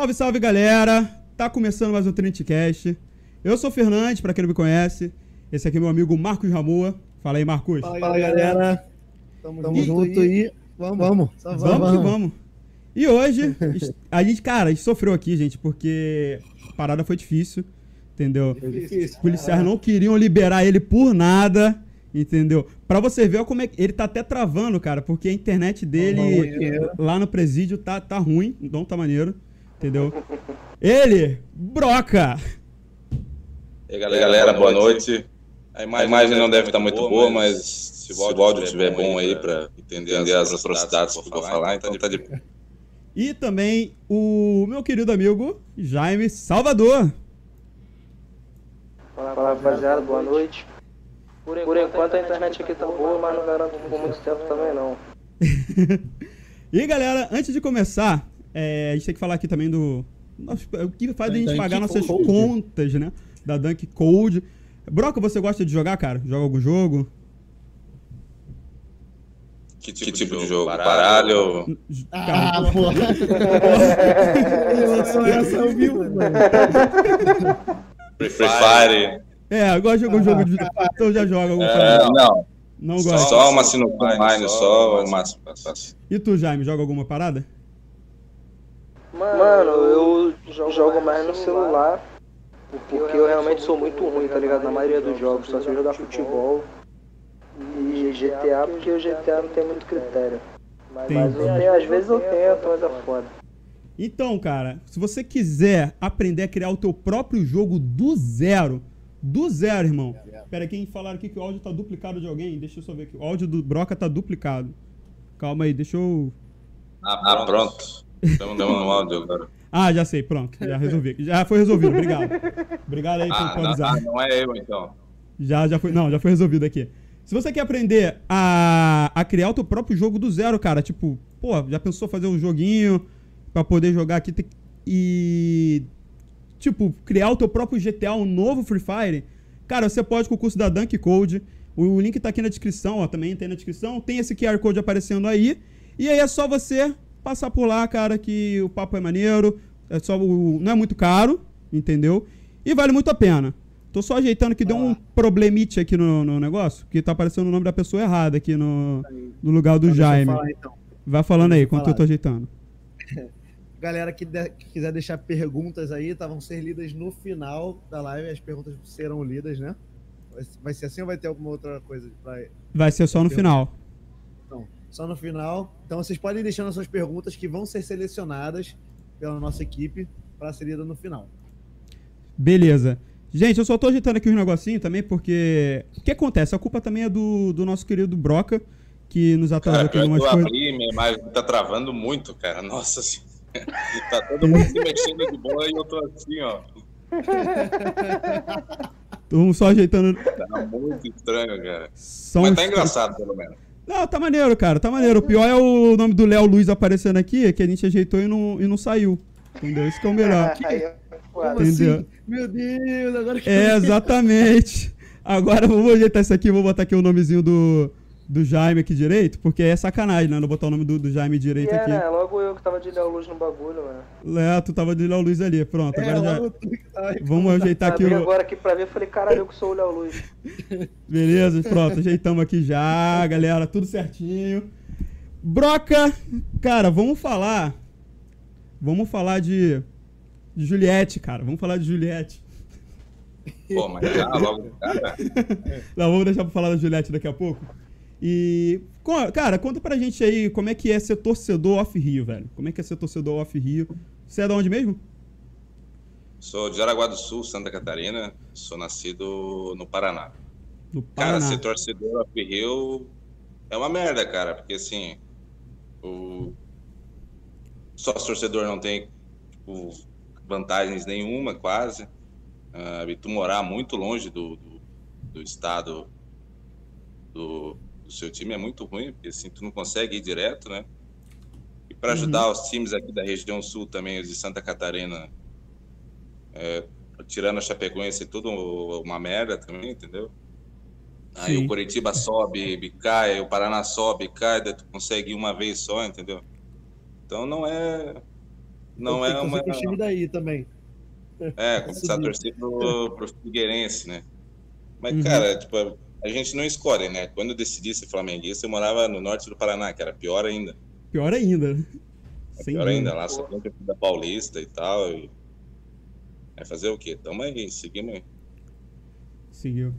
Salve, salve, galera! Tá começando mais um Trintcast. Eu sou o Fernandes, pra quem não me conhece. Esse aqui é meu amigo Marcos Ramoa. Fala aí, Marcos. Fala, galera. Tamo junto e vamos. Vamos que vamos. E hoje, a gente sofreu aqui, gente, porque a parada foi difícil, entendeu? Os policiais não queriam liberar ele por nada, entendeu? Pra você ver como é que ele tá até travando, cara, porque a internet dele lá no presídio tá ruim, não tá maneiro, entendeu? Ele, Broca! E aí, galera, boa noite. A imagem não deve estar muito boa, mas se o áudio estiver bom aí para entender as atrocidades que eu vou falar, então tá de boa. E também o meu querido amigo Jaime Salvador. Fala, rapaziada, boa noite. Por enquanto a internet aqui tá boa, mas não garanto por muito tempo também não. E galera, antes de começar, a gente tem que falar aqui também do o que faz a gente pagar nossas contas, né? Da Dunk Code. Broca, você gosta de jogar, cara? Joga algum jogo? Que tipo de jogo? Baralho? Porra. Essa eu vi, mano. Free Fire? Eu gosto de jogar um jogo de... Então já joga algum Não gosto. Só uma sinuca online, só o máximo. E tu, Jaime, joga alguma parada? Mano, eu jogo mais no celular, porque eu realmente sou muito ruim, tá ligado? Na maioria dos jogos, só sei jogar futebol e GTA, porque o GTA não tem muito critério. Mas às vezes eu tento, mas é foda. Então, cara, se você quiser aprender a criar o teu próprio jogo do zero, irmão. Pera aí, quem falaram aqui que o áudio tá duplicado de alguém? Deixa eu só ver aqui. O áudio do Broca tá duplicado. Calma aí, deixa eu... Pronto. Estamos no áudio agora. Já sei, pronto. Já resolvi. Já foi resolvido, obrigado. Obrigado aí por avisar. Não é eu, então. Já foi resolvido aqui. Se você quer aprender a criar o teu próprio jogo do zero, cara, tipo, já pensou fazer um joguinho pra poder jogar aqui e, tipo, criar o teu próprio GTA, um novo Free Fire? Cara, você pode com o curso da Dunk Code. O link tá aqui na descrição, também tem na descrição. Tem esse QR Code aparecendo aí. E aí é só você passar por lá, cara, que o papo é maneiro. Não é muito caro, entendeu? E vale muito a pena. Tô só ajeitando que deu um problemite aqui no negócio, que tá aparecendo o nome da pessoa errada aqui no lugar do Jaime. Vai falando aí, enquanto eu tô ajeitando. Galera que quiser deixar perguntas aí, vão ser lidas no final da live. As perguntas serão lidas, né? Vai ser assim ou vai ter alguma outra coisa? Vai ser só no final. Então, só no final. Então vocês podem deixar as suas perguntas que vão ser selecionadas pela nossa equipe para ser lida no final. Beleza. Gente, eu só tô ajeitando aqui os negocinhos também, porque... O que acontece? A culpa também é do nosso querido Broca, que nos atrasou aqui algumas coisas. Minha imagem tá travando muito, cara. Nossa senhora. Tá todo mundo se mexendo de boa e eu tô assim, ó. Tô só ajeitando... Tá muito estranho, cara. Mas tá engraçado, pelo menos. Não, tá maneiro, cara, tá maneiro. O pior é o nome do Léo Luiz aparecendo aqui, que a gente ajeitou e não saiu. Entendeu? Isso que é o melhor. Entendeu? Assim? Meu Deus, agora que... Exatamente. Agora eu vou ajeitar isso aqui, vou botar aqui o nomezinho do Jaime aqui direito, porque é sacanagem, né? Não botar o nome do Jaime direito aqui. Né? Logo eu que tava de Léo Luz no bagulho, mano. Tu tava de Léo Luz ali, pronto. Agora vamos ajeitar aqui agora aqui pra ver, eu falei, caralho, eu que sou o Léo Luz. Beleza, pronto, ajeitamos aqui já, galera, tudo certinho. Broca, cara, vamos falar de Juliette, cara. Vamos falar de Juliette. Pô, mas já logo, cara. Não, vamos deixar pra falar da Juliette daqui a pouco. E, cara, conta pra gente aí como é que é ser torcedor off-Rio, velho. Como é que é ser torcedor off-Rio? Você é de onde mesmo? Sou de Jaraguá do Sul, Santa Catarina. Sou nascido no Paraná. No Paraná. Cara, ser torcedor off-Rio é uma merda, cara. Porque, assim, sócio torcedor não tem, tipo, vantagens nenhuma, quase. E tu morar muito longe do estado do seu time é muito ruim, porque assim tu não consegue ir direto, né? E para ajudar os times aqui da região sul também, os de Santa Catarina, tirando a Chapecoense, é tudo uma merda também, entendeu? Aí o Coritiba sobe, cai, o Paraná sobe, cai, daí tu consegue ir uma vez só, entendeu? Então não é não Tem é que torcer uma. pro time daí também. Começar a Subir. torcer pro Figueirense, né? Mas, Uhum. cara, tipo, a gente não escolhe, né? Quando eu decidi ser flamenguista, eu morava no norte do Paraná, que era pior ainda. Pior ainda, né? Sem Pior dúvida. ainda, lá só tem da Paulista e tal. Vai fazer o quê? Tamo aí, seguimos aí. Seguiu.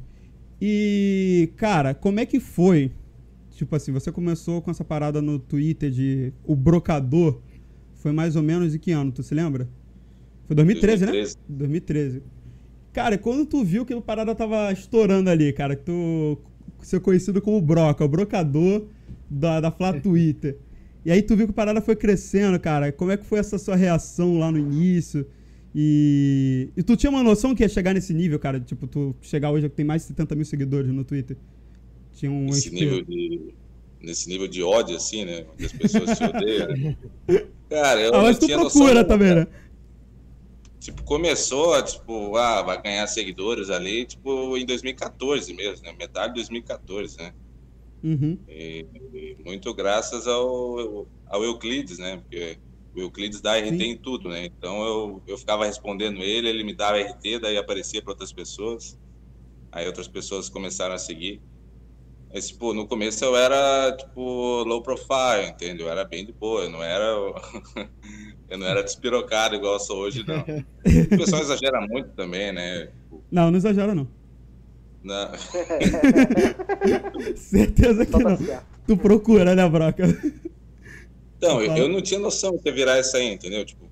E, cara, como é que foi? Tipo assim, você começou com essa parada no Twitter de o brocador. Foi mais ou menos de que ano, tu se lembra? Foi 2013, 2013. né? 2013. Cara, quando tu viu que a parada tava estourando ali, cara, que tu ser conhecido como Broca, o brocador da Flá Twitter. E aí tu viu que a parada foi crescendo, cara. Como é que foi essa sua reação lá no início? E tu tinha uma noção que ia chegar nesse nível, cara? Tipo, tu chegar hoje que tem mais de 70 mil seguidores no Twitter. Tinha um Nesse nível de ódio, assim, né? Onde as pessoas se odeiam, né? Cara, eu mas não tu tinha procura noção, também, cara. né? Tipo, começou, tipo, vai ganhar seguidores ali, tipo, em 2014 mesmo, né? Metade de 2014, né? Uhum. E muito graças ao Euclides, né? Porque o Euclides dá RT Sim. em tudo, né? Então eu ficava respondendo ele me dava RT, daí aparecia para outras pessoas. Aí outras pessoas começaram a seguir. Mas, tipo, no começo eu era, tipo, low profile, entendeu? Eu era bem de boa, eu não era eu não era despirocado igual eu sou hoje, não. O pessoal exagera muito também, né? Não, não exagera, não. Na... Certeza que Só tá não. certo. Tu procura, né, Broca? Então, eu não tinha noção que ia virar isso aí, entendeu? Tipo,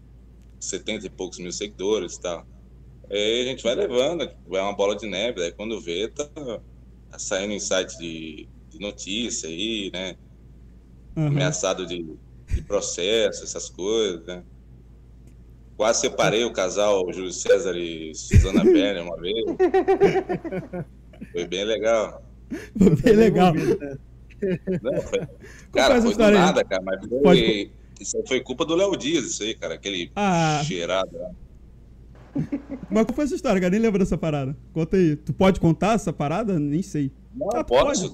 70 e poucos mil seguidores e tal. Aí a gente vai levando, tipo, é uma bola de neve, daí quando vê, tá saindo em site de notícia aí, né? Uhum. Ameaçado de processo, essas coisas, né? Quase separei o casal Júlio César e Suzana Werner uma vez. Foi bem legal. Foi bem legal. Não, foi... Qual Cara, foi essa foi do história aí? nada, cara, mas foi... Pode- Isso aí foi culpa do Léo Dias, isso aí, cara, aquele Ah. cheirado lá. Mas qual foi essa história, cara? Nem lembro dessa parada. Conta aí. Tu pode contar essa parada? Nem sei. Não, Ah, tu posso.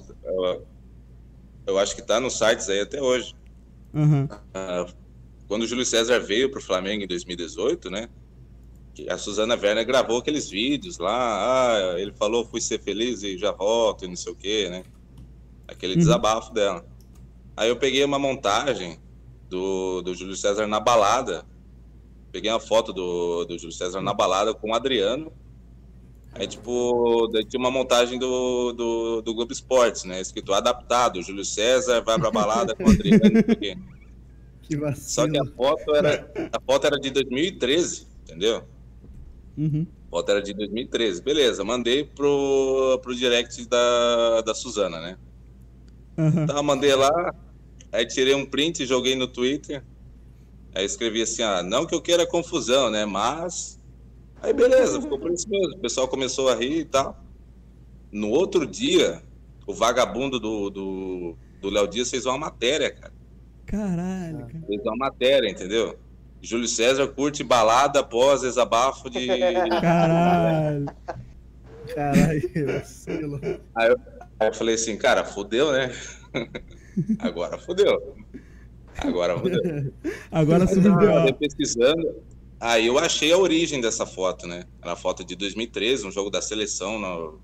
Eu acho que tá nos sites aí até hoje. Aham. Quando o Júlio César veio pro Flamengo em 2018, né? Que a Suzana Werner gravou aqueles vídeos lá. Ele falou, fui ser feliz e já volto e não sei o quê, né? Aquele desabafo dela. Aí eu peguei uma montagem do Júlio César na balada. Peguei uma foto do Júlio César na balada com o Adriano. Aí, tipo, daí tinha uma montagem do Globo Esportes, né? Escrito adaptado, Júlio César vai pra balada com o Adriano, não sei o quê. Que vacilo. Só que a foto era de 2013, entendeu? Uhum. A foto era de 2013. Beleza, mandei pro direct da Suzana, né? Aham. Então, mandei lá, aí tirei um print e joguei no Twitter. Aí escrevi assim, não que eu queira confusão, né? Mas... Aí beleza, ficou por isso mesmo. O pessoal começou a rir e tal. No outro dia, o vagabundo do Léo Dias fez uma matéria, cara. Caralho, cara. Fez uma matéria, entendeu? Júlio César curte balada após desabafo de... Caralho. Caralho, vacilo. Aí eu falei assim, cara, fodeu, né? Agora fodeu. Agora subiu o Andei B.O. pesquisando. Aí eu achei a origem dessa foto, né? Era uma foto de 2013, um jogo da seleção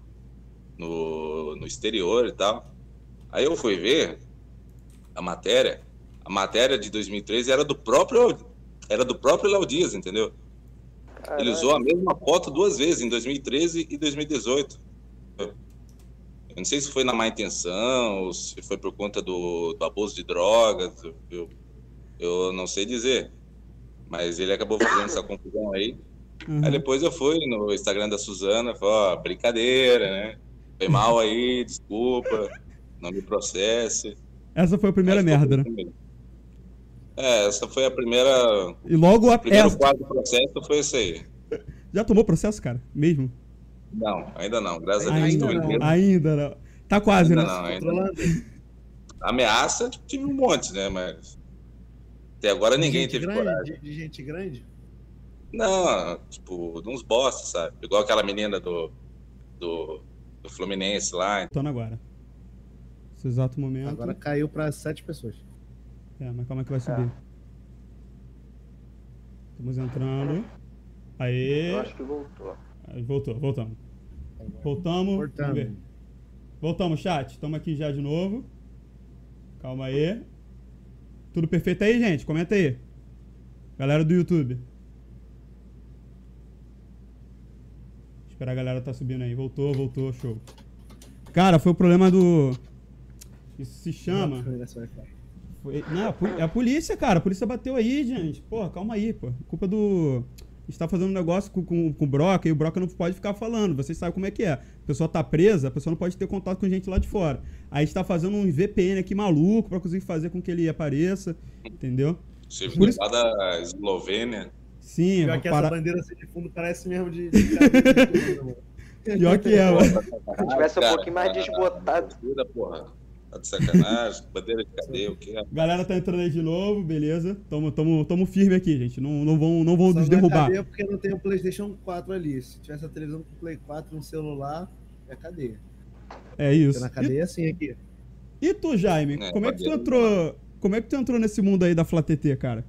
no exterior e tal. Aí eu fui ver a matéria. A matéria de 2013 era do próprio Léo Dias, entendeu? Caralho. Ele usou a mesma foto duas vezes, em 2013 e 2018. Eu não sei se foi na má intenção, ou se foi por conta do abuso de drogas, eu não sei dizer. Mas ele acabou fazendo essa confusão aí. Uhum. Aí depois eu fui no Instagram da Suzana, falei, brincadeira, né? Foi mal aí, desculpa, não me processe. Essa foi a primeira merda, né? Essa foi a primeira... E logo O primeiro essa... quadro do processo foi esse aí. Já tomou processo, cara? Mesmo? Não, ainda não, graças a Deus. Ainda estou não. inteiro. Ainda não. Tá quase, Ainda né? não, ainda não. Controlando. Ameaça, tive um monte, né? Mas até agora ninguém Gente teve grande, coragem. de gente grande? Não, tipo, de uns bosta, sabe? Igual aquela menina do Fluminense lá. Tô agora. Nesse exato momento. Agora caiu pra 7 pessoas. Mas calma que vai subir. Estamos entrando. Aê. Eu acho que voltou. Voltamos. Vamos ver. Voltamos, chat. Estamos aqui já de novo. Calma aí. Tudo perfeito aí, gente? Comenta aí. Galera do YouTube. Esperar a galera tá subindo aí. Voltou, show. Cara, foi o problema do... Isso se chama... Não, é a polícia, cara. A polícia bateu aí, gente. Porra, calma aí, pô. Culpa do... A gente tá fazendo um negócio com o Broca e o Broca não pode ficar falando. Vocês sabem como é que é. A pessoa tá presa, a pessoa não pode ter contato com gente lá de fora. Aí a gente tá fazendo um VPN aqui maluco pra conseguir fazer com que ele apareça. Entendeu? Servidor lá da Eslovênia. Sim, pior que essa bandeira assim de fundo parece mesmo de pior que é, mano. Se tivesse um pouquinho mais desbotado. Porra. Tá de sacanagem, bandeira de cadeia, o que é? Galera tá entrando aí de novo, beleza. Tamo firme aqui, gente. Não vão nos Só derrubar. Cadeia porque não tem o PlayStation 4 ali. Se tivesse a televisão com o Play 4 no celular, é cadeia. É isso. Porque na cadeia assim aqui. E tu, Jaime, como é que tu entrou? Como é que tu entrou nesse mundo aí da FlaTT, cara?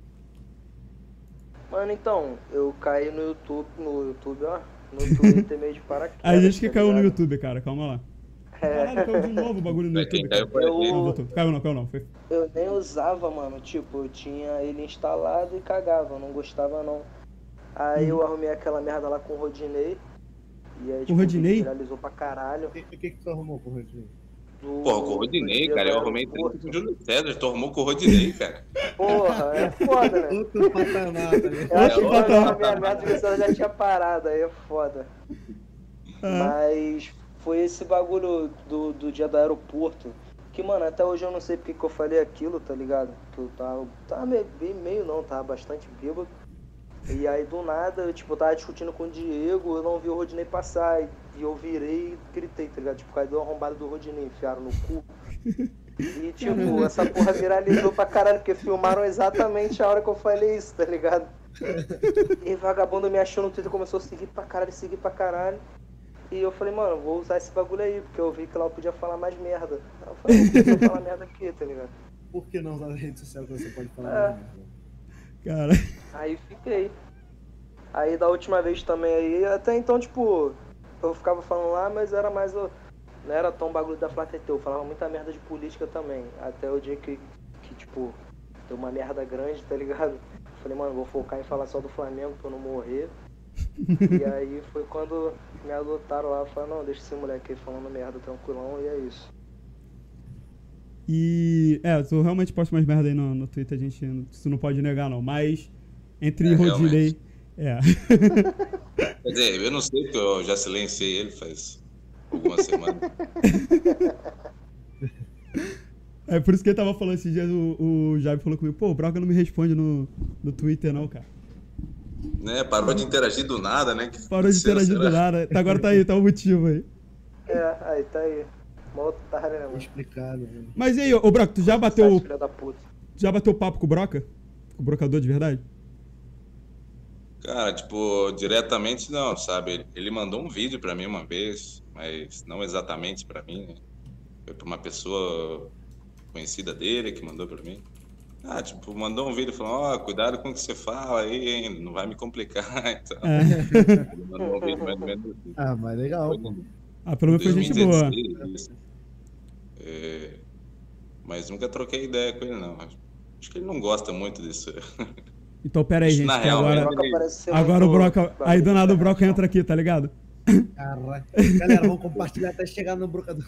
Mano, então, eu caí no YouTube, ó. No Twitter meio de paraquedas. A gente que tá caiu no ligado? YouTube, cara. Calma lá. Caralho, caiu de novo o bagulho no YouTube. Caiu por Não, aí. voltou. Caiu não. Foi... Eu nem usava, mano. Tipo, eu tinha ele instalado e cagava. Eu não gostava, não. Aí eu arrumei aquela merda lá com o Rodinei. E aí, tipo, Rodinei? viralizou pra caralho. O que tu arrumou com o Rodinei? Porra, com o Rodinei, cara. Eu arrumei treta com o Júlio César. Tu arrumou com o Rodinei, cara. Porra, é foda, né? Outro patamar, tá ligado? Eu acho que Outro quando a patamar. minha meta já tinha parado, aí é foda. Mas foi esse bagulho do dia do aeroporto. Que, mano, até hoje eu não sei porque que eu falei aquilo, tá ligado? Que eu tava meio não, tava bastante bêbado. E aí do nada, eu tava discutindo com o Diego, eu não vi o Rodinei passar. E eu virei e gritei, tá ligado? Tipo, cadê o arrombado do Rodinei? Enfiaram no cu. E tipo, essa porra viralizou pra caralho, porque filmaram exatamente a hora que eu falei isso, tá ligado? E vagabundo me achou no Twitter, começou a seguir pra caralho. E eu falei, mano, vou usar esse bagulho aí, porque eu vi que lá eu podia falar mais merda. Aí eu falei, por que eu falar merda aqui, tá ligado? Por que não usar a rede social que você pode falar? É. Cara. Aí fiquei. Aí da última vez também aí, até então, tipo, eu ficava falando lá, mas era mais não era tão bagulho da FlaTT, eu falava muita merda de política também. Até o dia que tipo, deu uma merda grande, tá ligado? Falei, mano, vou focar em falar só do Flamengo pra eu não morrer. E aí foi quando me adotaram lá, falaram, não, deixa esse moleque aí falando merda tranquilão, e é isso. E... tu realmente posta umas merda aí no Twitter, a gente... Isso não pode negar, não. Mas, entre Rodinei... Quer dizer, eu não sei, porque eu já silenciei ele faz algumas semanas. É por isso que ele tava falando esses dias, o Jaime falou comigo, pô, o Broca não me responde no Twitter, não, cara. Né, parou de interagir do nada, né? Parou de interagir do nada. Agora tá aí, tá o motivo aí. Aí tá aí. Uma otária, né, mano? Explicado, velho. Mas e aí, ô Broca, tu já bateu... Filha da puta. Já bateu papo com o Broca? Com o brocador de verdade? Cara, tipo, diretamente não, sabe? Ele mandou um vídeo pra mim uma vez, mas não exatamente pra mim, né? Foi pra uma pessoa conhecida dele que mandou pra mim. Tipo, mandou um vídeo falando, cuidado com o que você fala aí, hein? Não vai me complicar. Então, ele mandou um vídeo mais ou menos assim. Mas legal. Pelo menos foi gente boa. Mas nunca troquei ideia com ele, não. Acho que ele não gosta muito disso. Então, pera aí, gente. Na real, agora o Broca... Aí do nada o Broca entra aqui, tá ligado? Caralho. Galera, vamos compartilhar até chegar no brocador.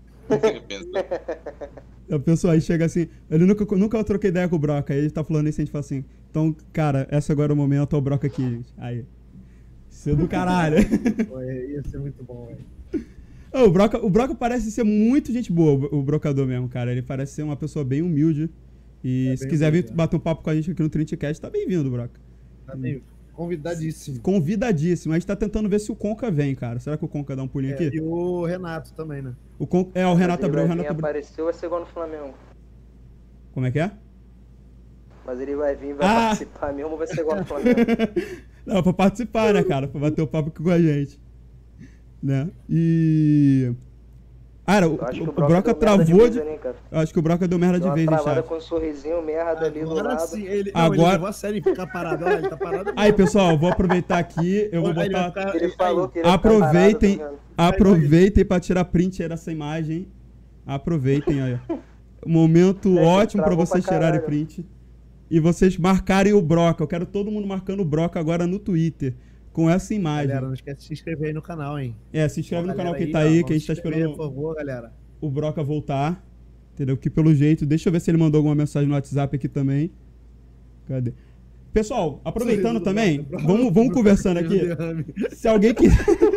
A pessoa aí chega assim, ele nunca troquei ideia com o Broca, aí ele tá falando isso e a gente fala assim, então, cara, essa agora é o momento, é o Broca aqui, gente. Aí. Isso é do caralho. Ia ser muito bom, velho. O Broca parece ser muito gente boa, o brocador mesmo, cara. Ele parece ser uma pessoa bem humilde. E se quiser vir bater um papo com a gente aqui no Trintcast, tá bem-vindo, Broca. Tá bem, convidadíssimo. Convidadíssimo. A gente tá tentando ver se o Conca vem, cara. Será que o Conca dá um pulinho aqui? E o Renato também, né? O Renato Abreu. Apareceu, vai ser igual no Flamengo. Como é que é? Mas ele vai vir, vai participar mesmo, vai ser igual no Flamengo. Não, pra participar, né, cara? Pra bater o papo aqui com a gente. Né? E... Cara, Eu acho que o Broca deu merda travou vez de... ali, cara. Eu acho que o Broca deu merda Deu de uma vez no travada chat. com um sorrisinho merda ali do Agora lado. sim, ele Agora- levou a sério em ficar parado. Olha, ele tá parado. Aí, pessoal, vou aproveitar aqui, eu vou Aí ele vai botar... ficar- Ele aí- falou que ele Aproveitem, tá parado, tá aproveitem pra tirar print aí dessa imagem. Aproveitem aí. Momento É, ótimo pra travou vocês pra tirarem caralho. print. E vocês marcarem o Broca. Eu quero todo mundo marcando o Broca agora no Twitter. Com essa imagem. Galera, não esquece de se inscrever aí no canal, hein? Se inscreve no canal Galera que tá aí, ó, que a gente tá vamos se inscrever, esperando Por favor, galera. o Broca voltar. Entendeu? Que pelo jeito... Deixa eu ver se ele mandou alguma mensagem no WhatsApp aqui também. Cadê? Pessoal, aproveitando Sorriso do também, Broca. vamos conversando aqui. Derrame. Se alguém que...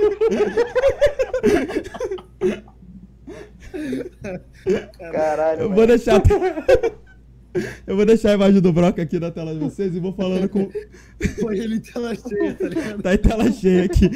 Caralho, Eu mano. vou deixar... Eu vou deixar a imagem do Broca aqui na tela de vocês e vou falando com... Foi ele em tela cheia, tá ligado? Tá em tela cheia aqui.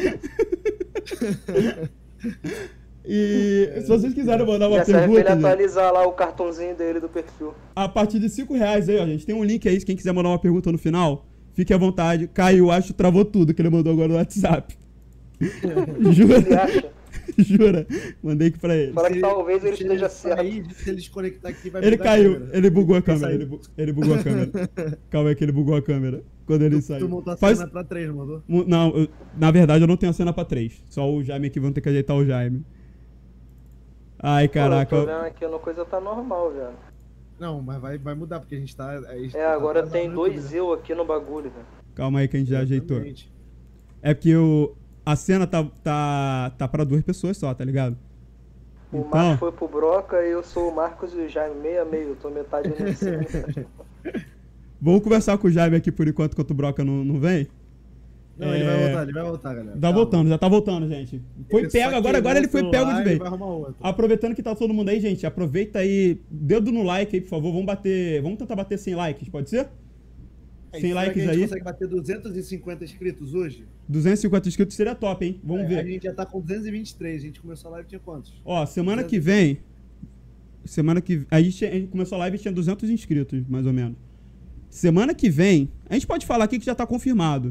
E se vocês quiserem mandar uma Já serve pra ele pergunta, gente, atualizar lá o cartãozinho dele do perfil. a partir de R$5 aí, ó, gente. Tem um link aí, quem quiser mandar uma pergunta no final, fique à vontade. Caio, acho, travou tudo que ele mandou agora no WhatsApp. Você Jura? acha? Jura? Mandei aqui pra ele. Fala que talvez ele Se esteja sair, certo. se ele desconectar aqui, vai Ele mudar a caiu, câmera. ele bugou a Vai câmera. sair. Ele bugou a câmera. Calma aí que ele bugou a câmera. Quando ele Tu saiu. montou a Faz... cena pra 3, mandou? Não, na verdade eu não tenho a cena pra 3. Só o Jaime aqui, vão ter que ajeitar o Jaime. Ai, caraca. Pô, eu tô vendo aqui, a coisa tá normal, velho. Não, mas vai mudar, porque a gente tá... Agora tá tem no dois YouTube, eu aqui no bagulho, velho. Calma aí que a gente já ajeitou. Exatamente. É porque a cena tá pra 2 pessoas só, tá ligado? O Então, Marcos foi pro Broca e eu sou o Marcos e o Jaime, meio a meio. Eu tô metade ali em cima. vamos conversar com o Jaime aqui por enquanto o Broca não vem. Não, ele vai voltar, galera. Tá Calma. voltando, já tá voltando, gente. Foi Ele pego, só agora queimou ele o foi celular pego de e vez. vai arrumar outro. Aproveitando que tá todo mundo aí, gente, aproveita aí, dedo no like aí, por favor, vamos tentar bater 100 likes, pode ser? 100 será likes que a gente aí, consegue bater 250 inscritos hoje? 250 inscritos seria top, hein? Vamos A ver. gente já tá com 223, a gente começou a live tinha quantos? Ó, semana que vem, a gente começou a live e tinha 200 inscritos, mais ou menos. Semana que vem, a gente pode falar aqui que já tá confirmado.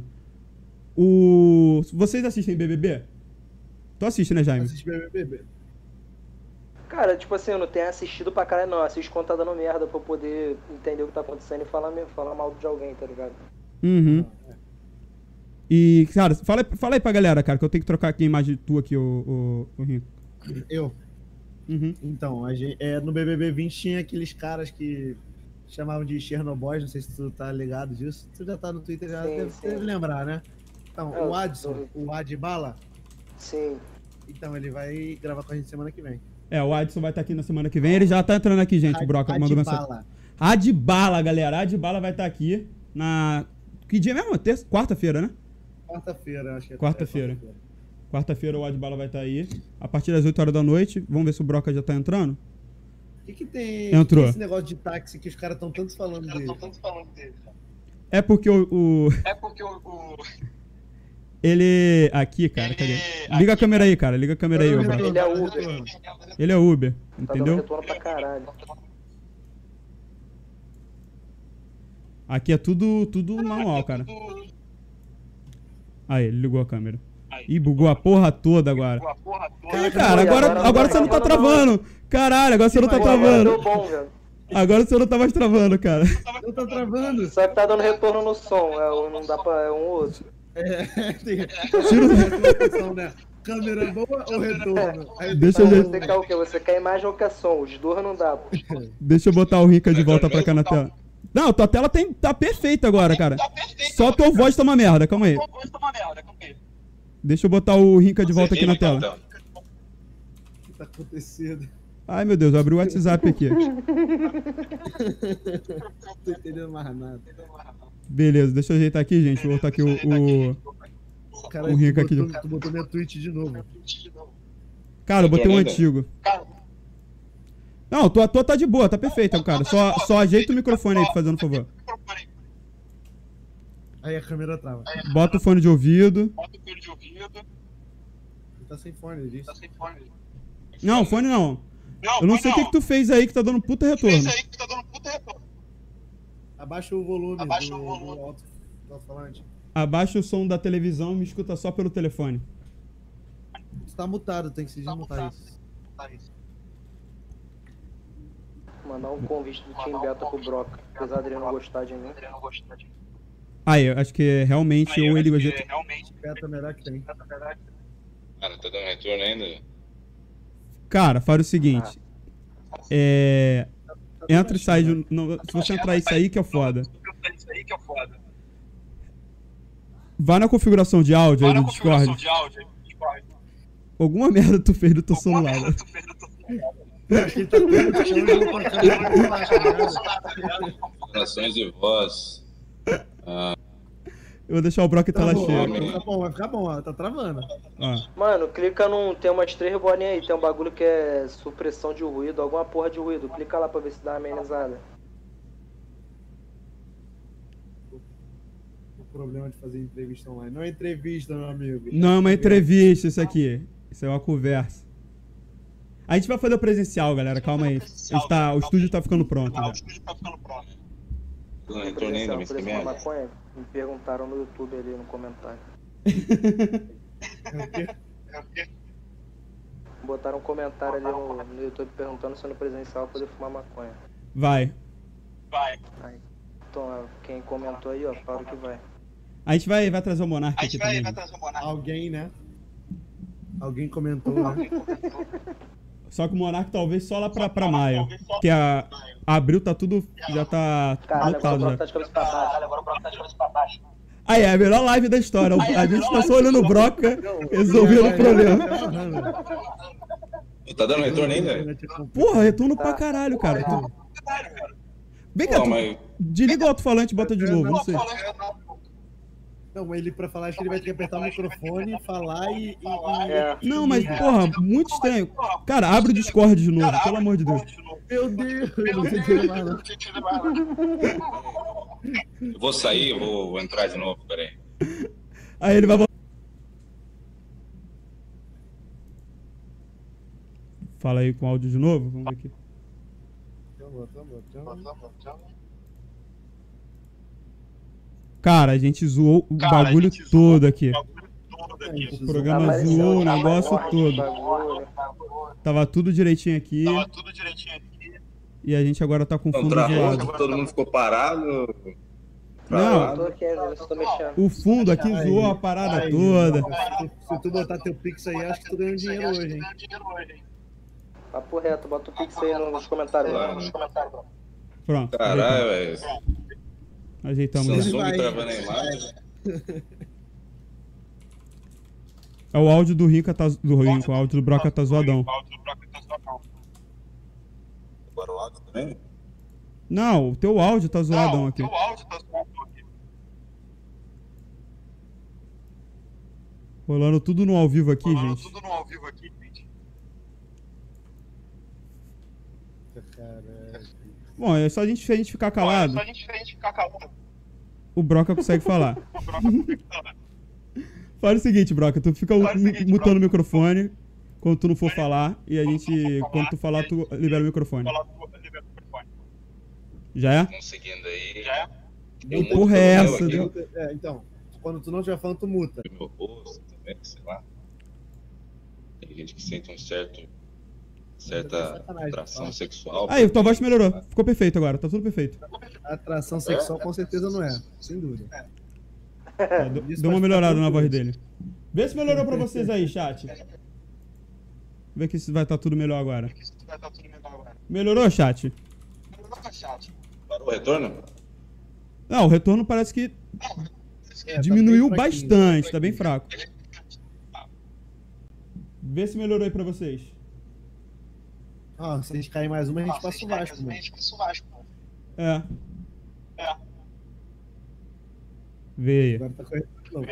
Vocês assistem BBB? Tu assiste, né, Jaime? Assiste BBB. Cara, tipo assim, eu não tenho assistido pra caralho, não. Eu assisto quando tá dando merda pra eu poder entender o que tá acontecendo e falar mal de alguém, tá ligado? Uhum. E, cara, fala aí pra galera, cara, que eu tenho que trocar aqui a imagem tua aqui, o Rico. Eu. Uhum. Então, no BBB 20 tinha aqueles caras que chamavam de Chernobyl, não sei se tu tá ligado disso. Tu já tá no Twitter, já Sim, deve sim. lembrar, né? Então, É, o Adson, tô- o Adbala, Sim. então ele vai gravar com a gente semana que vem. O Adson vai estar aqui na semana que vem. Ele já tá entrando aqui, gente. O Broca mandou mensagem. Adbala. Adbala, galera. Adbala vai estar aqui na... Que dia mesmo? Quarta-feira, né? Quarta-feira, acho que é. Quarta-feira. Quarta-feira o Adbala vai estar aí. A partir das 8 horas da noite. Vamos ver se o Broca já tá entrando. O que tem Entrou. esse negócio de táxi que os caras estão tanto falando dele? É porque ele... Aqui, cara, cadê? Liga a câmera aí, cara. Liga a câmera aí, ô Broca. Ele é Uber. Ele é Uber, Tá dando entendeu? retorno pra caralho. Aqui é tudo manual, cara. Aí, ele ligou a câmera. Ih, bugou a porra toda agora. Ih, cara, agora você não tá travando. Caralho, agora você não tá Pô, agora travando. deu bom, velho. Agora você não tá mais travando, cara. Não tá travando. Só que tá dando retorno no som. Não dá pra... É um ou outro. Tem Tira opção, né? Câmera boa ou retorno? Aí Deixa eu ver. Você quer o quê? Você quer imagem ou quer som? Os dois não dá, pô. Deixa eu botar o Rica de volta pra cá na tela. Não, tua tela tá perfeita agora, cara. Só tua voz tá uma merda, calma aí. Deixa eu botar o Rica de volta aqui na tela. O que tá acontecendo? Ai, meu Deus, eu abri o WhatsApp aqui. Não tô entendendo mais nada. Beleza, deixa eu ajeitar aqui, gente. Vou botar aqui Cara, O Rica aqui tu botou minha tweet de novo. Cara, eu botei um antigo. Não, tua tá de boa, tá perfeita, cara. Só ajeita o microfone aí, fazendo um favor. Aí a câmera trava. Bota o fone de ouvido. Tá sem fone, ele disse. Não, fone não. Eu não sei o que tu fez aí que tá dando puta retorno. Abaixa o volume do alto-falante. Abaixa o som da televisão e me escuta só pelo telefone. Tu tá mutado, tem que se desmutar isso. Mandar um convite do Team Beta pro Broca, apesar dele não gostar de mim. Ah, eu acho que realmente ou ele... Beta melhor que tem. Cara, tá dando retorno ainda? Cara, faz o seguinte. Entra e sai. Se você entrar e sair, que é foda. Vai na configuração de áudio aí do Discord. Alguma merda tu fez do teu celular. Né? Acho que ele tá Informações de voz. Eu vou deixar o Brock em tela cheia. Vai ficar bom, ó, tá travando. Mano, clica num. Tem umas 3 bolinhas aí, tem um bagulho que é supressão de ruído, alguma porra de ruído. Clica lá pra ver se dá uma amenizada. O problema de fazer entrevista online. Não é entrevista, meu amigo. Não é uma entrevista isso aqui. Isso é uma conversa. A gente vai fazer o presencial, galera. Calma aí. O estúdio tá ficando pronto. Já. Não retorno ainda, Por exemplo, maconha, me perguntaram no YouTube ali no comentário. Botaram um comentário ali no YouTube perguntando se no presencial eu poder fumar maconha. Vai. Aí, então, quem comentou aí, ó, fala que vai. A gente vai trazer o Monark aqui também. Alguém, né? Alguém comentou, né? Só que o Monark talvez só lá pra maio. Porque abril tá tudo. Já tá lotado já. Tá de cabeça pra baixo. Aí, é a melhor live da história. A gente tá só olhando o Broca, resolvendo o problema. Tá dando retorno ainda? Porra, retorno pra caralho, cara. Vem cá, desliga o alto-falante e bota de novo, não sei. Não, ele pra falar, acho que ele vai ter que apertar o microfone, falar Não, mas, porra, muito estranho. Cara, abre o Discord de novo, pelo amor de Deus. Meu Deus, eu não sei entender mais não. Eu vou sair, eu vou entrar de novo, peraí. Aí ele vai... Fala aí com o áudio de novo, vamos ver aqui. Cara, a gente zoou o bagulho todo aqui. O programa zoou o negócio todo. Tava tudo direitinho aqui. E a gente agora tá com o fundo zoado. Todo mundo ficou parado. Não, o fundo aqui zoou a parada toda. Se tu botar teu Pix aí, acho que tu ganha dinheiro hoje, hein? Papo reto, bota o Pix aí nos comentários. Pronto. Caralho, velho. Ajeitamos. Samsung travando a imagem. É o áudio do Rinca, o áudio do Broca tá zoadão. Agora o áudio também? Não, o teu áudio tá zoadão aqui. Rolando tudo no ao vivo aqui, gente. Bom, é só a gente ficar calado. O Broca consegue falar. Fala o seguinte, Broca, tu fica mutando o microfone quando tu não for falar e a gente, quando tu falar, tu libera o microfone. Já é? Conseguindo aí. Que porra é essa? Então, quando tu não estiver falando, tu muta. Meu rosto também, sei lá. Tem gente que sente certa atração sexual. Aí, tua voz melhorou. Ficou perfeito agora, tá tudo perfeito. Atração sexual com certeza não é, sem dúvida. Deu uma melhorada na voz dele. Vê se melhorou pra vocês aí, chat. Vê que se vai estar tudo melhor agora. Melhorou, chat? Parou o retorno? Não, o retorno parece que diminuiu bastante, tá bem fraco. Vê se melhorou aí pra vocês. Se a gente cair mais uma, a gente passa o Vasco, mano. É. Veio. Agora tá correndo de novo.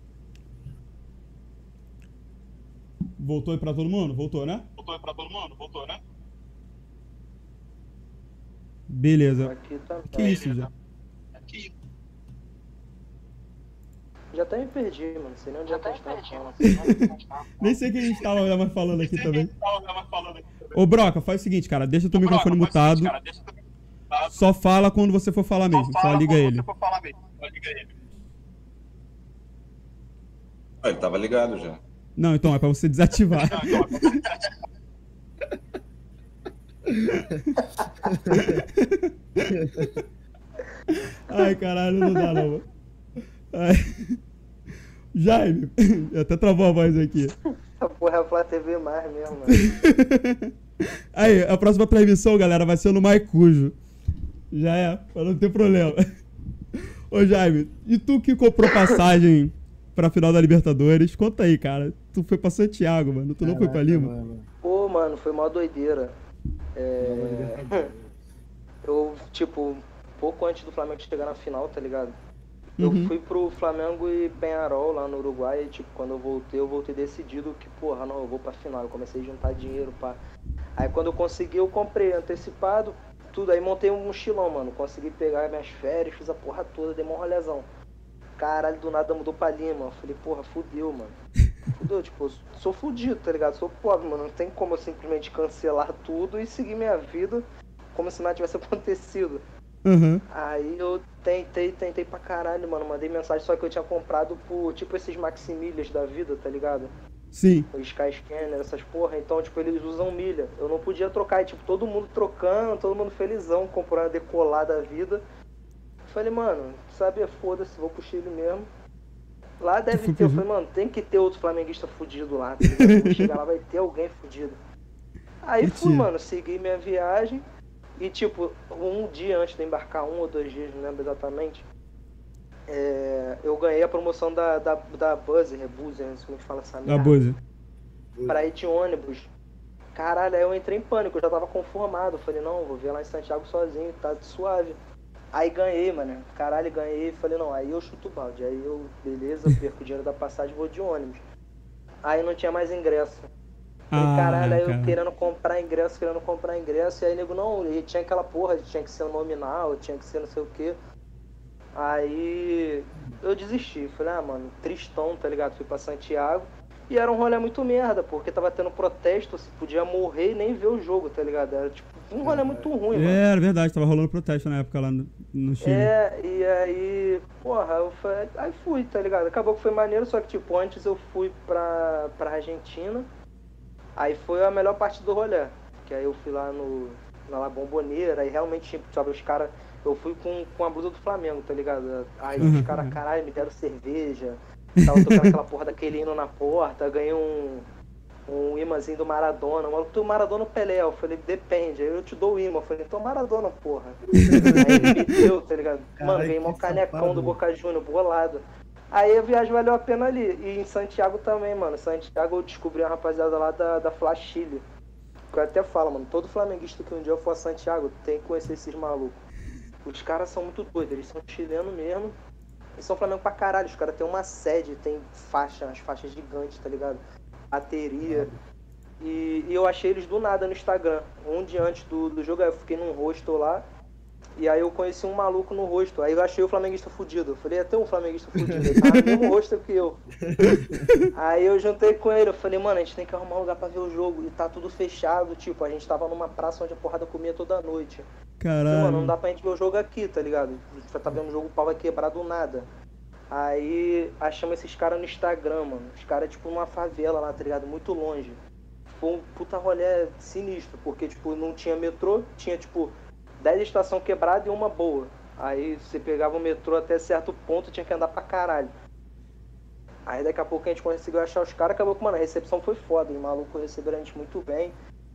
Voltou aí pra todo mundo? Voltou, né? Beleza. Aqui tá. Que isso, já? Já até me perdi, mano. Não sei nem onde já tá falando. Nem sei o que a gente tava mais falando aqui também. Ô, Broca, faz o seguinte, cara. Deixa teu microfone mutado. Só fala quando você for falar mesmo. Só liga ele. Ele tava ligado já. Não, então é pra você desativar. Ai, caralho, não dá não, mano. Ai. Jaime, até travou a voz aqui. Essa porra é a Flá TV mais mesmo, mano. Aí, a próxima transmissão, galera, vai ser no Maicujo. Já é, pra não ter problema. Ô, Jaime, e tu que comprou passagem pra final da Libertadores? Conta aí, cara. Tu foi pra Santiago, mano. Tu não foi pra Lima? Mano. Pô, mano, foi mó doideira. Eu, tipo, pouco antes do Flamengo chegar na final, tá ligado? Eu fui pro Flamengo e Peñarol lá no Uruguai e, tipo, quando eu voltei decidido que, porra, não, eu vou pra final. Eu comecei a juntar dinheiro, pá. Aí quando eu consegui, eu comprei antecipado, tudo. Aí montei um mochilão, mano. Consegui pegar minhas férias, fiz a porra toda, dei mó rolezão. Caralho, do nada mudou pra Lima. Eu falei, porra, fudeu, mano. Fudeu, tipo, eu sou fudido, tá ligado? Sou pobre, mano. Não tem como eu simplesmente cancelar tudo e seguir minha vida como se nada tivesse acontecido. Aí eu tentei pra caralho, mano. Mandei mensagem, só que eu tinha comprado por, tipo, esses Maximilhas da vida, tá ligado? Sim. O Skyscanner, essas porra. Então, tipo, eles usam milha. Eu não podia trocar. E, tipo, todo mundo trocando, todo mundo felizão, comprando a decolar da vida. Falei, mano, sabe, foda-se, vou pro Chile mesmo. Lá deve ter, eu falei, mano, tem que ter outro flamenguista fudido lá, tá ligado? Vou chegar lá, vai ter alguém fudido. Aí fui, mano, segui minha viagem. E, tipo, um dia antes de embarcar, 1 ou 2 dias, não lembro exatamente, eu ganhei a promoção da Buzzer, Buzzer, não sei como é que fala essa merda. Da Buzzer. Pra ir de ônibus. Caralho, aí eu entrei em pânico, eu já tava conformado. Falei, não, vou ver lá em Santiago sozinho, tá suave. Aí ganhei, mano. Caralho, ganhei. Falei, não, aí eu chuto o balde. Aí eu, beleza, perco o dinheiro da passagem, vou de ônibus. Aí não tinha mais ingresso. Falei, caralho, aí eu querendo comprar ingresso. E aí, nego, não, e tinha aquela porra, tinha que ser nominal, tinha que ser não sei o quê. Aí eu desisti. Falei, mano, tristão, tá ligado? Fui pra Santiago. E era um rolê muito merda, porque tava tendo protesto, se podia morrer e nem ver o jogo, tá ligado? Era tipo um rolê muito ruim, mano. Era verdade, tava rolando protesto na época lá no Chile. E aí, porra, aí fui, tá ligado? Acabou que foi maneiro, só que tipo, antes eu fui pra Argentina, aí foi a melhor parte do rolê, que aí eu fui lá na La Bombonera, aí realmente, tipo, sabe, os caras, eu fui com a blusa do Flamengo, tá ligado? Aí os caras, caralho, me deram cerveja. Tava tocando aquela porra daquele hino na porta, ganhei um imãzinho do Maradona. O maluco tem o Maradona ou Pelé? Eu falei, depende. Aí eu te dou o imã. Eu falei, então Maradona, porra. Aí ele me deu, tá ligado? Mano, ganhei um canecão do Boca Juniors, bolado. Aí a viagem valeu a pena ali. E em Santiago também, mano. Santiago eu descobri uma rapaziada lá da Fla Chile. Que eu até falo, mano, todo flamenguista que um dia eu for a Santiago tem que conhecer esses malucos. Os caras são muito doidos, eles são chilenos mesmo. Eles são Flamengo pra caralho, os caras têm uma sede, tem umas faixas gigantes, tá ligado? Bateria. E eu achei eles do nada no Instagram. Um dia antes do jogo, aí eu fiquei num hostel lá. E aí eu conheci um maluco no hostel. Aí eu achei o flamenguista fudido. Eu falei, até um flamenguista fudido. Ele tava no mesmo hostel que eu. Aí eu juntei com ele. Eu falei, mano, a gente tem que arrumar um lugar pra ver o jogo. E tá tudo fechado. Tipo, a gente tava numa praça onde a porrada comia toda noite. Caralho. Falei, mano, não dá pra gente ver o jogo aqui, tá ligado? A gente vai tá vendo o jogo, o pau vai quebrar do nada. Aí achamos esses caras no Instagram, mano. Os caras, tipo, numa favela lá, tá ligado? Muito longe. Foi um puta rolê sinistro. Porque, tipo, não tinha metrô. Tinha, tipo, 10 estações quebradas e uma boa. Aí você pegava o metrô até certo ponto, tinha que andar pra caralho. Aí daqui a pouco a gente conseguiu achar os caras, acabou que, mano, a recepção foi foda. Os malucos receberam a gente muito bem.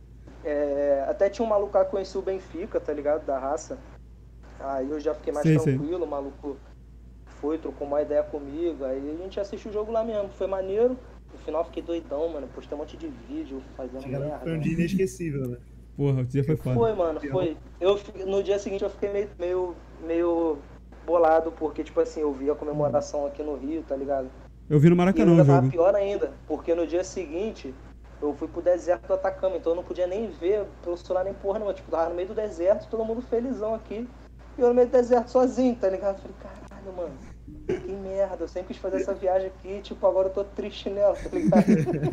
Até tinha um maluco lá que conhecia o Benfica, tá ligado? Da raça. Aí eu já fiquei mais tranquilo, o maluco foi, trocou uma ideia comigo. Aí a gente assistiu o jogo lá mesmo, foi maneiro. No final fiquei doidão, mano. Postei um monte de vídeo fazendo merda. Foi um dia inesquecível, né? Porra, o dia foi foda. Foi, mano, foi. No dia seguinte eu fiquei meio bolado, porque, tipo assim, eu vi a comemoração aqui no Rio, tá ligado? Eu vi no Maracanã o jogo. Tava pior ainda, porque no dia seguinte eu fui pro deserto do Atacama, então eu não podia nem ver pelo celular nem porra nenhuma. Tipo, tava no meio do deserto, todo mundo felizão aqui. E eu no meio do deserto sozinho, tá ligado? Eu falei, caralho, mano, que merda. Eu sempre quis fazer essa viagem aqui, tipo, agora eu tô triste nela, tá ligado?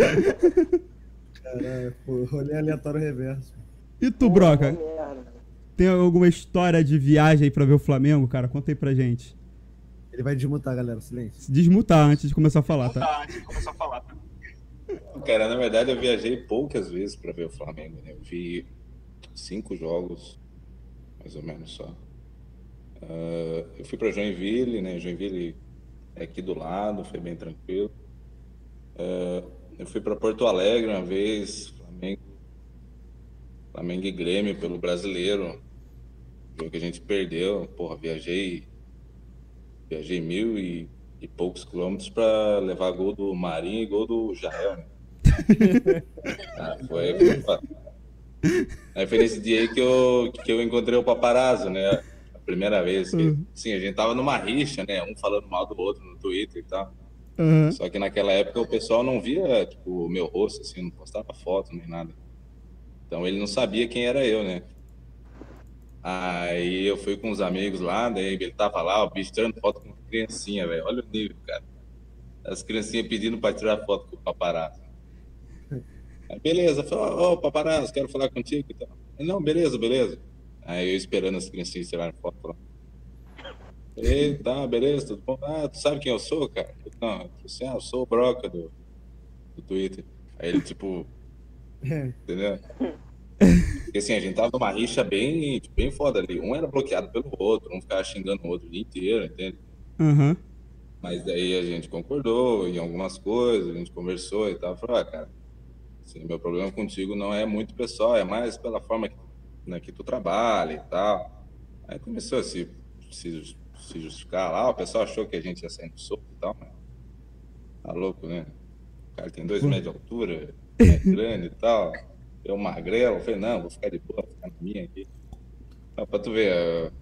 Caralho, pô, rolê aleatório reverso. E tu, Broca? Tem alguma história de viagem aí pra ver o Flamengo, cara? Conta aí pra gente. Ele vai desmutar, galera, silêncio. Desmutar antes de começar a falar, tá? Cara, na verdade eu viajei poucas vezes pra ver o Flamengo, né? Eu vi 5 jogos, mais ou menos só. Eu fui para Joinville, né? Joinville é aqui do lado, foi bem tranquilo. Eu fui para Porto Alegre uma vez, Flamengo e Grêmio pelo Brasileiro, jogo que a gente perdeu. Porra, viajei 1.000 e poucos quilômetros para levar gol do Marinho e gol do Jael, né? Foi nesse dia aí que eu encontrei o paparazzo, né? A primeira vez que, sim, a gente tava numa rixa, né? Um falando mal do outro no Twitter e tal. Só que naquela época o pessoal não via, tipo, o meu rosto, assim, não postava foto nem nada. Então ele não sabia quem era eu, né? Aí eu fui com uns amigos lá, daí ele tava lá, o bicho tirando foto com criancinha, velho. Olha o nível, cara. As criancinhas pedindo pra tirar foto com o paparazzo. Aí, beleza, falou, paparazzo, quero falar contigo e tal. Não, beleza. Aí eu esperando as criancinhas tirarem foto lá. Tá, beleza, tudo bom? Tu sabe quem eu sou, cara? Não, eu sou o Broca do Twitter. Aí ele, tipo, entendeu? Porque assim, a gente tava numa rixa bem foda ali. Um era bloqueado pelo outro, um ficava xingando o outro o dia inteiro, entende? Mas daí a gente concordou em algumas coisas, a gente conversou e tal. Falou, cara, assim, meu problema contigo não é muito pessoal, é mais pela forma que tu trabalha e tal. Aí começou a se justificar lá, o pessoal achou que a gente ia sair no soco e tal, mas tá louco, né? O cara tem 2 metros de altura, é grande e tal. Eu magrelo, eu falei, não, vou ficar de boa, vou ficar na minha aqui. Pra tu ver,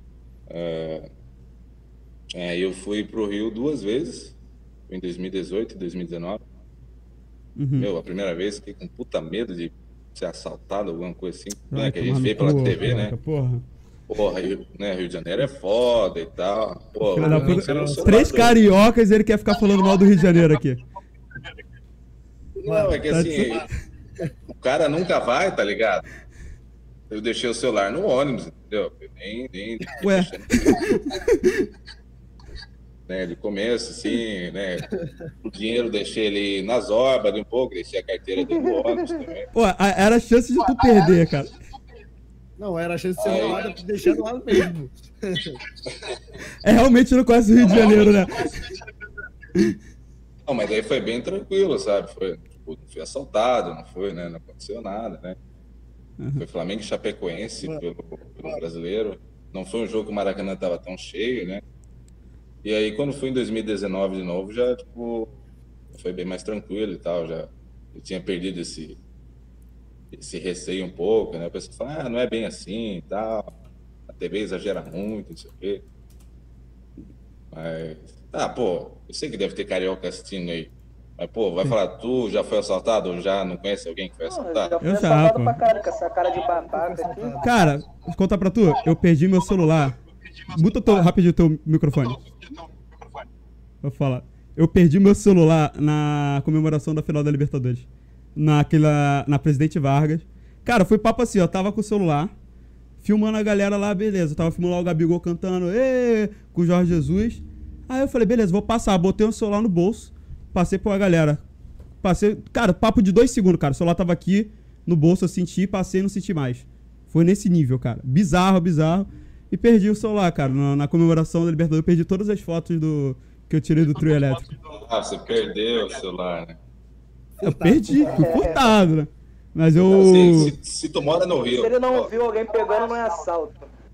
eu fui pro Rio 2 vezes, em 2018 e 2019. Meu, a primeira vez fiquei com puta medo de ser assaltado, alguma coisa assim, né, que a gente vê pela TV, né? Porra, Rio de Janeiro é foda e tal. Porra, 3 cariocas e ele quer ficar falando mal do Rio de Janeiro aqui. Não, é que assim, o cara nunca vai, tá ligado? Eu deixei o celular no ônibus, entendeu? Nem Ué. Né, de começo, assim, né? O dinheiro deixei ele nas obras um pouco, deixei a carteira dentro do ônibus também. Pô, era a chance de tu perder, cara. Não, era a chance de ser roubada pra deixar do lado mesmo. Realmente não conhece o Rio de Janeiro, né? Não, mas aí foi bem tranquilo, sabe? Não fui assaltado, não foi, né? Não aconteceu nada, né? Foi Flamengo e Chapecoense pelo Brasileiro. Não foi um jogo que o Maracanã tava tão cheio, né? E aí, quando fui em 2019 de novo, já, tipo, foi bem mais tranquilo e tal. Eu tinha perdido esse receio um pouco, né? O pessoal fala, não é bem assim e tal. A TV exagera muito, não sei o quê. Mas, eu sei que deve ter carioca assistindo aí. Mas, vai falar, tu já foi assaltado ou já não conhece alguém que foi assaltado? Eu já fui assaltado pra caralho, com essa cara de babaca aqui. Cara, vou contar pra tu, eu perdi meu celular. Muta rapidinho o teu microfone. Vou falar. Eu perdi meu celular na comemoração da final da Libertadores. Na Presidente Vargas. Cara, foi papo assim, eu tava com o celular, filmando a galera lá, beleza. Eu tava filmando lá o Gabigol cantando, com o Jorge Jesus. Aí eu falei, beleza, vou passar. Botei o celular no bolso, passei pra galera. Cara, papo de 2 segundos, cara. O celular tava aqui no bolso, eu senti, passei e não senti mais. Foi nesse nível, cara. Bizarro. E perdi o celular, cara. Na comemoração da Libertadores, eu perdi todas as fotos que eu tirei do trio elétrico. Você perdeu o celular, né? Eu perdi, fui furtado, né? Mas eu... Se tu mora no Rio... Se ele não viu alguém pegando, não é assalto.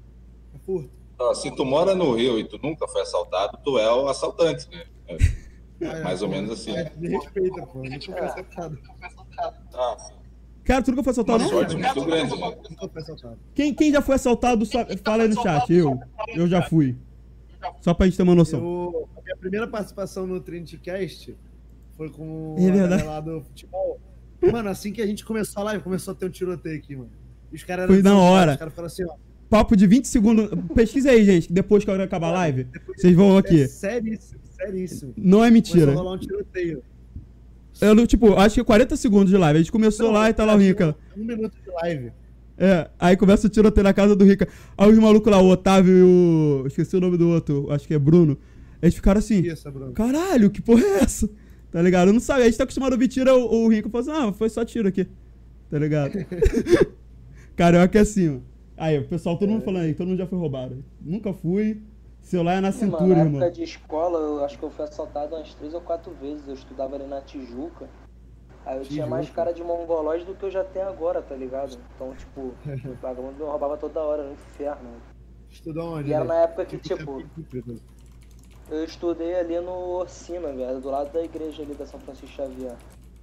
Se tu mora no Rio e tu nunca foi assaltado, tu é o assaltante, né? Mais ou menos assim. Me respeita, pô. Nunca foi assaltado. Cara, tu nunca foi assaltado, não? Uma sorte muito grande, né? Nunca foi assaltado. Quem já foi assaltado, fala aí no chat. Eu já fui. Só pra gente ter uma noção. A minha primeira participação no TrinityCast foi com É a verdade. galera lá do futebol. Mano, assim que a gente começou a live, começou a ter um tiroteio aqui, mano. E os caras Foi na hora. Os caras falaram assim, ó. Papo de 20 segundos. Pesquisa aí, gente. Depois que eu acabar a live, vocês vão aqui. É seríssimo. Não é mentira. Começou a rolar um tiroteio. Acho que 40 segundos de live. A gente começou lá e tá lá o Rica. 1 minuto de live. Aí começa o tiroteio na casa do Rica. Aí os malucos lá, o Otávio e o... Esqueci o nome do outro. Acho que é Bruno. Eles ficaram assim, Isso, Bruno. caralho, que porra é essa? Tá ligado? Eu não sabia. A gente tá acostumado a ouvir tiro, o Rico falou assim, foi só tiro aqui. Tá ligado? Carioca é assim, ó. Aí, o pessoal, todo mundo falando aí, todo mundo já foi roubado. Nunca fui. Celular é na cintura, Mano, na irmão. época de escola, eu acho que eu fui assaltado umas 3 ou 4 vezes. Eu estudava ali na Tijuca. Aí eu tinha mais cara de mongolóide do que eu já tenho agora, tá ligado? Então, tipo, o vagabundo me roubava toda hora, no inferno. Estudou onde? E era né? na época que, tipo, eu estudei ali no Orsina, velho, do lado da igreja ali da São Francisco Xavier.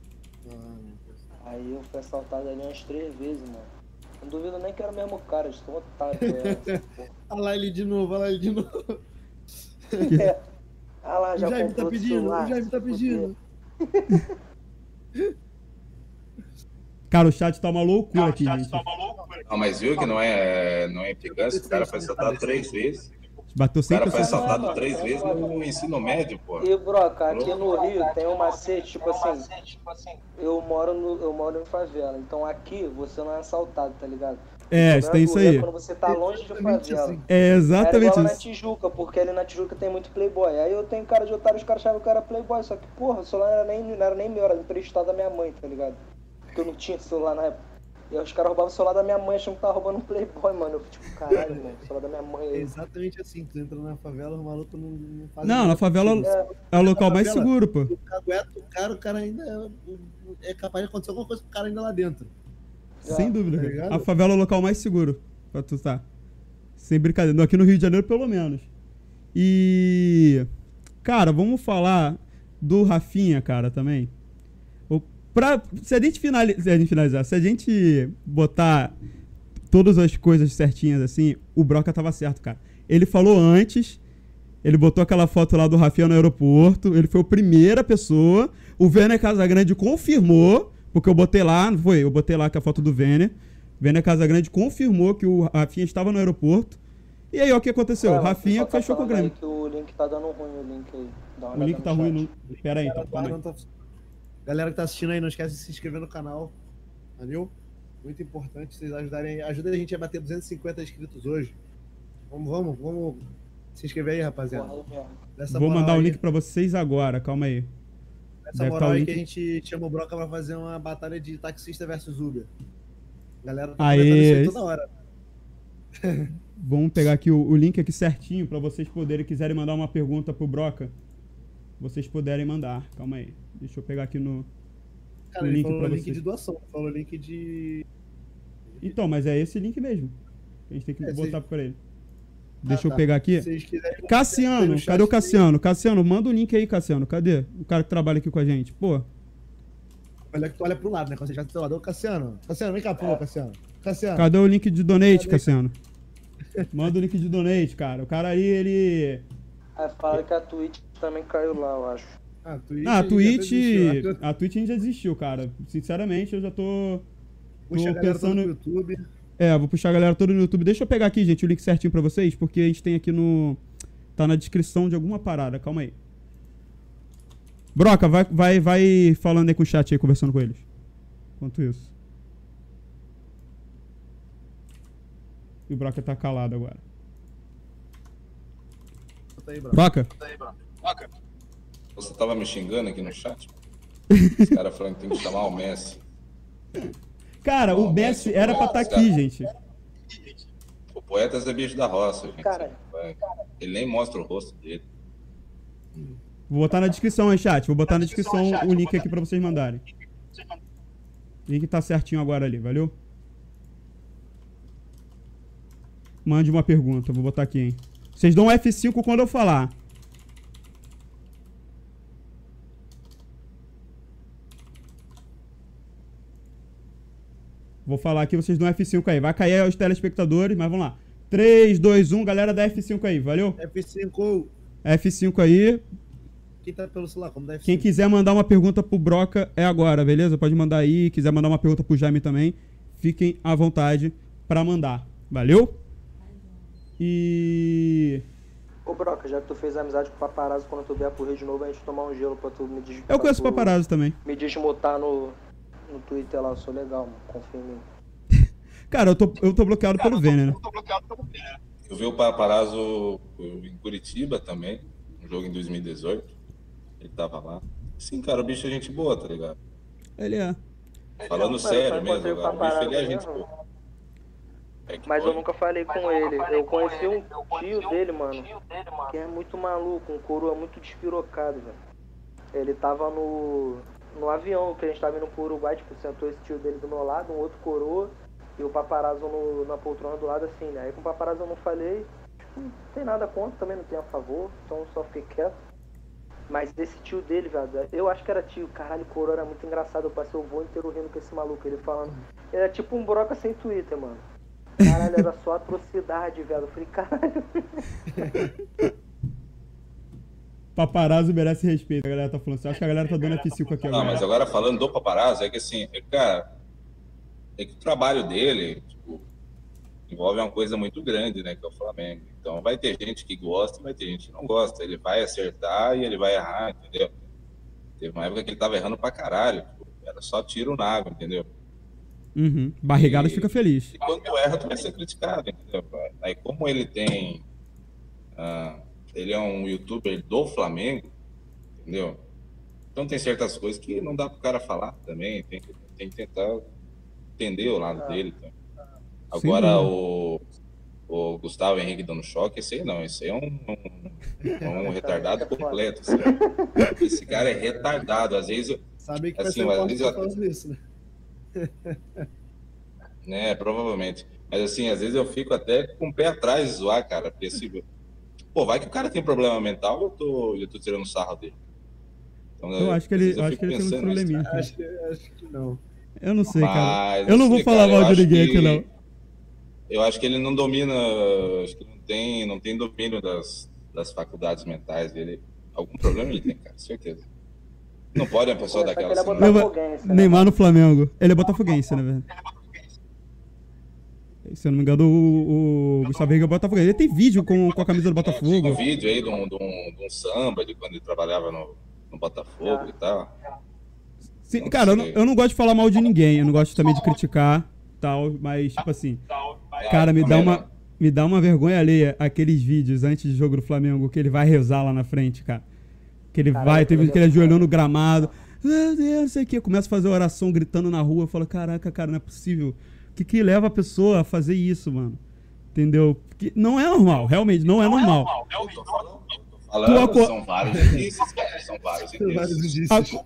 Aí eu fui assaltado ali umas 3 vezes, mano. Não duvido nem que era o mesmo cara, de tão otário que eu era. Olha lá ele de novo, olha lá ele de novo. Ah lá, O já Jaime tá comprou pedindo, celular, o Jaime tá se pedindo. Cara, o chat tá uma loucura aqui, gente. Não, mas viu que não é implicância? O cara foi assaltado 3 vezes. Bateu O 100 cara foi pessoas. assaltado 3 vezes no ensino médio, pô. E, broca, aqui no Rio tem um macete, tipo assim, eu moro em favela, então aqui você não é assaltado, tá ligado? É, O tem isso aí. é quando você tá longe de favela. É Era exatamente igual lá na isso. Tijuca, porque ali na Tijuca tem muito playboy. Aí eu tenho cara de otário, os caras achavam que eu era playboy, só que, porra, o celular não era nem meu, era emprestado da minha mãe, tá ligado? Porque eu não tinha celular na época. E aí os caras roubavam o celular da minha mãe, achando que tava roubando um playboy, mano. Eu tipo, caralho, mano, o celular da minha mãe É aí. exatamente assim, tu entra na favela, os malucos não fazem Não, na nada favela contigo. é o local mais favela, seguro, pô. Tu cagueta o cara ainda é capaz de acontecer alguma coisa com o cara ainda lá dentro. Sem dúvida, tá cara. ligado? A favela é o local mais seguro pra tu tá. Sem brincadeira. Aqui no Rio de Janeiro, pelo menos. E... Cara, vamos falar do Rafinha, cara, também. Se a gente finalizar, se a gente botar todas as coisas certinhas assim, o Broca tava certo, cara. Ele falou antes, ele botou aquela foto lá do Rafinha no aeroporto, ele foi a primeira pessoa, o Vêner Casagrande confirmou, porque eu botei lá, não foi? Eu botei lá com a foto do Vêner. Vêner Casagrande confirmou que o Rafinha estava no aeroporto. E aí, ó, o que aconteceu? O Rafinha fechou com o Grêmio. Que o link tá dando ruim, o link aí. O link tá ruim, não... Pera aí, então, calma aí. Galera que tá assistindo aí, não esquece de se inscrever no canal. Valeu? Muito importante vocês ajudarem. Ajuda a gente a bater 250 inscritos hoje. Vamos se inscrever aí, rapaziada. Vou mandar o link pra vocês agora, calma aí. Essa moral aí que a gente chama o Broca pra fazer uma batalha de taxista versus Uber. Galera tá comentando isso aí toda hora. Vamos pegar aqui o link aqui certinho pra vocês quiserem mandar uma pergunta pro Broca. Vocês puderem mandar. Calma aí. Deixa eu pegar aqui no Cara, ele falou link de doação, falou link de... Então, mas é esse link mesmo. A gente tem que botar pra ele. Deixa eu pegar aqui. Cassiano, cadê o Cassiano? Cassiano, manda o link aí, Cassiano. Cadê? O cara que trabalha aqui com a gente. Pô. Olha que tu olha pro lado, né? Quando você já tá do lado. Ô, Cassiano. Cassiano, vem cá, pô, Cassiano. Cassiano. Cadê o link de donate, Cassiano? Manda o link de donate, cara. O cara aí, ele... Aí fala que a Twitch também caiu lá, eu acho. A Twitch ainda desistiu, cara. Sinceramente, eu já tô pensando no YouTube. Vou puxar a galera toda no YouTube. Deixa eu pegar aqui, gente, o link certinho pra vocês, porque a gente tem aqui no... Tá na descrição de alguma parada. Calma aí. Broca, vai falando aí com o chat aí, conversando com eles. Enquanto isso. E o Broca tá calado agora. Broca? Você tava me xingando aqui no chat? Os caras falando que tem que chamar o Messi. Cara, o Messi era pra estar aqui, gente. O Poetas é bicho da roça, gente. Cara. Ele nem mostra o rosto dele. Vou botar na descrição aí, chat. Vou botar na descrição o link aqui pra vocês mandarem. O link tá certinho agora ali, valeu? Mande uma pergunta, vou botar aqui, hein. Vocês dão um F5 quando eu falar. Vou falar aqui, vocês dão F5 aí. Vai cair aí os telespectadores, mas vamos lá. 3, 2, 1, galera dá F5 aí, valeu? F5. F5 aí. Quem tá pelo celular, como dá F5? Quem quiser mandar uma pergunta pro Broca é agora, beleza? Pode mandar aí. Quiser mandar uma pergunta pro Jaime também, fiquem à vontade pra mandar. Valeu? E... Ô, Broca, já que tu fez amizade com o Paparazzo, quando tu vier pro Rio de novo, a gente tomar um gelo pra tu me desmutar. Eu conheço o Paparazzo também. Me desmutar no Twitter lá, eu sou legal, mano. Confia em mim. Cara, eu tô bloqueado pelo Vêner, né? Eu vi o Paparazzo em Curitiba também, um jogo em 2018. Ele tava lá. Sim, cara, o bicho é gente boa, tá ligado? Ele é. Falando sério mesmo, cara. O bicho ele é gente boa. Mas eu nunca falei com ele. Eu conheci um tio dele, mano, que é muito maluco, um coroa muito despirocado, velho. Ele tava no avião, que a gente tava indo pro Uruguai, tipo, sentou esse tio dele do meu lado, um outro coroa, e o paparazzo na poltrona do lado, assim, né? Aí com o paparazzo eu não falei, tipo, não tem nada contra, também não tem a favor, então só fiquei quieto. Mas esse tio dele, velho, eu acho que era tio, caralho, o coroa era muito engraçado, eu passei o voo inteiro rindo com esse maluco, ele falando. Ele era tipo um broca sem Twitter, mano. Caralho, era só atrocidade, velho. Eu falei, caralho. Paparazzo merece respeito, a galera tá falando assim. Acho que a galera tá dando F5 aqui agora. Não, mas agora falando do paparazzo, é que assim, cara, é que o trabalho dele, tipo, envolve uma coisa muito grande, né, que é o Flamengo. Então vai ter gente que gosta, vai ter gente que não gosta. Ele vai acertar e ele vai errar, entendeu? Teve uma época que ele tava errando pra caralho, tipo, era só tiro na água, entendeu? Uhum. Barrigadas fica feliz. E quando tu erra, tu vai ser criticado, entendeu? Aí como ele tem... ele é um youtuber do Flamengo, entendeu? Então tem certas coisas que não dá pro cara falar também, tem que tentar entender o lado dele. Então. Agora o Gustavo Henrique dando choque, esse aí não, esse aí é um retardado completo. Assim. Esse cara é retardado, às vezes... Sabe que assim, vai às vezes ser falando isso, né? Né, provavelmente. Mas assim, às vezes eu fico até com o pé atrás de zoar, cara, porque assim, pô, vai que o cara tem problema mental, eu tô tirando sarro dele. Então, eu acho que ele tem um probleminha. Acho que não. Eu não sei, cara. Mas, Eu não vou falar mal de ninguém aqui, não. Eu acho que ele não domina, acho que não tem domínio das faculdades mentais dele. Algum problema ele tem, cara, certeza. Não pode uma pessoa daquela assim. Neymar no Flamengo. Ele é botafoguense, né, velho? Se eu não me engano, o Gustavo Henrique é botafoguense. Ele tem vídeo com a camisa do Botafogo. Tem um vídeo aí de um samba de quando ele trabalhava no Botafogo e tal. Sim, cara, eu não gosto de falar mal de ninguém. Eu não gosto também de criticar tal, mas, tipo assim... Cara, me dá uma vergonha alheia aqueles vídeos antes de jogo do Flamengo que ele vai rezar lá na frente, cara. Que ele vai, tem vídeo que ele ajoelhou no gramado. Meu Deus, não sei o que. Começa a fazer oração gritando na rua. Eu falo, caraca, cara, não é possível. O que leva a pessoa a fazer isso, mano? Entendeu? Porque não é normal, realmente, não é normal. São vários indícios, cara. São vários indícios.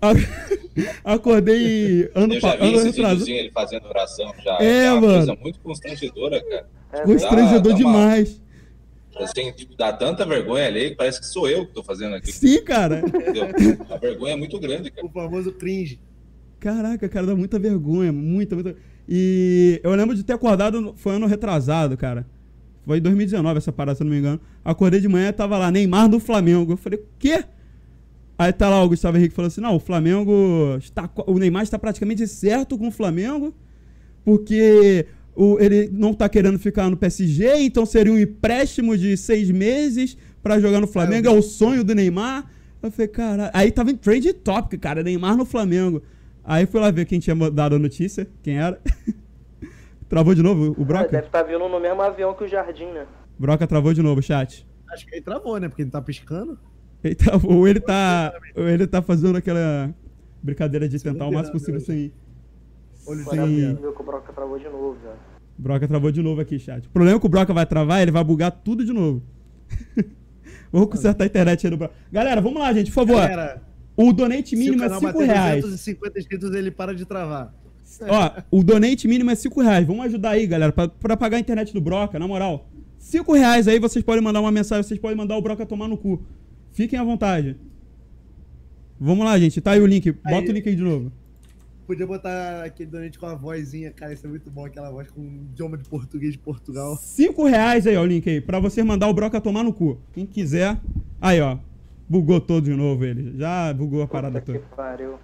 Acordei eu já vi esse videozinho ele fazendo oração já. É, mano. Uma coisa muito constrangedora, cara. Constrangedor demais. Assim, tipo, dá tanta vergonha ali que parece que sou eu que tô fazendo aqui. Sim, cara. Entendeu? A vergonha é muito grande, cara. O famoso cringe. Caraca, cara, dá muita vergonha. Muita. E eu lembro de ter acordado, foi ano retrasado, cara. Foi em 2019 essa parada, se eu não me engano. Acordei de manhã, tava lá, Neymar do Flamengo. Eu falei, o quê? Aí tá lá o Gustavo Henrique falou assim, não, o Neymar está praticamente certo com o Flamengo, porque ele não tá querendo ficar no PSG, então seria um empréstimo de 6 meses pra jogar no Flamengo, é o sonho do Neymar. Eu falei, caralho. Aí tava em trend topic, cara, Neymar no Flamengo. Aí fui lá ver quem tinha dado a notícia, quem era. Travou de novo o Broca? Deve estar vindo no mesmo avião que o Jardim, né? Broca travou de novo, chat. Acho que ele travou, né? Porque ele tá piscando. Ou ele tá fazendo aquela brincadeira de tentar o máximo possível sem... Viu que o Broca travou de novo, velho. Broca travou de novo aqui, chat. O problema é que o Broca vai travar, ele vai bugar tudo de novo. Vamos consertar a internet aí do Broca. Galera, vamos lá, gente, por favor. Galera, o donate mínimo é R$5. 250 inscritos, ele para de travar. Ó, o donate mínimo é R$5. Vamos ajudar aí, galera, pra pagar a internet do Broca, na moral. R$5 aí, vocês podem mandar uma mensagem, vocês podem mandar o Broca tomar no cu. Fiquem à vontade. Vamos lá, gente. Tá aí o link. Bota o link aí de novo. Podia botar aquele donate com a vozinha, cara. Isso é muito bom, aquela voz com um idioma de português de Portugal. R$5 aí, ó, o link aí. Pra você mandar o Broca tomar no cu. Quem quiser. Aí, ó. Bugou todo de novo ele. Já bugou a parada toda. Que pariu.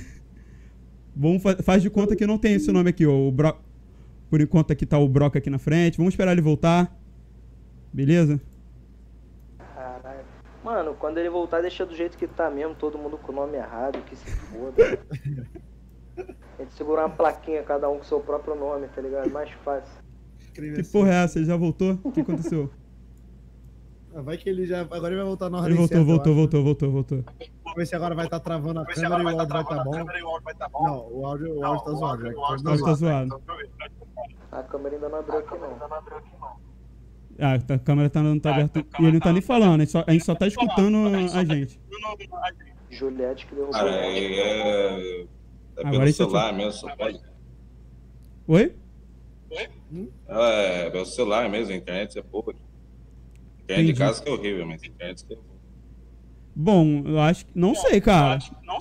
Faz de conta que não tem esse nome aqui, ó. Por enquanto aqui tá o Broca aqui na frente. Vamos esperar ele voltar. Beleza? Caralho. Mano, quando ele voltar, deixa do jeito que tá mesmo. Todo mundo com o nome errado. Que se foda. A gente segurar uma plaquinha, cada um com seu próprio nome, tá ligado? Mais fácil. Que porra é essa? Ele já voltou? O que aconteceu? Vai que ele já... Agora ele vai voltar na ordem Ele certa, voltou. Vamos ver se agora vai estar travando a câmera e o áudio vai estar bom. Não, o áudio tá zoado. O áudio tá zoado. A câmera ainda não abriu aqui, não. Ah, a câmera não tá aberta. E ele não tá nem falando, a gente só tá escutando a gente. Juliette que derrubou. Cara, é Agora pelo isso celular mesmo, só pode. Oi? É pelo celular mesmo, a internet é boa. A internet Entendi. de casa que é horrível, mas a internet que é boa. Bom, eu acho que. Não sei, cara.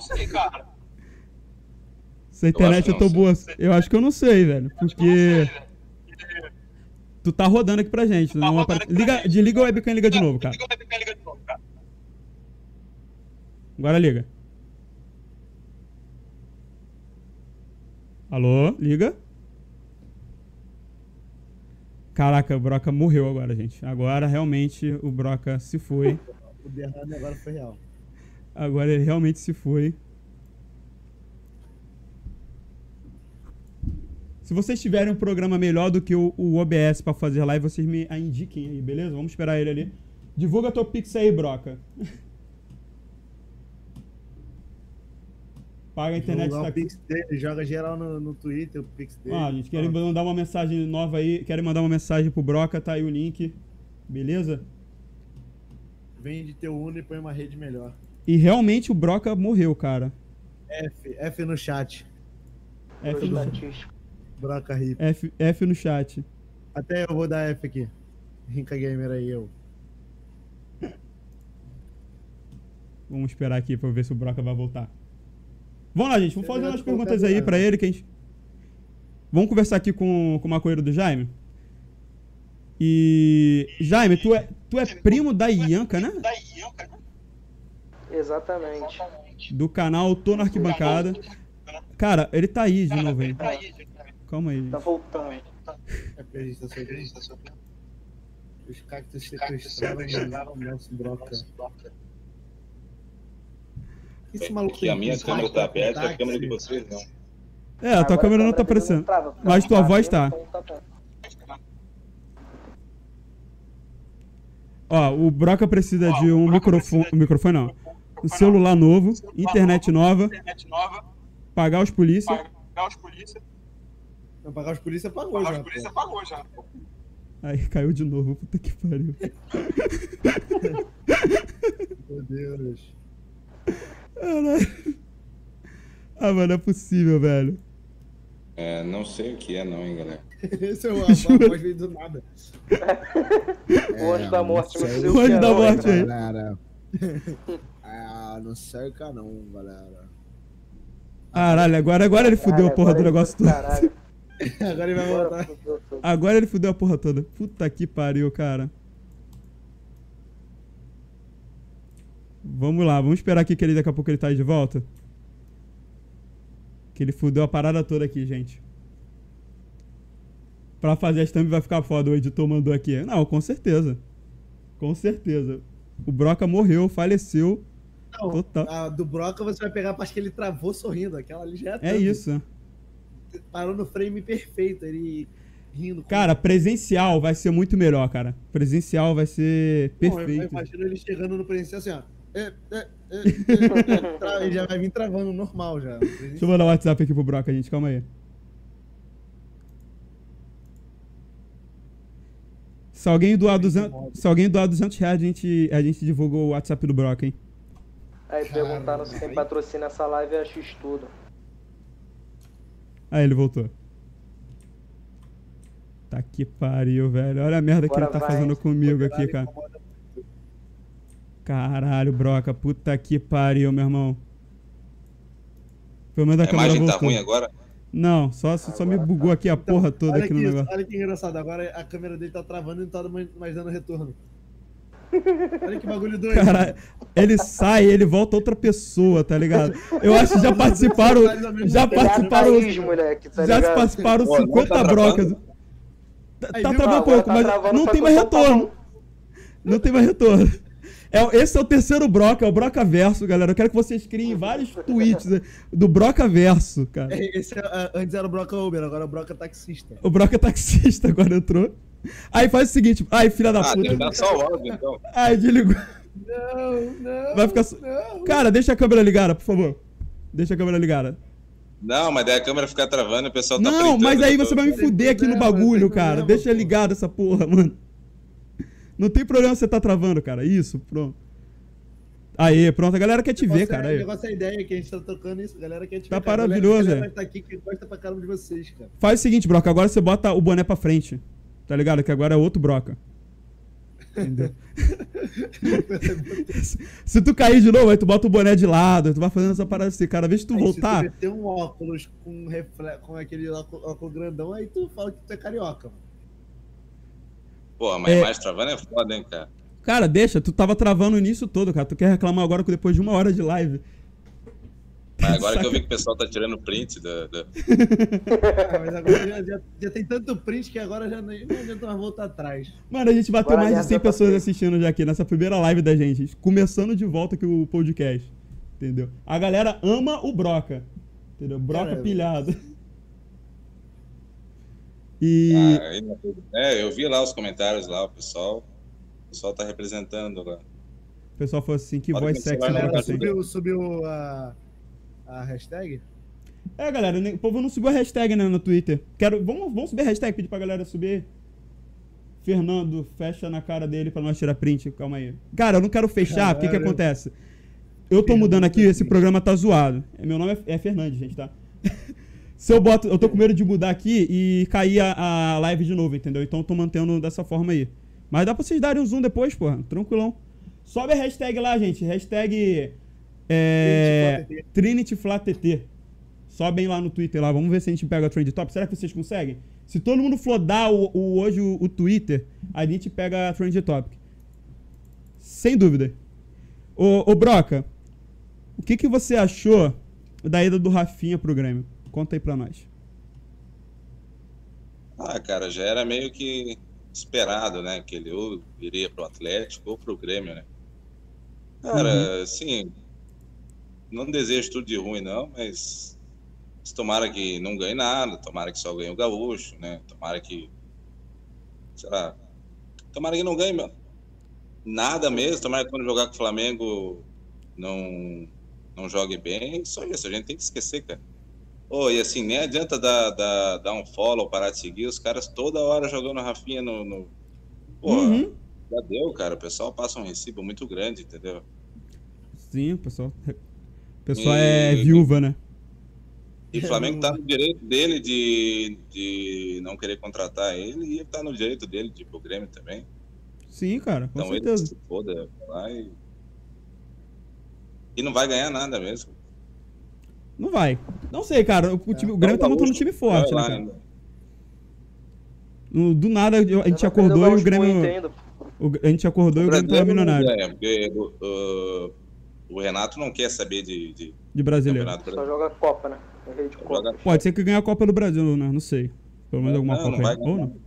Se a internet acho eu que tô não boa. Eu acho que eu não sei, velho. Porque. Tu tá rodando aqui pra gente. Não desliga o webcam e liga de novo, cara. Agora liga. Alô? Liga? Caraca, o Broca morreu agora, gente. Agora realmente o Broca se foi. O derrame agora foi real. Agora ele realmente se foi. Se vocês tiverem um programa melhor do que o OBS pra fazer live, vocês me indiquem aí, beleza? Vamos esperar ele ali. Divulga teu Pix aí, Broca. Paga a internet. Jogar Tá o aqui. Pix dele, joga geral no Twitter, o Pix dele. Ah, gente, querem mandar uma mensagem nova aí. Querem mandar uma mensagem pro Broca, tá aí o link. Beleza? Vende teu Uno e põe uma rede melhor. E realmente o Broca morreu, cara. F no chat. F no, Broca Rip. F no chat. Até eu vou dar F aqui. Rinca Gamer aí, eu. Vamos esperar aqui pra ver se o Broca vai voltar. Vamos lá, gente. Vamos fazer umas perguntas aí pra ele. Que a gente... Vamos conversar aqui com o maconheiro do Jaime. E... Jaime, tu é primo da Ianca, né? Exatamente. Do canal Tô na Arquibancada. Cara, ele tá aí de novo aí. Calma aí. Tá voltando. É porque a gente tá sobre os cactos sequestraram o nosso Broca. Esse maluco Que a tem minha que câmera tá aberta, a táxi. câmera de vocês não. É, a tua câmera não tá aparecendo. Mas tua voz tá. Ó, o Broca precisa de um microfone. Microfone não. Um celular novo, internet nova, pagar os polícia. Não, pagar os polícia pagou já. Pô. Aí caiu de novo, puta que pariu. Meu Deus. Caralho. Ah, mano, não é possível, velho. É, não sei o que é não, hein, galera. Esse é o a voz veio do nada. O anjo da morte, não não sei sei O anjo da que é, morte aí. Galera. Não cerca não, galera. Caralho, agora ele fudeu a porra do negócio todo. Caralho. Agora ele vai voltar. Agora ele fudeu a porra toda. Puta que pariu, cara. Vamos lá, vamos esperar aqui que ele daqui a pouco ele tá aí de volta. Que ele fudeu a parada toda aqui, gente. Pra fazer as thumb vai ficar foda, o editor mandou aqui. Não, com certeza. Com certeza. O Broca morreu, faleceu. Não, Total. a do Broca você vai pegar a parte que ele travou sorrindo. Aquela ali já é É isso. Parou no frame perfeito, ele rindo. Cara, presencial vai ser muito melhor, cara. Presencial vai ser Bom, eu perfeito. imagino ele chegando no presencial assim, ó. Ele já vai vir travando normal já. Deixa eu mandar o WhatsApp aqui pro Broca, gente. Calma aí. Se alguém doar 200 reais, a gente divulga o WhatsApp do Broca, hein? Aí perguntaram se quem patrocina essa live é a X-Tudo. Aí ele voltou. Tá que pariu, velho. Olha a merda que Agora ele tá vai. fazendo comigo aqui, cara. Caralho, Broca. Puta que pariu, meu irmão. Pelo menos a A câmera imagem tá voltou. ruim agora? Não, só me bugou aqui a porra toda Olha aqui no que, negócio. olha que engraçado, agora a câmera dele tá travando e não tá mais dando retorno. Olha que bagulho doido. Caralho, ele sai, ele volta outra pessoa, tá ligado? Eu acho que já participaram. Já participaram. Moleque, tá Já ligado? participaram Pô, não 50 tá brocas. travando? Tá Aí, travando viu? um pouco, Agora tá mas travando, não só tem que mais o som tá retorno. Não tem mais retorno. Esse é o terceiro Broca, é o Broca Verso, galera. Eu quero que vocês criem vários tweets do Broca Verso, cara. Antes era o Broca Uber, agora é o Broca taxista. O Broca taxista agora entrou. Aí faz o seguinte. Ai, filha da Ah, tem que puta. dar só o áudio, então. Ai, desligou. Não. Vai ficar. Cara, deixa a câmera ligada, por favor. Deixa a câmera ligada. Não, mas daí a câmera fica travando e o pessoal tá Não, printando, mas aí eu tô- você vai me fuder aqui no bagulho, cara. Deixa ligado essa porra, mano. Não tem problema você tá travando, cara. Isso, pronto. Aí, pronto. A galera quer te ver, cara. O Aí. negócio é a ideia que a gente tá tocando isso. A galera quer te Tá ver. cara. maravilhoso, A galera é. vai estar aqui que gosta pra caramba de vocês, cara. Faz o seguinte, Broca. Agora você bota o boné pra frente. Tá ligado? Que agora é outro Broca. Entendeu? Se tu cair de novo, aí tu bota o boné de lado. Tu vai fazendo essa parada assim. Cada vez que tu Aí, voltar... se tu meter um óculos com aquele óculos grandão, aí tu fala que tu é carioca, mano. Porra, mas a imagem travando é foda, hein, cara. Cara, deixa. Tu tava travando o início todo, cara. Tu quer reclamar agora depois de 1 hora de live. Mas agora que eu vi que o pessoal tá tirando print da... Mas agora já tem tanto print que agora já não adianta mais voltar atrás. Mano, a gente bateu Agora mais de já 100 dá pra pessoas ver. assistindo já aqui nessa primeira live da gente. Começando de volta aqui o podcast. Entendeu? A galera ama o Broca. Entendeu? Broca Cara, pilhado. E... Ah, aí não- eu vi lá os comentários lá, o pessoal tá representando lá. O pessoal falou assim, que Pode voz começar, sexy vai o lá, Broca vai tem. Subiu a hashtag? É, galera, o povo não subiu a hashtag, né, no Twitter. Vamos subir a hashtag, pedir pra galera subir. Fernando, fecha na cara dele pra nós tirar print. Calma aí. Cara, eu não quero fechar, porque o que Caralho. acontece? Eu tô mudando aqui, esse programa tá zoado. Meu nome é Fernandes, gente, tá? Se eu boto... Eu tô com medo de mudar aqui e cair a live de novo, entendeu? Então eu tô mantendo dessa forma aí. Mas dá pra vocês darem um zoom depois, porra. Tranquilão. Sobe a hashtag lá, gente. Hashtag... TrinityFlaTT. Sobem lá no Twitter lá. Vamos ver se a gente pega a Trend Top. Será que vocês conseguem? Se todo mundo flodar hoje o Twitter, a gente pega a Trend Topic. Sem dúvida. Ô Broca, o que você achou da ida do Rafinha pro Grêmio? Conta aí pra nós. Ah, cara, já era meio que esperado, né? Que ele ou iria pro Atlético ou pro Grêmio, né? Cara, assim, não desejo tudo de ruim, não, mas tomara que não ganhe nada, tomara que só ganhe o Gaúcho, né? Tomara que, sei lá, tomara que não ganhe nada mesmo, tomara que quando jogar com o Flamengo não jogue bem, só isso, a gente tem que esquecer, cara. E assim, nem adianta dar um follow, parar de seguir, os caras toda hora jogando a Rafinha no... Pô, já deu, cara, o pessoal passa um recibo muito grande, entendeu? Sim, o pessoal é viúva, né? E o Flamengo tá no direito dele de não querer contratar ele, e ele tá no direito dele de ir pro Grêmio também. Sim, cara, com Então ele certeza. se foda lá e não vai ganhar nada mesmo. Não vai. Não sei, cara. O Grêmio tá montando um time forte, né, Vai lá, cara? Do nada a gente Não acordou perdeu e o Grêmio. muito ainda. A gente acordou e o Grêmio tava milionário. Porque o Renato não quer saber de De brasileiro. campeonato Só brasileiro. joga Copa, né? É rei de Copa. Joga- Pode ser que ganhe a Copa do Brasil, né? Não sei. Pelo menos alguma Não, Copa não vai aí. ganhar. Ou não?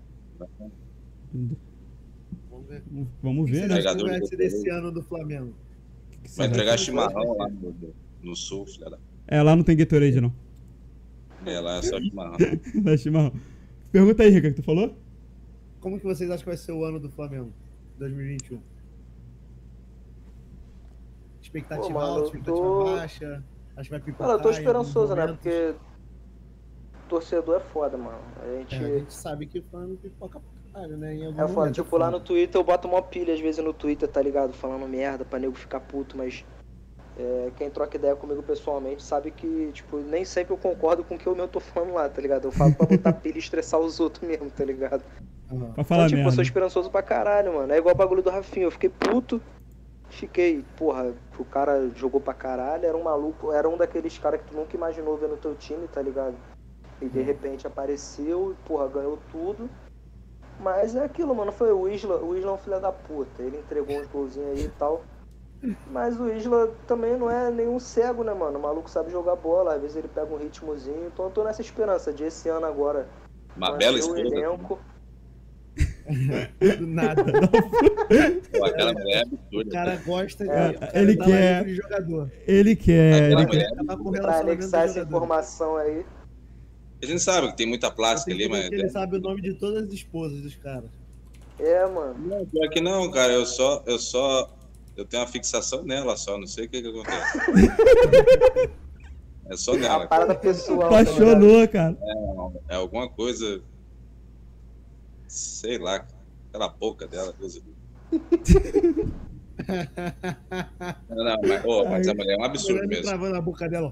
Vamos ver. Vamos ver, Você né? acha que Jogador vai de ser desse ano do Flamengo? Vai entregar Vai chimarrão ser. lá no sul, filha da... É, lá não tem Gatorade, não. É, lá é só chimarrão. Dá chimarrão. Pergunta aí, Rica, que tu falou? Como que vocês acham que vai ser o ano do Flamengo? 2021? Expectativa Pô, mano, alta, eu expectativa tô- baixa? Acho que vai pipocar. Cara, eu tô em alguns esperançoso, né? momentos. Porque torcedor é foda, mano. A gente... A gente sabe que o Flamengo pipoca pra caralho, né? Em algum É foda, momento, tipo, lá no Twitter eu boto uma pilha às vezes no Twitter, tá ligado? Falando merda pra nego ficar puto, mas quem troca ideia comigo pessoalmente sabe que, tipo, nem sempre eu concordo com o que eu tô falando lá, tá ligado? Eu falo pra botar pilha e estressar os outros mesmo, tá ligado? Aham. Pra falar Então, tipo, eu merda. sou esperançoso pra caralho, mano. É igual o bagulho do Rafinha, eu fiquei puto, porra, o cara jogou pra caralho, era um maluco, era um daqueles caras que tu nunca imaginou ver no teu time, tá ligado? E de repente apareceu e, porra, ganhou tudo. Mas é aquilo, mano, foi o Isla é um filho da puta, ele entregou uns golzinhos aí e tal. Mas o Isla também não é nenhum cego, né, mano? O maluco sabe jogar bola, às vezes ele pega um ritmozinho. Então eu tô nessa esperança de esse ano agora Uma bela manter o escolha. elenco. Do nada. Pô, aquela mulher é O absurda. cara gosta de. É, o cara ele dá quer- livre de jogador. Ele quer. Aquela Ele mulher- quer. Acabar com o Pra relacionamento anexar do essa jogador. informação aí. A gente sabe que tem muita plástica ali, mas... Ele sabe o nome de todas as esposas dos caras. É, mano. Não, pior que não, cara. Eu tenho uma fixação nela só, não sei o que acontece. É só É nela. uma parada pessoal. tá ligado? Apaixonou, cara. É alguma coisa. Sei lá. Aquela boca dela. Deus. Não, mas a mulher é um absurdo Ele mesmo. travando a boca dela.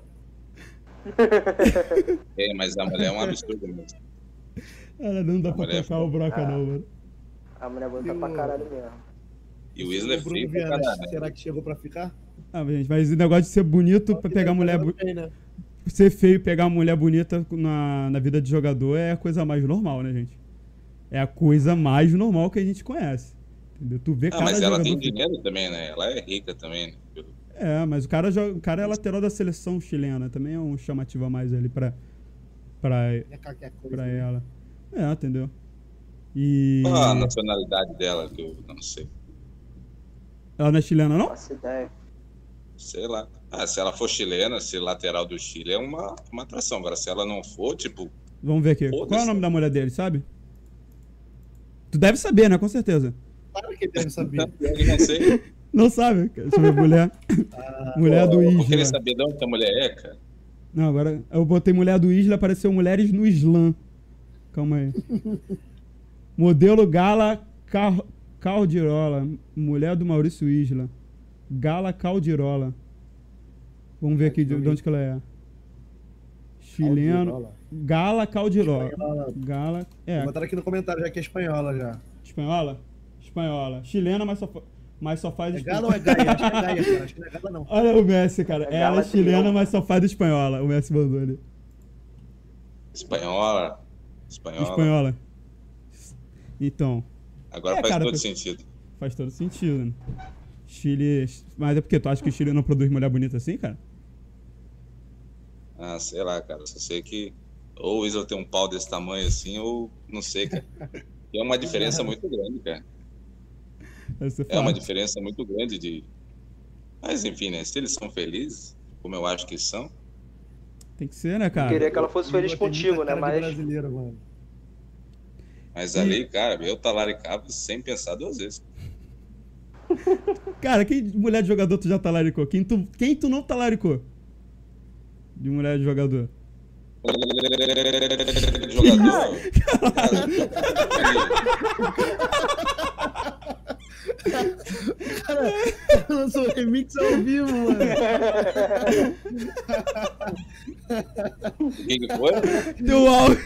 Mas a mulher é um absurdo mesmo. Cara, não dá A pra mulher é tocar o Broca, não, mano. A mulher bonita pra caralho mesmo. E o Isla é O Bruno feio pra Viana, caralho. será que chegou pra ficar? Ah, gente, mas esse negócio de ser bonito pra pegar mulher. Tem, né? Ser feio e pegar uma mulher bonita na vida de jogador é a coisa mais normal, né, gente? É a coisa mais normal que a gente conhece. Entendeu? Tu vê Ah, cada mas ela tem jogador. dinheiro também, né? Ela é rica também, né? É, mas o cara é lateral da seleção chilena. Também é um chamativo a mais ali pra É qualquer coisa. pra ela. É, entendeu? E. Qual a nacionalidade dela, que eu não sei. Ela não é chilena, não? Nossa ideia. Sei lá. Ah, se ela for chilena, se lateral do Chile é uma atração. Agora, se ela não for, tipo, Vamos ver aqui. Foda-se. Qual é o nome da mulher dele, sabe? Tu deve saber, né? Com certeza. Claro que deve saber. eu não sei. Não sabe? Deixa eu ver, mulher. Mulher do Eu queria Isla. saber de onde a mulher é, cara. Não, agora eu botei mulher do Isla, apareceu mulheres no Islã. Calma aí. Modelo Gala Caldirola. Mulher do Maurício Isla. Gala Caldirola. Vamos ver aqui de onde que ela é. Chileno. Caldirola. Gala Caldirola. Espanhola. Gala. É. Vou botar aqui no comentário, já que é espanhola já. Espanhola? Espanhola. Chilena, mas só faz É espanhola. gala ou é gaia? Acho que é gaia, cara. Acho que não é gala, não. Olha o Messi, cara. É Ela é Gala chilena, Crioulo. mas só faz espanhola. O Messi mandou ali. Espanhola. Espanhola. Então, Agora É, faz cara, todo eu- sentido. faz todo sentido, né? Chile. Mas é porque tu acha que o Chile não produz mulher bonita assim, cara? Ah, sei lá, cara. Só sei que ou o Isla tem um pau desse tamanho assim, ou não sei, cara. E é uma diferença muito grande, cara. Deve ser É uma fácil. diferença muito grande de. Mas enfim, né? Se eles são felizes, como eu acho que são, Tem que ser, né, cara? Queria que ela fosse feliz Tem muita contigo, né? cara de Mas brasileiro, mano. mas ali, cara, eu talaricava sem pensar duas vezes. Cara, que mulher de jogador tu já talaricou? Quem tu não talaricou? De mulher de jogador. Jogador. Cara, lançou remix ao vivo, mano. O que foi? Teu áudio.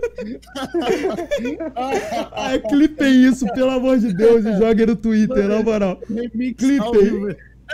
Ai, clipem isso, pelo amor de Deus, e joguem no Twitter, na moral. Remix Clipe ao aí. vivo.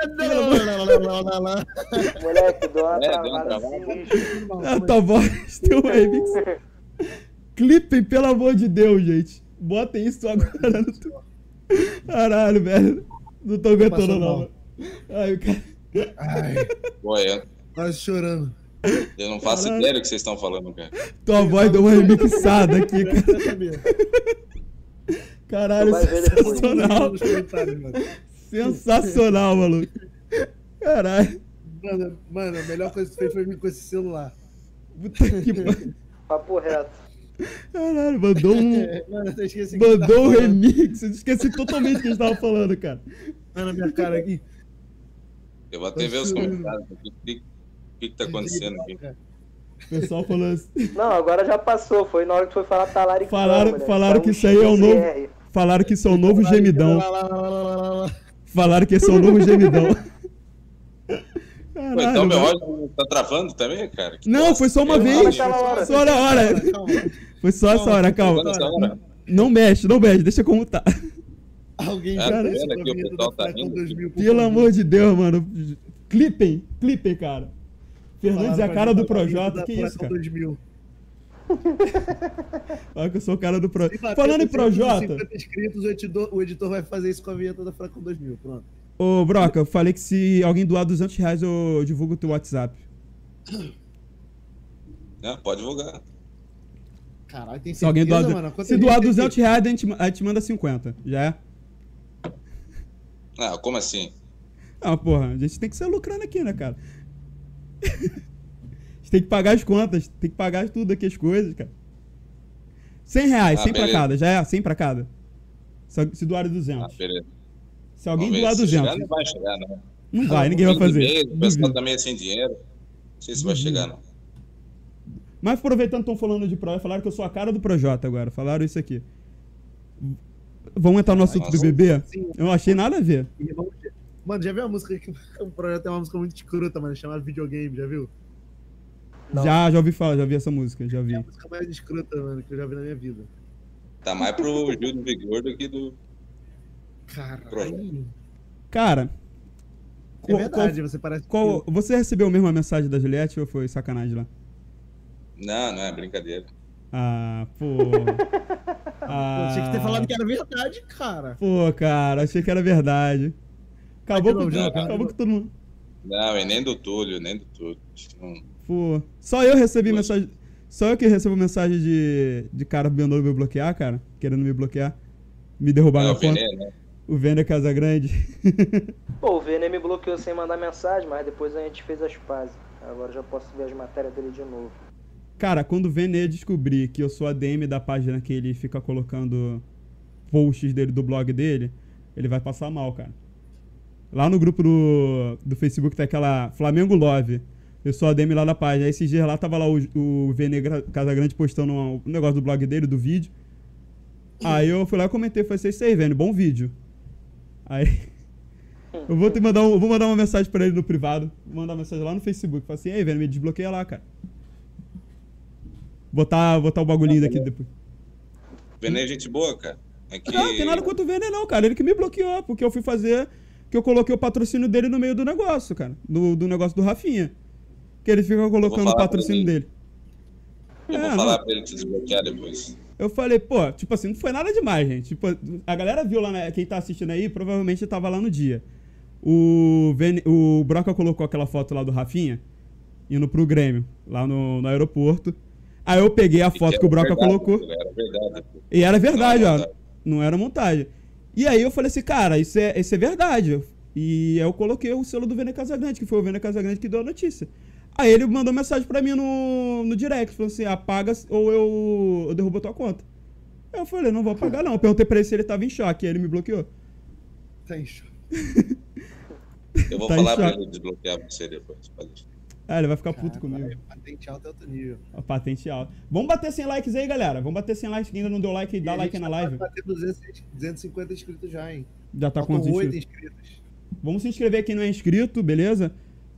moleque, deu uma Deu uma travada travada. sinistra. A tua voz tem um remix. Clipem, pelo amor de Deus, gente. Botem isso agora no Twitter. Caralho, velho. Não tô aguentando, Passou não. mal. Mano. Ai, o cara. Ai, Pô, quase chorando. eu não faço Caralho. ideia do que vocês estão falando, cara. Tua voz deu uma remixada aqui, cara. Eu sabia. Caralho, Vai ver depois. sensacional. Nos comentários, mano. Sensacional, maluco. Caralho. Mano, a melhor coisa que você fez foi vir com esse celular. Puta que pariu. Papo reto. Caralho, mandou um. Mano, eu esqueci que Mandou um tava falando. remix. Eu esqueci totalmente o que a gente tava falando, cara. Tá na minha cara aqui. Eu vou até ver os comentários. O que tá acontecendo aqui? O pessoal falou assim. Não, agora já passou. Foi na hora que tu foi falar talaricão, Falaram moleque. que isso aí é o novo. Falaram que isso é o novo gemidão. Falaram que esse é o novo gemidão. Pô, Caralho, então meu mano. áudio tá travando também, cara? Que Não, bosta. foi só uma Eu vez. acho. naquela hora. Só na hora. Calma. Foi só essa hora, calma. Quando essa hora? Não mexe, deixa como tá. Alguém Ah, já tá fez vendo a aqui, o vinheta pessoal da tá Furacão rindo. 2000, por Pelo favor. amor de Deus, mano. Clipem, cara. Fernandes é a Falaram cara pra do gente da Projota. Que Furacão isso, cara? 2000. Olha que eu sou o cara do Se Projota. bater Falando em 250 Projota. inscritos, o editor vai fazer isso com a vinheta da Furacão 2000. Pronto. Ô, Broca, eu falei que se alguém doar R$200, eu divulgo o teu WhatsApp. Não, pode divulgar. Caralho, tem Se alguém certeza, doar, mano? Quanto se a doar gente tem R$200, a gente manda 50. Já é? Ah, como assim? Ah, porra, a gente tem que ser lucrando aqui, né, cara? A gente tem que pagar as contas, tem que pagar tudo aqui, as coisas, cara. R$100, 100 pra beleza. cada, já é? 100 pra cada. Se doar Ah, 200. beleza. Se alguém Vamos ver. doar Se 200. chegar, não vai chegar, não. Não vai, ninguém vai fazer. O pessoal Duvido. tá meio sem dinheiro. Não sei se vai chegar, não. Mas aproveitando que estão falando de Pro, falaram que eu sou a cara do Projota agora. Falaram isso aqui. Vamos entrar no assunto do bebê? Sim. Eu não achei nada a ver. Mano, já viu a música que o projeto tem uma música muito escrota, mano, chamada Videogame, já viu? Não. Já ouvi falar, já vi essa música, já vi. É a música mais escrota, mano, que eu já vi na minha vida. Tá mais pro Gil do Vigor do que do... Caralho. Cara, É verdade, você parece... você recebeu a mesma mensagem da Juliette ou foi sacanagem lá? Não é brincadeira. Ah, pô. Eu tinha que ter falado que era verdade, cara. Pô, cara, achei que era verdade. Acabou com todo mundo. Não, e nem do Túlio. Não... Pô, só eu recebi mensagem. Só eu que recebo mensagem de cara vendendo me bloquear, cara. Querendo me bloquear. Me derrubar na conta. Né? O Vene Casagrande. Pô, o Vene me bloqueou sem mandar mensagem, mas depois a gente fez as pazes. Agora já posso ver as matérias dele de novo. Cara, quando o Vene descobrir que eu sou a DM da página que ele fica colocando posts dele do blog dele, ele vai passar mal, cara. Lá no grupo do Facebook tem aquela Flamengo Love. Eu sou a DM lá da página. Aí esses dias lá tava lá o Vene Casagrande postando um negócio do blog dele, do vídeo. Aí eu fui lá e comentei, falei, isso aí, Vene, bom vídeo. Aí eu vou mandar uma mensagem pra ele no privado. Vou mandar uma mensagem lá no Facebook. Falei assim, ei, Vene, me desbloqueia lá, cara. Botar o bagulhinho daqui depois. Vene é gente boa, cara. É que... Não, tem nada contra o Vene não, cara. Ele que me bloqueou, porque eu fui fazer... Que eu coloquei o patrocínio dele no meio do negócio, cara. Do negócio do Rafinha. Que ele fica colocando o patrocínio dele. Eu vou falar pra ele te desbloquear depois. Eu falei, pô, tipo assim, não foi nada demais, gente. Tipo, a galera viu lá, né, quem tá assistindo aí, provavelmente tava lá no dia. O Broca colocou aquela foto lá do Rafinha, indo pro Grêmio, lá no aeroporto. Aí eu peguei a foto que o Broca colocou. Era verdade. E era verdade, ó. Não era montagem. E aí eu falei assim, cara, isso é verdade. E aí eu coloquei o selo do Vene Casagrande, que foi o Vene Casagrande que deu a notícia. Aí ele mandou mensagem pra mim no direct, falou assim, apaga ou eu derrubo a tua conta. Aí eu falei, não vou apagar não. Eu perguntei pra ele se ele tava em choque, aí ele me bloqueou. Tá em choque. Eu vou Tá falar em pra choque. ele desbloquear você depois. Ah, ele vai ficar puto comigo. Patente alta é outro nível. A patente alta. Vamos bater 100 likes aí, galera. Vamos bater 100 likes. Quem ainda não deu like, dá like aí na live. Vai bater 250 inscritos já, hein? Já tá com Faltam 8 inscritos. inscritos. Vamos se inscrever quem não é inscrito, beleza?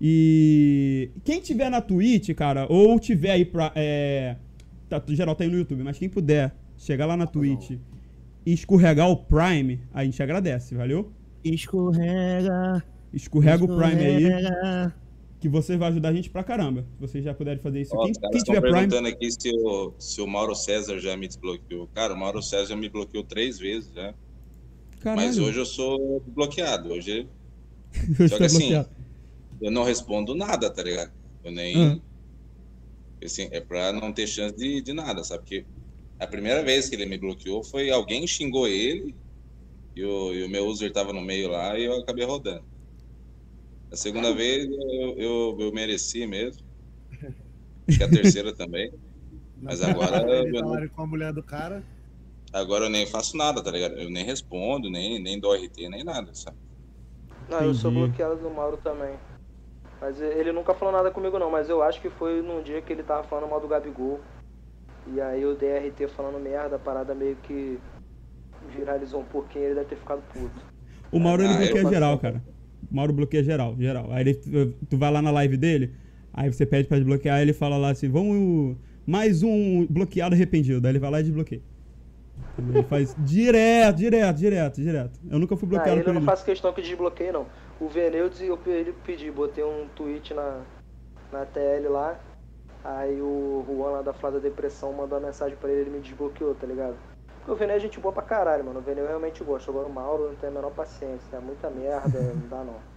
E quem tiver na Twitch, cara, ou tiver aí pra... Tá, geral tá aí no YouTube, mas quem puder chegar lá na Twitch e escorregar o Prime, a gente agradece, valeu? Escorrega o Prime aí, que você vai ajudar a gente pra caramba. Se vocês já puderem fazer isso. Ó, Quem os caras tiver estão Prime... perguntando aqui se o Mauro César já me desbloqueou. Cara, o Mauro César já me bloqueou 3 vezes já. Caralho. Mas hoje eu sou bloqueado. Hoje... Eu Só que estou assim, bloqueado. eu não respondo nada, tá ligado? Eu nem... Assim, é pra não ter chance de nada, sabe? Porque a primeira vez que ele me bloqueou foi alguém xingou ele e o meu user tava no meio lá e eu acabei rodando. A segunda vez eu mereci mesmo. Acho que a terceira também. Mas agora falaram com a mulher do cara. agora eu nem faço nada, tá ligado? Eu nem respondo, nem dou RT, nem nada, sabe? Não, eu sou Entendi. bloqueado do Mauro também. Mas ele nunca falou nada comigo não, mas eu acho que foi num dia que ele tava falando mal do Gabigol. E aí eu dei RT falando merda, a parada meio que viralizou um pouquinho, ele deve ter ficado puto. O Mauro, ele Ah, bloqueia eu- geral, cara. O Mauro bloqueia geral. Aí tu vai lá na live dele, aí você pede pra desbloquear, ele fala lá assim, vamos... Mais um bloqueado arrependido. Aí ele vai lá e desbloqueia. Ele faz direto. Eu nunca fui bloqueado ele por eu não ele. faço questão que desbloqueie não. O Veneudes eu pedi, botei um tweet na TL lá. Aí o Juan lá da Flávia da Depressão mandou uma mensagem pra ele me desbloqueou, tá ligado? Porque o Veneu é gente boa pra caralho, mano. O Veneu eu realmente gosto. Agora o Mauro não tem a menor paciência. É muita merda, não dá não.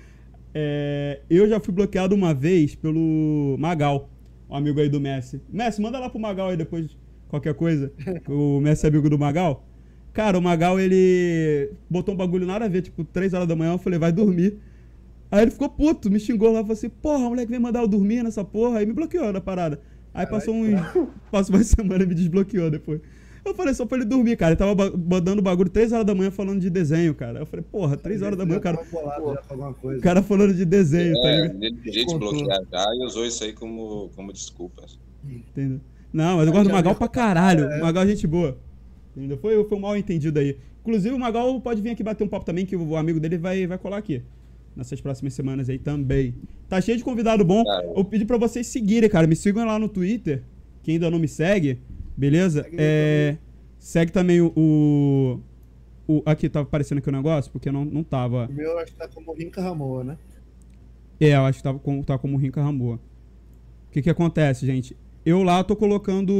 Eu já fui bloqueado uma vez pelo Magal, um amigo aí do Messi. Messi, manda lá pro Magal aí depois, qualquer coisa. O Messi é amigo do Magal. Cara, o Magal, ele botou um bagulho nada a ver, tipo, 3 horas da manhã, eu falei, vai dormir. Aí ele ficou puto, me xingou lá, falou assim, porra, o moleque veio mandar eu dormir nessa porra, aí me bloqueou na parada. Aí passou uma semana e me desbloqueou depois. Eu falei só pra ele dormir, cara. Ele tava dando bagulho 3 horas da manhã falando de desenho, cara. Eu falei, porra, 3 horas da manhã, cara. O cara falando de desenho, tá ligado? Ele tem jeito de bloquear já e usou isso aí como desculpa. Entendeu? Não, mas eu gosto do Magal pra caralho. O Magal é gente boa. Entendeu? Foi um mal entendido aí. Inclusive, o Magal pode vir aqui bater um papo também, que o amigo dele vai colar aqui. Nessas próximas semanas aí também. Tá cheio de convidado bom. Eu pedi pra vocês seguirem, cara. Me sigam lá no Twitter. Quem ainda não me segue, beleza? Segue também o aqui, tava aparecendo aqui o negócio, porque não tava. O meu acho que tá como Rinca Ramoa, né? Eu acho que tá como Rinca Ramoa. O que acontece, gente? Eu lá tô colocando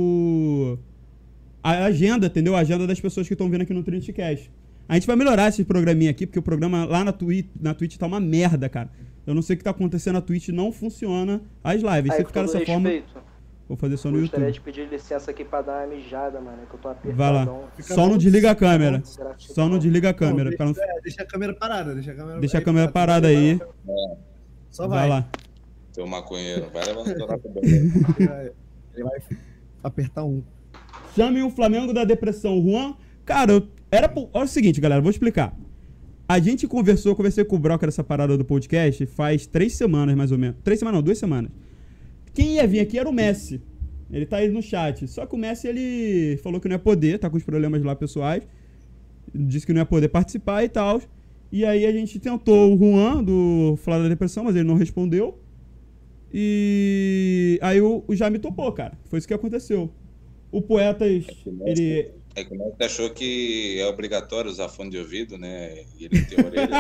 a agenda, entendeu? A agenda das pessoas que estão vindo aqui no TrinityCast. A gente vai melhorar esse programinha aqui, porque o programa lá na Twitch tá uma merda, cara. Eu não sei o que tá acontecendo na Twitch, não funciona as lives. Se ficar dessa forma, vou fazer só no YouTube. Gostaria de pedir licença aqui pra dar uma mijada, mano, que eu tô apertadão. Vai lá. Só não desliga a câmera. Só não desliga a câmera. Deixa a câmera parada. Deixa a câmera parada aí. Só vai. Lá. Seu maconheiro. Vai levantar pro banheiro. Ele vai apertar um. Chame o Flamengo da depressão. Juan, cara, olha o seguinte, galera, vou explicar. A gente conversei com o Broca dessa parada do podcast faz 3 semanas, mais ou menos. 3 semanas não, 2 semanas. Quem ia vir aqui era o Messi. Ele tá aí no chat. Só que o Messi, ele falou que não ia poder, tá com os problemas lá pessoais. Disse que não ia poder participar e tal. E aí a gente tentou o Juan, do Falar da Depressão, mas ele não respondeu. E aí o Jaime topou, cara. Foi isso que aconteceu. O Poetas, ele... É que o Messi achou que é obrigatório usar fone de ouvido, né? E ele não tem orelha.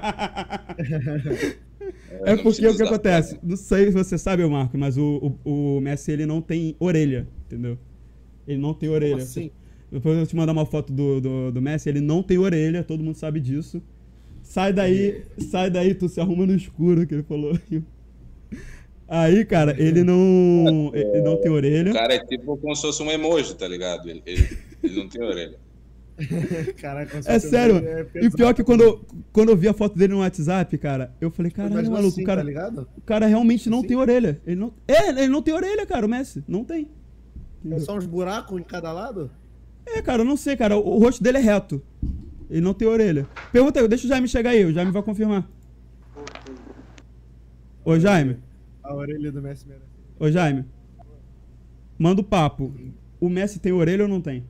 É porque o que acontece? Não sei se você sabe, Marco, mas o Messi, ele não tem orelha, entendeu? Ele não tem orelha. Como assim? Depois eu vou te mandar uma foto do Messi, ele não tem orelha, todo mundo sabe disso. Sai daí, tu se arruma no escuro, que ele falou. Aí, cara, ele não tem orelha. O cara é tipo como se fosse um emoji, tá ligado? Ele não tem orelha. Caraca, é sério, e pior que quando eu vi a foto dele no WhatsApp, cara, eu falei, caralho, maluco, assim, cara, tá, o cara realmente não tem orelha. Ele não tem orelha, cara, o Messi, não tem. É só uns buracos em cada lado? Cara, eu não sei, cara, o rosto dele é reto. Ele não tem orelha. Pergunta aí, deixa o Jaime chegar aí, o Jaime vai confirmar. Ô, Jaime. A orelha do Messi merece. Ô, Jaime. Manda o papo. O Messi tem orelha ou não tem?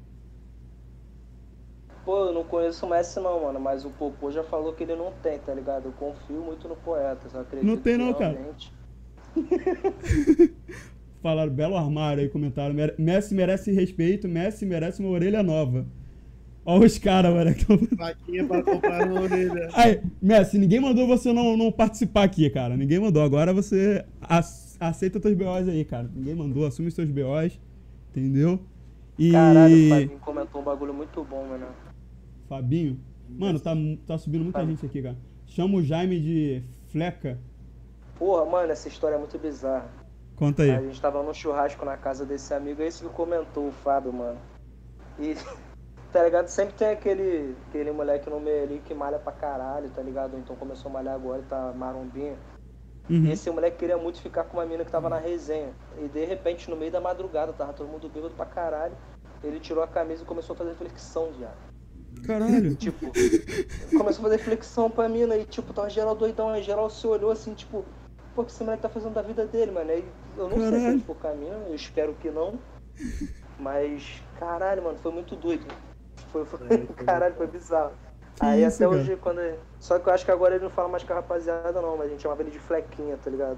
Pô, eu não conheço o Messi não, mano, mas o Popô já falou que ele não tem, tá ligado? Eu confio muito no Poetas, acredito. Não tem não, realmente... cara. Falaram, belo armário aí, comentaram. Messi merece respeito, Messi merece uma orelha nova. Olha os caras, mano. Vaquinha pra comprar uma orelha. Aí, Messi, ninguém mandou você não participar aqui, cara. Ninguém mandou. Agora você aceita teus BOs aí, cara. Ninguém mandou, assume os teus BOs. Entendeu? E... Caralho, o Fabinho comentou um bagulho muito bom, mano. Fabinho? Mano, tá subindo muita gente aqui, cara. Chama o Jaime de Fleca. Porra, mano, essa história é muito bizarra. Conta aí. A gente tava num churrasco na casa desse amigo, é isso que comentou o Fábio, mano. E, tá ligado? Sempre tem aquele moleque no meio ali que malha pra caralho, tá ligado? Então começou a malhar agora e tá marombinha. Uhum. E esse moleque queria muito ficar com uma mina que tava na resenha. E de repente, no meio da madrugada, tava todo mundo bêbado pra caralho. Ele tirou a camisa e começou a fazer flexão, viado. Caralho. Tipo, começou a fazer flexão pra mina e, tipo, tava geral doidão. Aí geral se olhou assim, tipo, pô, o que esse moleque tá fazendo da vida dele, mano? Aí eu não sei se ele ficou com a mina, eu espero que não. Mas, caralho, mano, foi muito doido. Caralho, foi bizarro. Que aí isso, até cara? hoje, quando. Só que eu acho que agora ele não fala mais com a rapaziada, não, mas a gente chamava ele de Flequinha, tá ligado?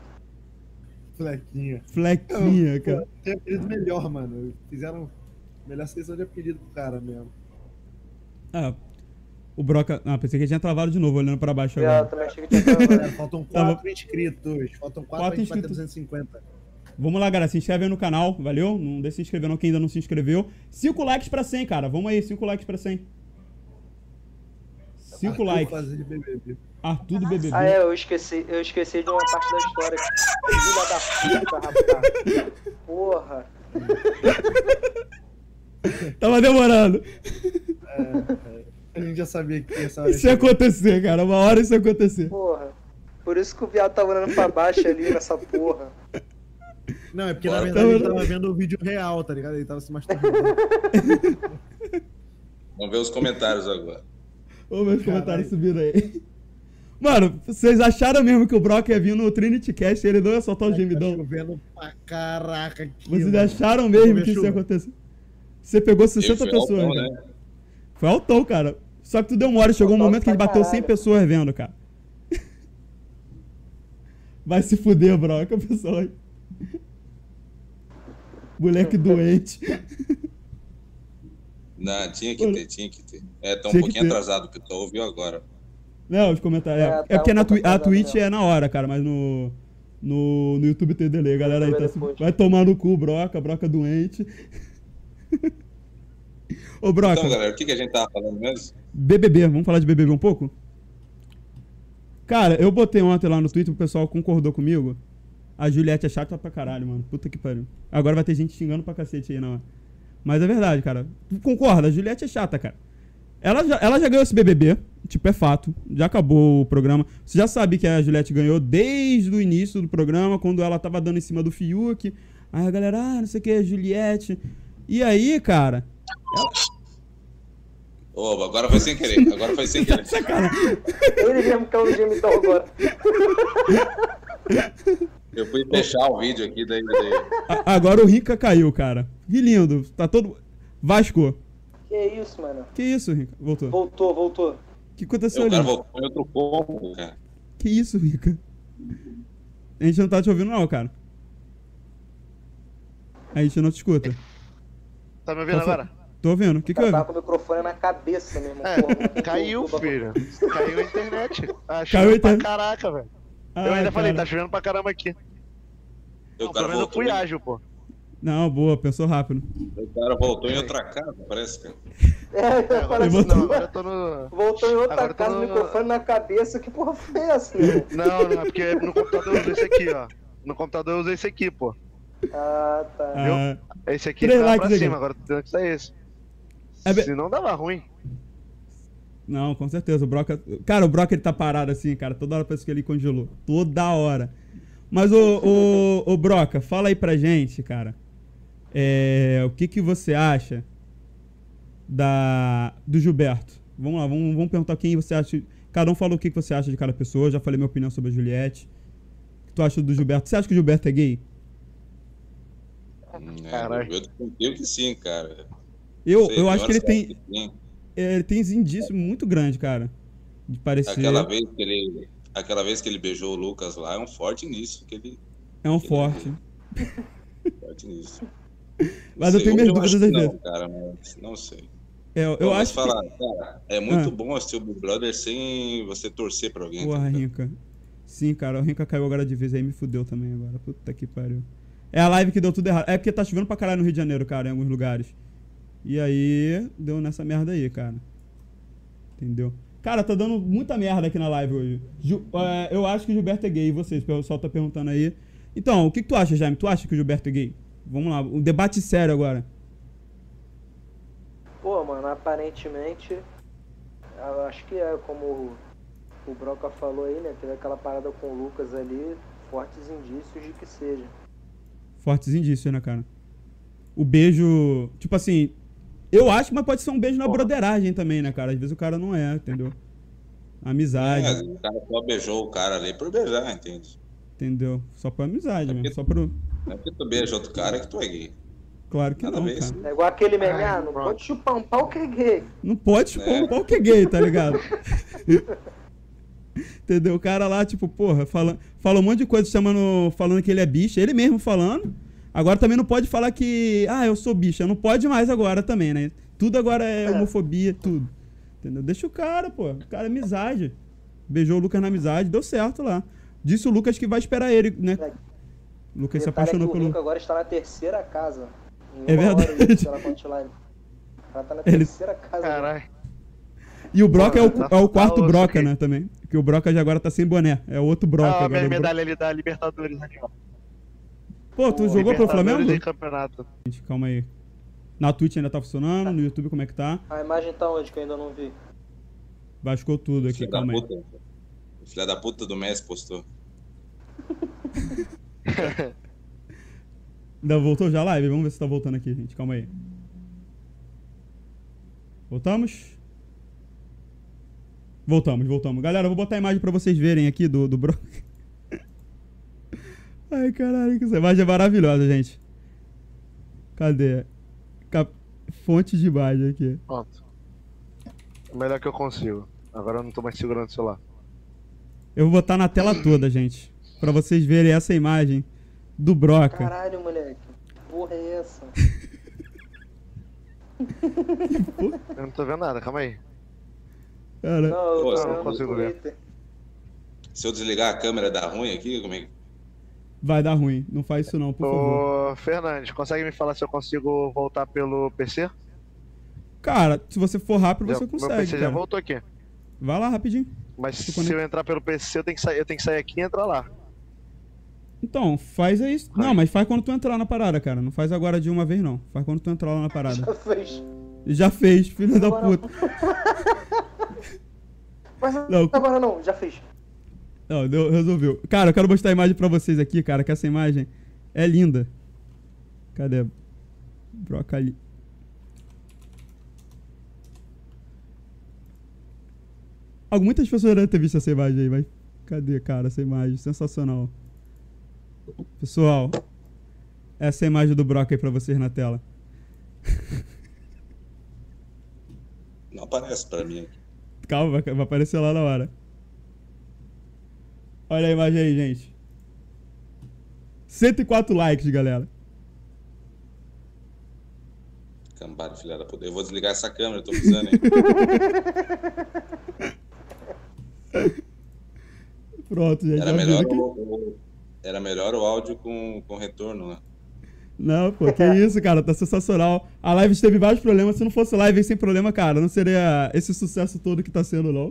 Flequinha, cara. Tem apelido melhor, mano. Fizeram melhor seleção de apelido pro cara mesmo. O Broca... pensei que ele tinha travado de novo, olhando pra baixo Eu agora. também achei que tinha travado. Faltam 4 inscritos. Faltam 4 pra gente bater 250. Vamos lá, galera. Se inscreve aí no canal, valeu? Não deixe de se inscrever não, quem ainda não se inscreveu. 5 likes pra 100, cara. Vamos aí, 5 likes pra 100. 5 likes. Arthur do BBB. Ah, eu esqueci de uma parte da história. Filha da puta, rapaz. Porra. Tava demorando. A gente já sabia que essa hora Isso ia acontecer, cara. Uma hora isso ia acontecer. Porra. Por isso que o viado tava olhando pra baixo ali nessa porra. Não, é porque Bora. na verdade ele tava vendo o vídeo real, tá ligado? Ele tava se masturbando. Vamos ver os comentários agora. Ô, meus comentários subiram aí. Mano, vocês acharam mesmo que o Brock ia vir no Trinity Cast e ele não ia soltar o Tá gemidão? chovendo pra caraca aqui. Vocês mano. acharam mesmo Vamos ver que isso ia chuva. acontecer? Você pegou 60 Foi pessoas, altão, cara. né? Foi altão, cara. Só que tu deu uma hora, chegou um Altão momento que ele pra bateu 100 caralho. pessoas vendo, cara. Vai se fuder, Brock, a pessoa aí. Moleque doente. Não, tinha que ter. É, tá um Tinha que pouquinho ter. atrasado, porque tu ouviu agora. Não, os comentários. É, É tá porque um na pouco a atrasado Twitch mesmo. é na hora, cara, mas no YouTube tem delay. Galera aí YouTube tá é depois. vai tomar no cu, Broca doente. Ô, Broca, Então, galera, o que a gente tava falando mesmo? BBB, vamos falar de BBB um pouco? Cara, eu botei ontem lá no Twitter, o pessoal concordou comigo. A Juliette é chata pra caralho, mano. Puta que pariu. Agora vai ter gente xingando pra cacete aí, não. Mas é verdade, cara. Tu concorda, a Juliette é chata, cara. Ela já ganhou esse BBB, tipo, é fato. Já acabou o programa. Você já sabe que a Juliette ganhou desde o início do programa, quando ela tava dando em cima do Fiuk. Aí a galera, não sei o que, Juliette. E aí, cara... Ô, agora foi sem querer. Sacanagem. Ele mesmo caiu no gemidão agora. Eu fui fechar o vídeo aqui, daí. Agora o Rica caiu, cara. Que lindo. Tá todo... Vasco. Que isso, mano? Que isso, Rica? Voltou. Voltou. O que aconteceu O cara ali? voltou em outro combo, cara. Que isso, Rica? A gente não tá te ouvindo não, cara. A gente não te escuta. Tá me ouvindo agora? Tô ouvindo. O que Tava houve? com o microfone na cabeça, meu irmão. É, Porra, caiu, tudo, filho. Caiu a internet. Ah, Caiu a choveu pra internet. caraca, velho. Ah, Eu ainda falei, cara. tá chovendo pra caramba aqui. O Não, cara pelo menos eu voltou. fui ágil, pô. Não, boa, pensou rápido. O cara voltou em outra casa, parece, cara. É, Agora, Ele voltou. não, agora eu tô no. voltou em outra Agora eu tô casa, no- microfone na cabeça. Que porra foi essa, meu irmão? Não, é porque no computador eu usei esse aqui, ó. No computador eu usei esse aqui, pô. Ah, tá. Ah, Esse aqui 3 tava likes pra aqui. cima, agora tô tendo que sair esse. É be- Se não dava ruim. não, com certeza. O Broca... Cara, o Broca ele tá parado assim, cara. Toda hora parece que ele congelou. Toda hora. Mas, ô Broca, fala aí pra gente, cara. O que você acha do Gilberto? Vamos lá, vamos perguntar quem você acha. Cada um falou o que você acha de cada pessoa. Já falei minha opinião sobre a Juliette. O que tu acha do Gilberto? Você acha que o Gilberto é gay? Caralho. Eu confio que sim, cara. Eu Sei, acho que ele tem tem, horas que sim. ele tem esse indício muito grande, cara. De parecer. Aquela vez que ele beijou o Lucas lá, é um forte início que ele. É um forte. Forte nisso. Mas eu tenho minhas dúvidas às vezes. Não, cara, mas não sei. Eu acho que... falar, cara, é muito bom assistir o Big Brother sem você torcer pra alguém. Porra, tá ligado? Rinca. Sim, cara, o Rinca caiu agora de vez aí, me fudeu também agora. Puta que pariu. É a live que deu tudo errado. É porque tá chovendo pra caralho no Rio de Janeiro, cara, em alguns lugares. E aí, deu nessa merda aí, cara. Entendeu? Cara, tá dando muita merda aqui na live hoje. Eu acho que o Gilberto é gay, e vocês? O pessoal tá perguntando aí. Então, o que tu acha, Jaime? Tu acha que o Gilberto é gay? Vamos lá, um debate sério agora. Pô, mano, aparentemente, eu acho que é como o Broca falou aí, né? Teve aquela parada com o Lucas ali, fortes indícios de que seja. Fortes indícios, né, cara? O beijo, tipo assim, eu acho, mas pode ser um beijo na broderagem também, né, cara? Às vezes o cara não é, entendeu? Amizade, O cara só beijou o cara ali por beijar, entende? entendeu? Só por amizade, É mesmo. porque- Só por... Não é porque tu beija outro cara que tu é gay. Claro que Nada não, a ver cara. isso. É igual aquele meme, Ai, não pronto. pode chupar um pau que é gay. Não pode chupar um pau que é gay, tá ligado? Entendeu? O cara lá, tipo, porra, fala um monte de coisa falando que ele é bicha, ele mesmo falando. Agora também não pode falar que, eu sou bicha. Não pode mais agora também, né? Tudo agora é homofobia, tudo. Entendeu? Deixa o cara, pô. O cara é amizade. Beijou o Lucas na amizade, deu certo lá. Disse o Lucas que vai esperar ele, né? O Lucas se Detalhe é que apaixonou o pelo... Rico agora está na terceira casa. Em É uma hora verdade. isso, ela continuar. Ela tá na Ele- terceira casa. Caralho. E o Broca Pô, é o quarto tá Broca, osso, né, também. Porque o Broca já agora tá sem boné. É outro Broca Ah, a agora. minha o Broca. medalha ali da Libertadores ali, ó. Pô, tu jogou pro Libertadores Flamengo? e campeonato. Gente, calma aí. Na Twitch ainda tá funcionando, no YouTube como é que tá? A imagem tá onde que eu ainda não vi? Vascou tudo aqui, Filha da calma aí. puta. Filha da puta do Messi postou. Ainda voltou já a live? Vamos ver se tá voltando aqui, gente. Calma aí. Voltamos? Voltamos. Galera, eu vou botar a imagem pra vocês verem aqui do Broca. Ai, caralho, que essa imagem é maravilhosa, gente. Cadê? Fonte de imagem aqui. Pronto. O melhor que eu consigo. Agora eu não tô mais segurando o celular. Eu vou botar na tela toda, gente. Pra vocês verem essa imagem do Broca. Caralho, moleque. Que porra é essa? Eu não tô vendo nada, calma aí. Cara, Não, eu Pô, tô eu não vendo consigo no ver. Twitter. Se eu desligar a câmera, dá ruim aqui? Como é que... vai dar ruim. Não faz isso não, por favor. Ô, Fernandes, consegue me falar se eu consigo voltar pelo PC? Cara, se você for rápido, você Meu consegue, PC já cara. voltou aqui. Vai lá, rapidinho. Mas Se se conecta. eu entrar pelo PC, eu tenho que sair aqui e entrar lá. Então, faz isso. Não, mas faz quando tu entrar na parada, cara. Não faz agora de uma vez, não. Faz quando tu entrar lá na parada. Já fez. Já fez, filho da Agora puta. Mas Não. agora não, já fez. Não, resolveu. Cara, eu quero mostrar a imagem pra vocês aqui, cara, que essa imagem é linda. Cadê? Broca ali. Muitas pessoas devem ter visto essa imagem aí, mas cadê, cara, essa imagem? Sensacional. Pessoal, essa é a imagem do Broca aí pra vocês na tela. Não aparece pra mim aqui. Calma, vai aparecer lá na hora. Olha a imagem aí, gente. 104 likes, galera. Cambada, filha da puta. Eu vou desligar essa câmera, eu tô precisando, hein? Pronto, gente. Era já melhor, viram que- era melhor o áudio com retorno, né? Não, pô, que isso, cara, tá sensacional. A live teve vários problemas. Se não fosse live sem problema, cara, não seria esse sucesso todo que tá sendo, não.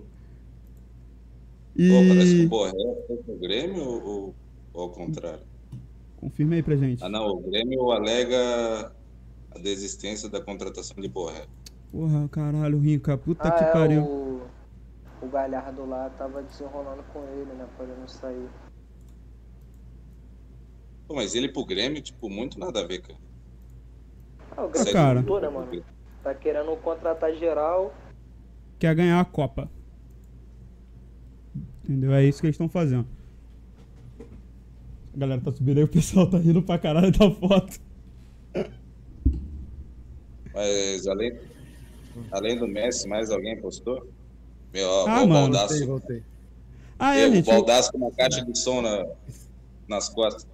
Pô, parece que E... o Borré foi pro Grêmio ou ao contrário? confirma aí pra gente. Ah, não, o Grêmio alega a desistência da contratação de Borré. Porra, caralho, Rinca, puta que pariu. O Galhardo lá tava desenrolando com ele, né, pra ele não sair. Pô, mas ele pro Grêmio, tipo, muito nada a ver, cara. Ah, o Grêmio cara. voltou, né, mano? Tá querendo contratar geral. Quer ganhar a Copa. Entendeu? É isso que eles estão fazendo. A galera tá subindo aí, o pessoal tá rindo pra caralho da foto. Mas além do Messi, mais alguém postou? Meu, ó, Ah, o mano. Baldasso. Voltei. Ah, é, O gente. Baldasso com uma caixa de som nas costas.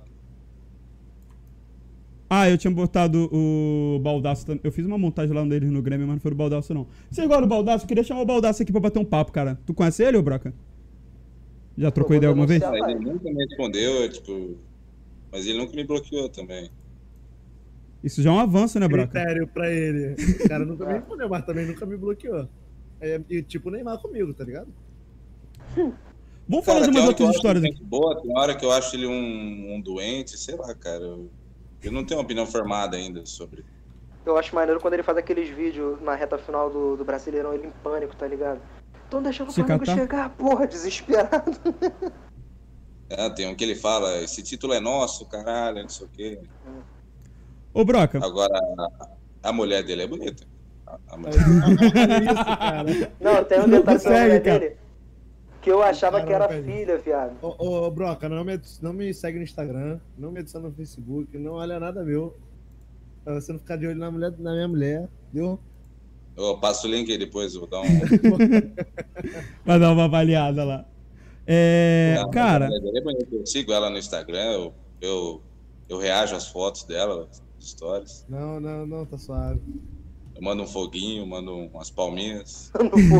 Ah, eu tinha botado o Baldasso também. Eu fiz uma montagem lá deles no Grêmio, mas não foi o Baldasso, não. Você gosta do Baldasso? Eu queria chamar o Baldasso aqui pra bater um papo, cara. Tu conhece ele, ô Broca? Já trocou Eu ideia vou alguma vez? denunciar. Ele nunca me respondeu, tipo... Mas ele nunca me bloqueou também. Isso já é um avanço, né, Broca? Critério pra ele. O cara nunca me respondeu, mas também nunca me bloqueou. E tipo o Neymar comigo, tá ligado? Vamos falar de tem umas hora que eu outras acho histórias ele aqui. boa, tem hora que eu acho ele um doente, sei lá, cara. Eu não tenho uma opinião formada ainda sobre... Eu acho maneiro quando ele faz aqueles vídeos na reta final do Brasileirão, ele em pânico, tá ligado? Tão deixando o Se Flamengo catar? chegar, porra, desesperado. Tem um que ele fala, esse título é nosso, caralho, não sei o quê. Ô, Broca, Agora, a mulher dele é bonita. A mulher... Olha isso, cara. Não, tem um Não detalhe da consegue, mulher cara. dele que eu achava que era Caramba, filha, viado. Ô, Broca, não me segue no Instagram, não me adiciona no Facebook, não olha nada meu. Pra você não ficar de olho na minha mulher, viu? Eu passo o link aí depois, eu vou dar um... vai dar uma avaliada lá. A Cara, mulher dele é bonita. Eu sigo ela no Instagram, eu reajo às fotos dela, às stories. Não, tá suave. Eu mando um foguinho, mando umas palminhas.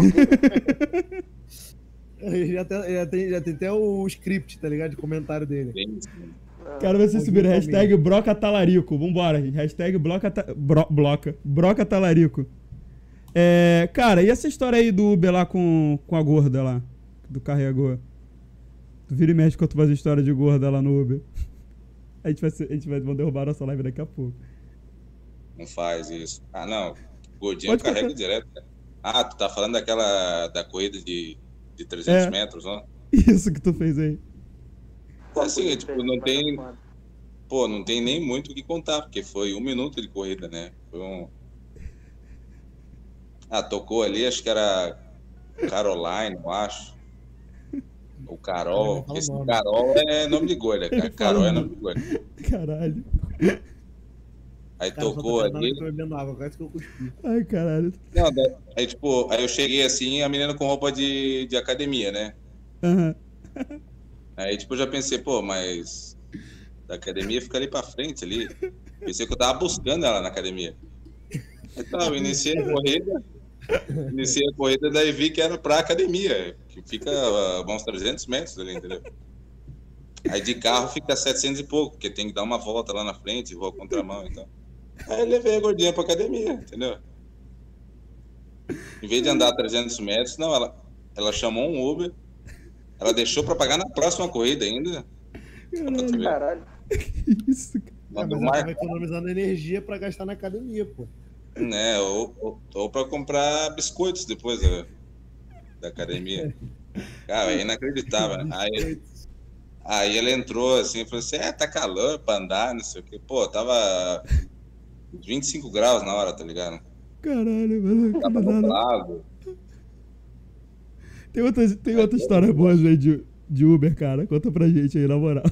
Já tem até o script, tá ligado? De comentário dele. Bem assim. quero ver vocês subirem. Ouviu Hashtag Broca Talarico. Vambora, gente. Hashtag Broca Talarico. Cara, e essa história aí do Uber lá com a gorda lá? Do carregador? Tu vira e mexe quando tu faz a história de gorda lá no Uber. A gente vai derrubar a nossa live daqui a pouco. Não faz isso. Ah, não. Gordinho Pode carrega cortar. direto. Né? Ah, tu tá falando da corrida de 300 metros, não? Isso que tu fez aí. É assim, tipo, não tem... pô, não tem nem muito o que contar, porque foi 1 minuto de corrida, né? Foi um... Ah, tocou ali, acho que era Caroline, eu acho. Ou Carol. Fala o Esse nome. Carol é nome de gorda, cara. Ele fala Carol é o nome nome. de gorda. Caralho. Aí Cara, tocou só tô ali. bebendo água, quase que eu cuspi. Ai, caralho. Não, aí, tipo, aí eu cheguei assim, a menina com roupa de academia, né? Aham. Aí, tipo, eu já pensei, pô, mas da academia fica ali pra frente ali. Pensei que eu tava buscando ela na academia. Aí tá, eu iniciei a corrida, daí vi que era pra academia, que fica uns 300 metros ali, entendeu? Aí de carro fica 700 e pouco, porque tem que dar uma volta lá na frente, vou contramão e tal. Aí eu levei a gordinha pra academia, entendeu? Em vez de andar 300 metros, não, ela chamou um Uber, ela deixou pra pagar na próxima corrida ainda. Só pra tu ver. Caralho. Que isso, cara. Mandou Mas ela tava marcar, economizando energia pra gastar na academia, pô. né? Ou pra comprar biscoitos depois da academia. Cara, é inacreditável, né? Aí ela entrou assim e falou assim, tá calor pra andar, não sei o quê. Pô, tava 25 graus na hora, tá ligado? Caralho, mano. Tava nublado. Tem outra história boa aí de Uber, cara. Conta pra gente aí, na moral.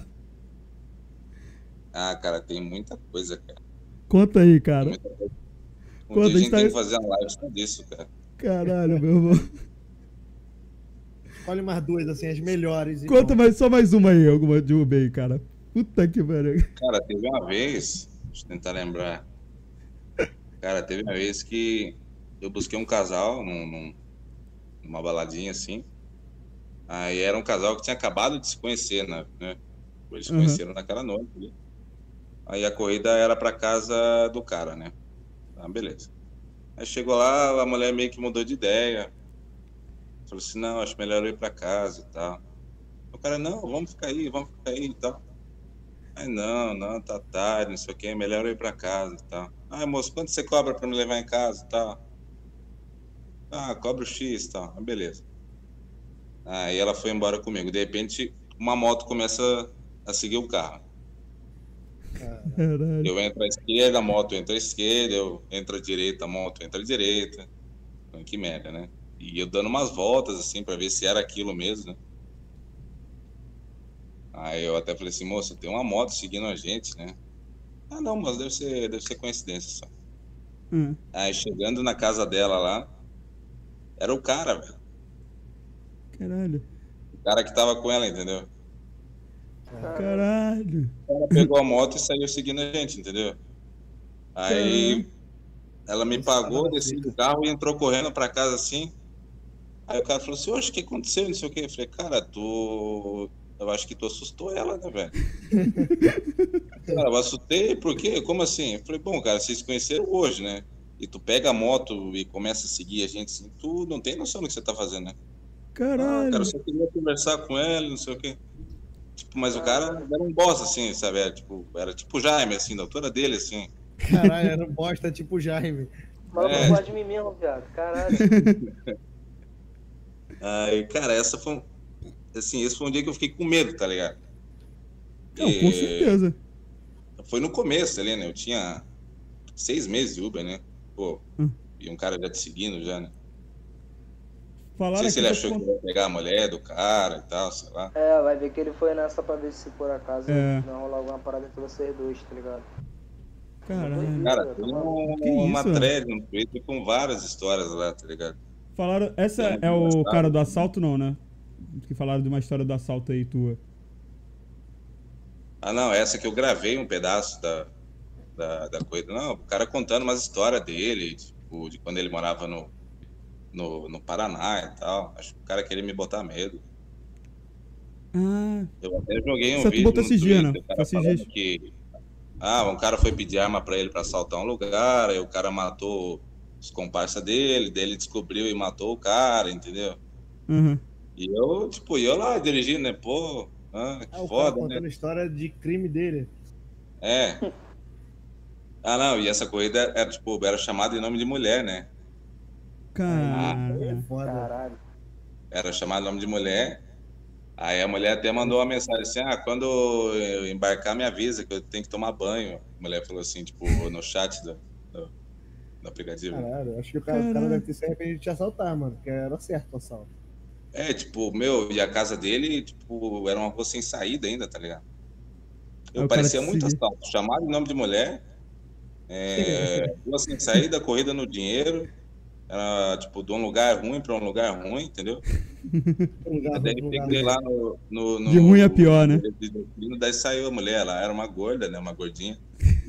Ah, cara, tem muita coisa, cara. Conta aí, Tem cara. muita coisa. Um Conta, dia a gente a tem gente que fazer uma live só disso, cara. Caralho, meu irmão. Escolhe mais duas, assim, as melhores. Conta só mais uma aí, alguma de Uber aí, cara. Puta que pariu. Cara, teve uma vez, deixa eu tentar lembrar. Cara, teve uma vez que eu busquei um casal numa baladinha assim. Aí era um casal que tinha acabado de se conhecer, né? Eles se conheceram naquela noite ali. Aí a corrida era pra casa do cara, né? Ah, beleza. Aí chegou lá, a mulher meio que mudou de ideia. Falou assim, não, acho melhor eu ir pra casa e tal. O cara, não, vamos ficar aí e tal. Aí, não, tá tarde, não sei o que, melhor eu ir pra casa e tal. Ah, moço, quanto você cobra pra me levar em casa e tal? Ah, cobra o X e tal. Ah, beleza. Aí ela foi embora comigo. De repente, uma moto começa a seguir o carro. Caralho. Eu entro à esquerda, a moto entra à esquerda, eu entro à direita, a moto entra à direita. Então, que merda, né? E eu dando umas voltas, assim, pra ver se era aquilo mesmo, né? Aí eu até falei assim, moça, tem uma moto seguindo a gente, né? Ah, não, mas deve ser coincidência só. Aí chegando na casa dela lá, era o cara, velho. Caralho. O cara que tava com ela, entendeu? Caralho. Ela pegou a moto e saiu seguindo a gente, entendeu? Aí ela me pagou, desci do carro e entrou correndo pra casa assim. Aí o cara falou assim, oxe, o que aconteceu? Não sei o que. Eu falei, cara, eu acho que tu assustou ela, né, velho? Cara, eu assustei, por quê? Como assim? Eu falei, bom, cara, vocês se conheceram hoje, né? E tu pega a moto e começa a seguir a gente assim, tu não tem noção do que você tá fazendo, né? Caralho. Ah, cara, eu só queria conversar com ela, não sei o quê. Tipo, mas o cara era um boss, assim, sabe? Era tipo o Jaime, assim, da altura dele, assim. Caralho, era um bosta tipo o Jaime. Mano, não gosta de mim mesmo, viado. Caralho. Aí, cara, esse foi um dia que eu fiquei com medo, tá ligado? Não, com certeza. Foi no começo ali, né? Eu tinha 6 meses de Uber, né? Pô, e um cara já te seguindo já, né? Não Falaram sei se ele aqui achou que ia pegar a mulher do cara e tal, sei lá. Vai ver que ele foi nessa pra ver se por acaso não rolar alguma parada entre vocês dois, tá ligado? Caralho. Cara, tem uma isso, thread no Twitter com várias histórias lá, tá ligado? Falaram. Essa é o cara do assalto, não, né? Que falaram de uma história do assalto aí tua. Ah, não, essa que eu gravei um pedaço da coisa. Não, o cara contando umas histórias dele, tipo, de quando ele morava no Paraná e tal. Acho que o cara queria me botar medo. Ah. Eu até joguei um Só tu vídeo botou no esses dias, Twitter, né? o cara falando que um cara foi pedir arma pra ele pra assaltar um lugar, aí o cara matou os comparsas dele, daí ele descobriu e matou o cara, entendeu? E eu lá dirigindo, né? Pô, que foda, né? Contando a história de crime dele. É. Ah, não, e essa corrida era chamada em nome de mulher, né? Caralho. É foda. Caralho. Era chamada em nome de mulher. Aí a mulher até mandou uma mensagem assim, quando eu embarcar me avisa que eu tenho que tomar banho. A mulher falou assim, tipo, no chat do aplicativo. Caralho, acho que o cara deve ter se arrependido de te assaltar, mano, porque era certo o assalto. Tipo, e a casa dele, tipo, era uma rua sem saída ainda, tá ligado? Aí o cara Parecia te muito seguia. assalto. Chamaram o nome de mulher, rua sem saída, corrida no dinheiro, era, tipo, de um lugar ruim pra um lugar ruim, entendeu? Daí peguei lá no De ruim a pior, né? Daí saiu a mulher, ela era uma gorda, né? Uma gordinha.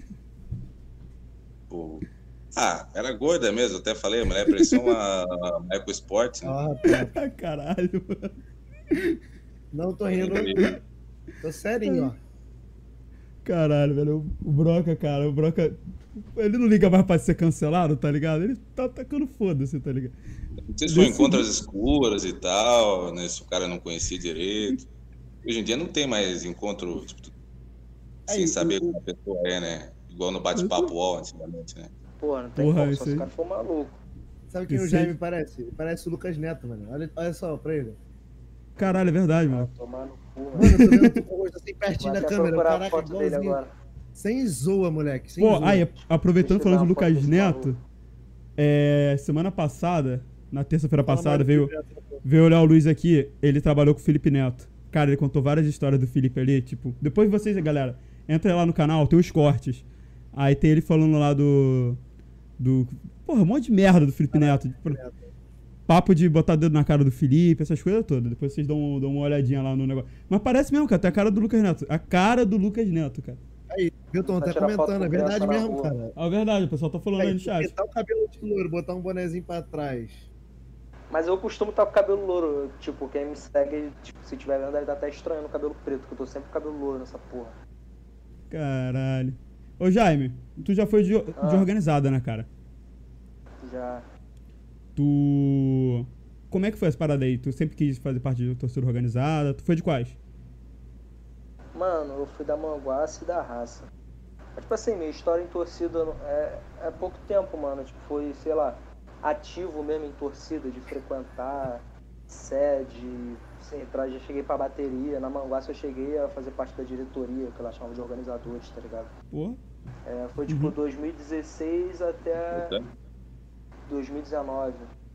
Pô, era gorda mesmo, até falei, a mulher parecia uma EcoSport, né? Caralho, mano. Não tô rindo. Tô serinho, ó. Caralho, velho. O Broca, cara, ele não liga mais pra ser cancelado, tá ligado? Ele tá atacando foda-se, tá ligado? Não sei se foi encontros escuras e tal, né? Se o cara não conhecia direito. Hoje em dia não tem mais encontro, tipo, sem saber como a pessoa é, né? Igual no bate-papo UOL antigamente, né? Porra, não tem como, só se o cara for maluco. Sabe quem o Jaime parece? Ele parece o Lucas Neto, mano. Olha só pra ele. Caralho, é verdade, mano. Tomar no cu, mano. Eu tô vendo tu com o rosto assim pertinho da câmera. Caraca, a foto dele agora. Sem zoa, moleque. Sem Pô, zoa. aí, aproveitando falando do Lucas Neto, semana passada, na terça-feira passada, veio o Léo Luiz aqui, ele trabalhou com o Felipe Neto. Cara, ele contou várias histórias do Felipe ali, tipo... Depois vocês, galera, entra lá no canal, tem os cortes. Aí tem ele falando lá porra, um monte de merda do Felipe Neto. Papo de botar dedo na cara do Felipe, essas coisas todas. Depois vocês dão uma olhadinha lá no negócio. Mas parece mesmo, cara, tem a cara do Lucas Neto. A cara do Lucas Neto, cara. Aí, Milton, tá comentando, é verdade mesmo, cara. É verdade, o pessoal tá falando aí no chat. Botar o cabelo de louro, botar um bonezinho pra trás. Mas eu costumo estar com o cabelo louro. Tipo, quem me segue, tipo, se tiver vendo, deve estar até estranho no cabelo preto, que eu tô sempre com o cabelo louro nessa porra. Caralho. Ô, Jaime, tu já foi de organizada, né, cara? Já. Como é que foi essa parada aí? Tu sempre quis fazer parte de torcida organizada? Tu foi de quais? Mano, eu fui da Manguaça e da Raça. Mas, tipo assim, minha história em torcida é pouco tempo, mano. Tipo, foi, sei lá, ativo mesmo em torcida, de frequentar sede, já cheguei pra bateria. Na Manguaça eu cheguei a fazer parte da diretoria, que ela chamava de organizadores, tá ligado? Porra. Foi tipo 2016 até 2019.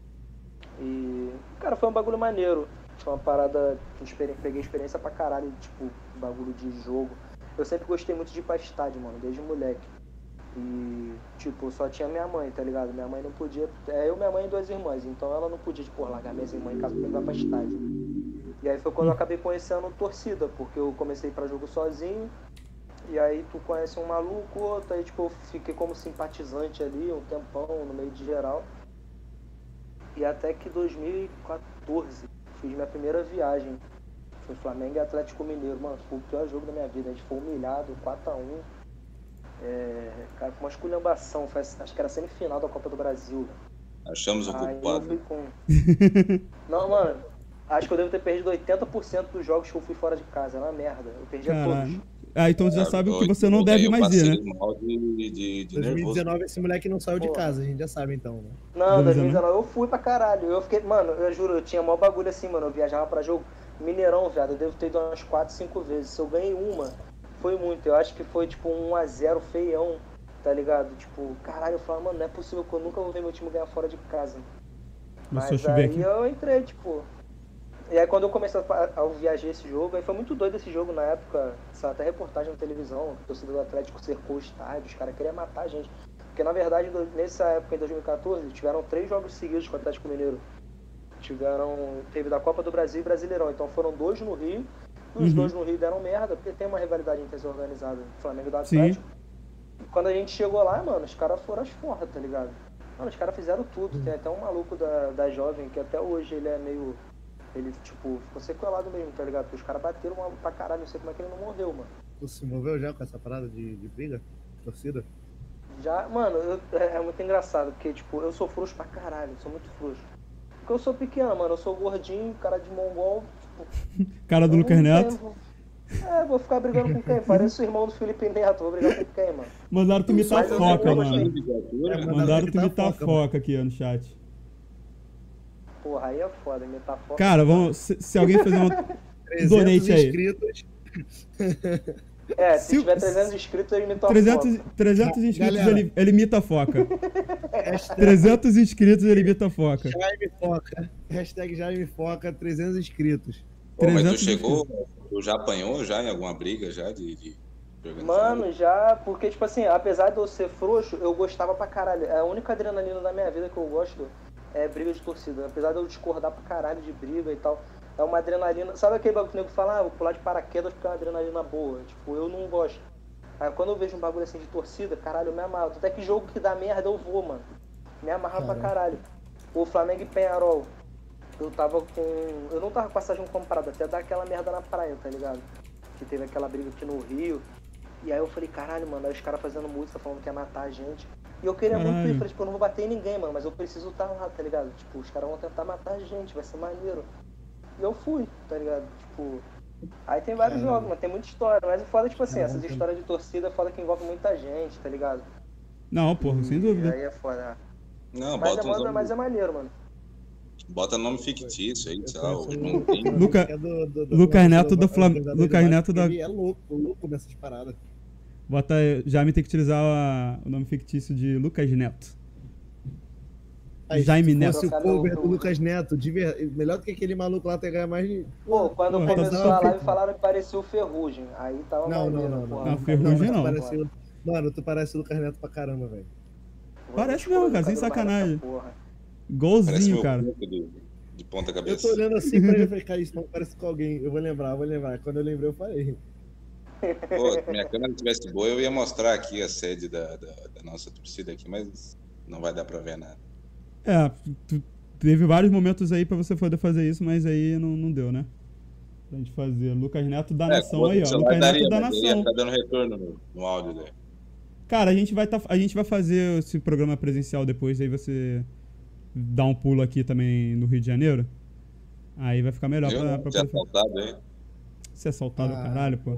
E, cara, foi um bagulho maneiro. Foi uma parada que peguei experiência pra caralho, tipo, bagulho de jogo. Eu sempre gostei muito de ir pra estádio, mano, desde moleque. E, tipo, só tinha minha mãe, tá ligado? Minha mãe não podia... eu, minha mãe e 2 irmãs. Então ela não podia, tipo, largar minhas irmãs em casa pra ir pra estádio. E aí foi quando eu acabei conhecendo torcida, porque eu comecei pra jogo sozinho. E aí tu conhece um maluco, outro, aí tipo, eu fiquei como simpatizante ali um tempão, no meio de geral. E até que 2014, fiz minha primeira viagem. Foi Flamengo e Atlético Mineiro, mano, foi o pior jogo da minha vida. A gente foi humilhado, 4-1. Cara, com uma esculhambação, acho que era semifinal da Copa do Brasil. Achamos o culpado. Eu fui com... Não, mano, acho que eu devo ter perdido 80% dos jogos que eu fui fora de casa, era uma merda. Eu perdi todos. Então você já sabe o que você não deve mais ir, né? De 2019 esse moleque não saiu de casa, a gente já sabe então, né? Não, 2019 eu fui pra caralho. Eu fiquei, mano, eu juro, eu tinha maior bagulho assim, mano. Eu viajava pra jogo Mineirão, viado. Eu devo ter ido umas 4, 5 vezes. Se eu ganhei uma, foi muito. Eu acho que foi tipo 1-0 feião, tá ligado? Tipo, caralho, eu falava, mano, não é possível que eu nunca vou ver meu time ganhar fora de casa. Mas aí eu entrei, tipo. E aí quando eu comecei a viajar esse jogo, aí foi muito doido esse jogo na época, saiu até reportagem na televisão, a torcida do Atlético cercou o estádio, os caras queriam matar a gente. Porque na verdade, nessa época, em 2014, tiveram 3 jogos seguidos com o Atlético Mineiro. Teve da Copa do Brasil e Brasileirão, então foram 2 no Rio, e os 2 no Rio deram merda, porque tem uma rivalidade desorganizada, Flamengo e do Atlético. E quando a gente chegou lá, mano, os caras foram as forras, tá ligado? Mano, os caras fizeram tudo, tem até um maluco da Jovem, que até hoje ele é meio... Ele, tipo, ficou sequelado mesmo, tá ligado? Porque os caras bateram uma pra caralho, não sei como é que ele não morreu, mano. Tu se envolveu já com essa parada de briga? Torcida? Já, mano, é muito engraçado, porque, tipo, eu sou frouxo pra caralho, sou muito frouxo. Porque eu sou pequeno, mano, eu sou gordinho, cara de mongol, tipo... Cara do Lucas Neto. Vou ficar brigando com quem? Parece o irmão do Felipe Neto, vou brigar com quem, mano? Mandaram tu imitar a foca, mano. Mandaram tu imitar a foca aqui, ó, no chat. Porra, aí é foda, imitar foca. Cara, se alguém fazer uma... donate aí. inscritos. Se tiver 300 inscritos, eu imito a 300 inscritos, Galera. ele imita a foca. Hashtag 300 inscritos, ele imita a foca. Jaime Foca. Hashtag Jaime Foca, 300 inscritos. Pô, mas tu 300 chegou, tu já apanhou já em alguma briga já de organizar? Mano, já, porque, tipo assim, apesar de eu ser frouxo, eu gostava pra caralho. A única adrenalina da minha vida que eu gosto é briga de torcida. Apesar de eu discordar pra caralho de briga e tal, é uma adrenalina. Sabe aquele bagulho que o nego fala, vou pular de paraquedas porque é uma adrenalina boa? Tipo, eu não gosto. Aí quando eu vejo um bagulho assim de torcida, caralho, eu me amarro. Até que jogo que dá merda eu vou, mano. Me amarro pra caralho. O Flamengo e Penharol. Eu não tava com passagem comprada, até dar aquela merda na praia, tá ligado? Que teve aquela briga aqui no Rio. E aí eu falei, caralho, mano, aí os caras fazendo música, falando que ia matar a gente. E eu queria muito ir, falei, tipo, eu não vou bater em ninguém, mano, mas eu preciso estar lá, tá ligado? Tipo, os caras vão tentar matar a gente, vai ser maneiro. E eu fui, tá ligado? Tipo, aí tem vários jogos, mano, tem muita história, mas o foda é, tipo assim, essas histórias de torcida é foda que envolve muita gente, tá ligado? Não, porra, sem E dúvida. aí é foda. Não, Mas bota uns nomes. mas é maneiro, mano. Bota nome fictício aí, sei lá, o conheço Irmãozinho. Lucas Neto do Flamengo. Lucas Neto da. Ele é louco nessas paradas. Bota. Jaime tem que utilizar o nome fictício de Lucas Neto. Aí, Jaime se Neto. fosse o cover do Lucas Neto, melhor do que aquele maluco lá ter ganhar mais de. Pô, quando Porra, começou tá- a live falaram que parecia o Ferrugem. Aí tava maneiro, pô. Não, Ferrugem não. Mano, tu parece o Lucas Neto pra caramba, velho. Parece mesmo, cara, sem sacanagem. Porra. Parece Golzinho, meu cara. corpo de ponta Eu cabeça. tô olhando assim pra ele e falei, cara, isso não parece com alguém. Eu vou lembrar. Quando eu lembrei, eu falei. Pô, se minha câmera tivesse boa, eu ia mostrar aqui a sede da nossa torcida aqui, mas não vai dar pra ver nada. É, teve vários momentos aí pra você poder fazer isso, mas aí não deu, né? Pra gente fazer. Lucas Neto da Nação aí, ó. Lucas Neto da Nação. Tá dando retorno no áudio dele. Cara, a gente vai fazer esse programa presencial depois, aí você dá um pulo aqui também no Rio de Janeiro. Aí vai ficar melhor pra Você é assaltado aí? Você é assaltado, caralho, pô.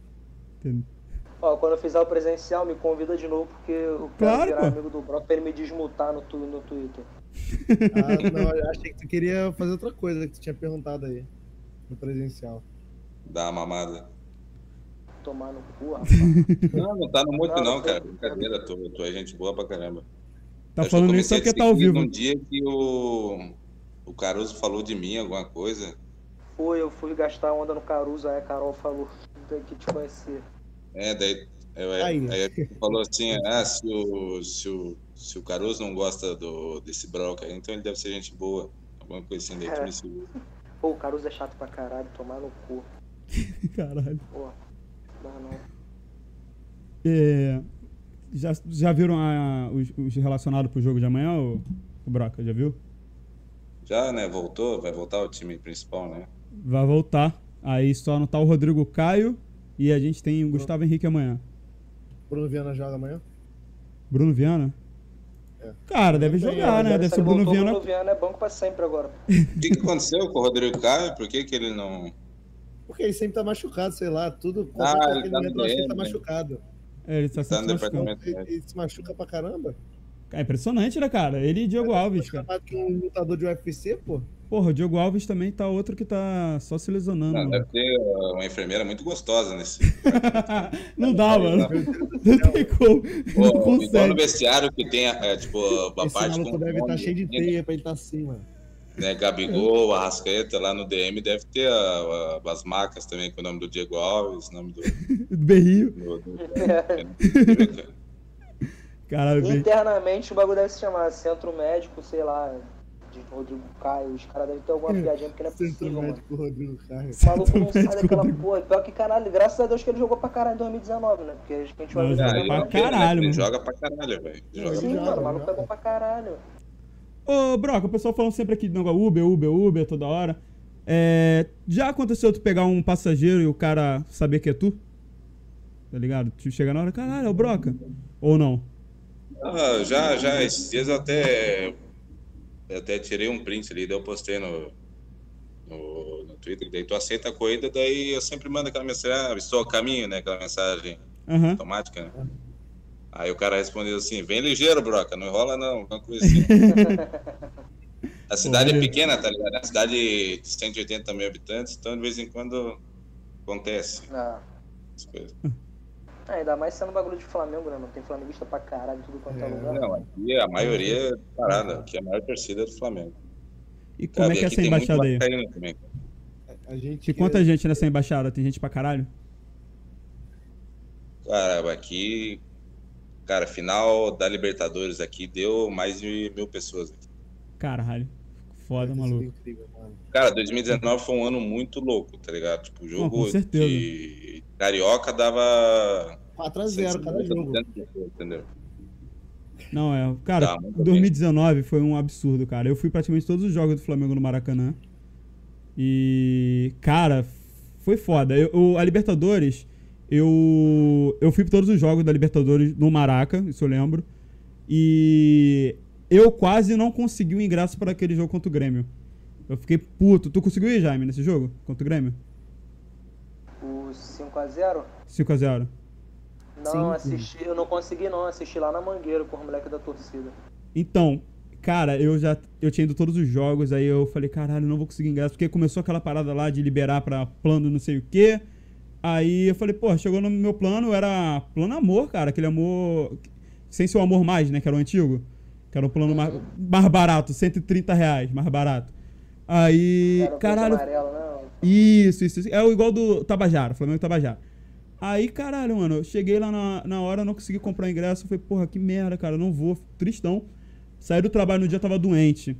Ó, quando eu fizer o presencial, me convida de novo, porque eu quero Claro, virar pô. amigo do Brock pra ele me desmutar no Twitter. Não, eu achei que tu queria fazer outra coisa que tu tinha perguntado aí. No presencial. Dá uma mamada. Tomar no cu, rapaz. Não tá no muito Não, não, não cara. foi. Brincadeira, tu é gente boa pra caramba. Tá Acho que eu falando isso só comecei a porque te tá ao seguir vivo. num dia que o Caruso falou de mim, alguma coisa. Eu fui gastar onda no Caruso, aí a Carol falou que te conhecer. Daí aí tu falou assim, se o Caruso não gosta desse Broca aí, então ele deve ser gente boa. Alguma coisa assim, daí tu me seguiu. Pô, o Caruso é chato pra caralho, tomar no cu. Caralho. Pô, não. Já viram os relacionados pro jogo de amanhã, o Broca? Já viu? Já, né? Vai voltar o time principal, né? Vai voltar. Aí só não tá o Rodrigo Caio e a gente tem o Gustavo Henrique amanhã. Bruno Viana joga amanhã? Bruno Viana? Cara, deve jogar, né? Deve ser o Bruno Viana. Bruno Viana é banco pra sempre agora. O que aconteceu com o Rodrigo Caio? Por que ele não... Porque ele sempre tá machucado, sei lá, tudo. ele tá no momento eu acho que ele tá DM, né? machucado. Ele tá Tá sempre no machucando. departamento. Ele se machuca pra caramba. É impressionante, né, cara? Ele e Diogo Alves, cara. Chamado que um lutador de UFC, pô. Porra, o Diogo Alves também tá outro que tá só se lesionando. Não, mano. deve ter uma enfermeira muito gostosa nesse. Não dá, mano. Não tem como. Não Igual no consegue. vestiário que tem, tipo, a Esse parte maluco com deve estar nome, cheio de né? teia pra ele estar assim, mano. Né, Gabigol, Arrascaeta, lá no DM deve ter as marcas também com o nome do Diego Alves, nome do... Berrio. do Caralho, Berrio. Internamente o bagulho deve se chamar Centro Médico, sei lá, de Rodrigo Caio. Os caras devem ter alguma piadinha, porque não é Centro possível, mano. médico Rodrigo Caio. O maluco não sai Médico daquela Rodrigo. porra. Pior que caralho, graças a Deus que ele jogou pra caralho em 2019, né? Porque a gente vai Não, ver. joga ele pra não quer, né? caralho, Ele mano. joga pra caralho, velho. Ele joga Sim, pra mano, o joga, maluco joga. é bom pra caralho. Ô, Broca, o pessoal falando sempre aqui de negócio Uber toda hora. Já aconteceu tu pegar um passageiro e o cara saber que é tu? Tá ligado? Tu chega na hora, caralho, é o Broca. Ou não? Já, esses dias eu até tirei um print ali, daí eu postei no Twitter, daí tu aceita a corrida, daí eu sempre mando aquela mensagem, estou a caminho, né, aquela mensagem Aham. automática, né? Aí o cara respondeu assim, vem ligeiro, Broca, não enrola não, alguma coisa assim. A cidade Olha. é pequena, tá ligado? É uma cidade de 180 mil habitantes, então de vez em quando acontece Ah. as coisas. Ainda mais sendo bagulho de Flamengo, né? Não tem flamenguista pra caralho, tudo quanto é lugar. Não, aqui a maioria é parada, aqui a maior torcida é do Flamengo. E como é que é essa embaixada aí? Também. A gente E quanta gente nessa embaixada? Tem gente pra caralho? Cara, aqui, cara, final da Libertadores aqui deu mais de 1.000 pessoas aqui. Caralho. Foda, maluco. Incrível, mano. Cara, 2019 foi um ano muito louco, tá ligado? Tipo, o jogo com certeza. de Carioca dava 4x0 cada jogo. 200 pessoas, entendeu? Não, cara, Tá, muito 2019 foi um absurdo, cara. Eu fui praticamente todos os jogos do Flamengo no Maracanã. E, cara, foi foda. A Libertadores, eu fui pra todos os jogos da Libertadores no Maraca, isso eu lembro. E eu quase não consegui o ingresso para aquele jogo contra o Grêmio. Eu fiquei puto. Tu conseguiu ir, Jaime, nesse jogo contra o Grêmio? O 5x0? 5x0. Não, assisti, eu não consegui não, assisti lá na Mangueira com os moleques da torcida. Então, cara, eu tinha ido todos os jogos, aí eu falei, caralho, não vou conseguir ingresso, porque começou aquela parada lá de liberar pra plano não sei o quê. Aí eu falei, pô, chegou no meu plano, era plano amor, cara, aquele amor, sem ser o amor mais, né, que era o antigo, que era um plano mais barato, R$130, mais barato. Aí, Era o caralho, amarelo, né? isso, é o igual do Tabajara, Flamengo Tabajara. Aí, caralho, mano, eu cheguei lá na hora, não consegui comprar ingresso, eu falei, porra, que merda, cara, não vou, tristão. Saí do trabalho no dia, tava doente.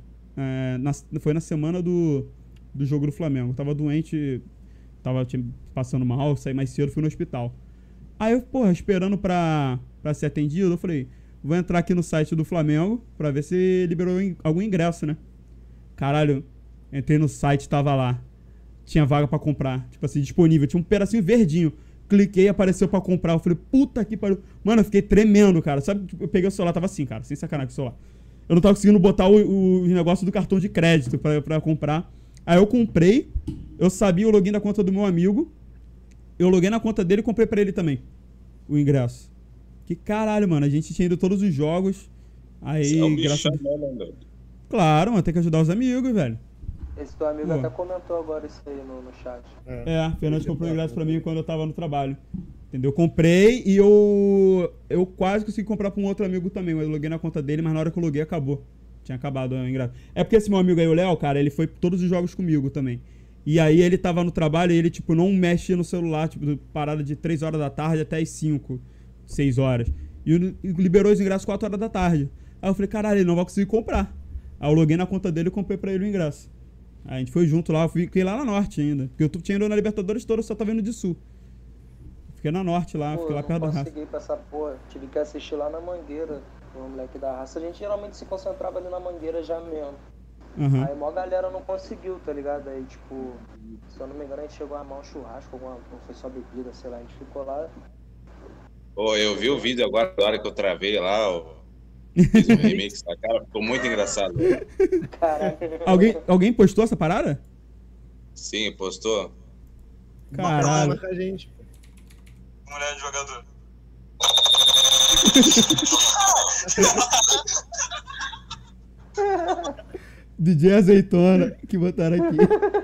Foi na semana do jogo do Flamengo. Tava doente, tava passando mal, saí mais cedo, fui no hospital. Aí eu, porra, esperando pra ser atendido, eu falei, vou entrar aqui no site do Flamengo pra ver se liberou algum ingresso, né? Caralho, entrei no site, tava lá. Tinha vaga pra comprar, tipo assim, disponível. Tinha um pedacinho verdinho. Cliquei, apareceu pra comprar. Eu falei, puta que pariu. Mano, eu fiquei tremendo, cara. Sabe, eu peguei o celular, tava assim, cara, sem sacanagem com o celular. Eu não tava conseguindo botar o negócio do cartão de crédito pra comprar. Aí eu comprei, eu sabia o login da conta do meu amigo. Eu loguei na conta dele e comprei pra ele também o ingresso. Que caralho, mano, a gente tinha ido todos os jogos. Aí, bichão, né, claro, mano, tem que ajudar os amigos, velho. Esse teu amigo até comentou agora isso aí no chat. Fernandes comprou o ingresso pra mim quando eu tava no trabalho. Entendeu? Comprei e eu quase consegui comprar pra um outro amigo também. Eu loguei na conta dele, mas na hora que eu loguei acabou. Tinha acabado o ingresso. É porque esse meu amigo aí, o Léo, cara, ele foi todos os jogos comigo também. E aí ele tava no trabalho e ele, tipo, não mexe no celular, tipo, parada de 3 horas da tarde até as 5, 6 horas. E liberou os ingressos 4 horas da tarde. Aí eu falei, caralho, ele não vai conseguir comprar. Aí eu loguei na conta dele e comprei pra ele o ingresso. Aí a gente foi junto lá, eu fiquei lá na Norte ainda. Porque eu tinha ido na Libertadores toda, só tava indo de Sul. Fiquei na Norte lá, fiquei lá perto da raça. Eu não consegui pra essa porra, tive que assistir lá na Mangueira, com o moleque da raça. A gente geralmente se concentrava ali na Mangueira já mesmo. Uhum. Aí mó galera não conseguiu, tá ligado? Aí tipo, se eu não me engano a gente chegou a armar um churrasco, não foi só bebida, sei lá, a gente ficou lá. Pô, eu vi o vídeo agora, na hora que eu travei lá, fiz um remix, cara, ficou muito engraçado. Caralho. Alguém postou essa parada? Sim, postou. Caralho. Com a gente. Mulher de jogador. DJ Azeitona, que botaram aqui.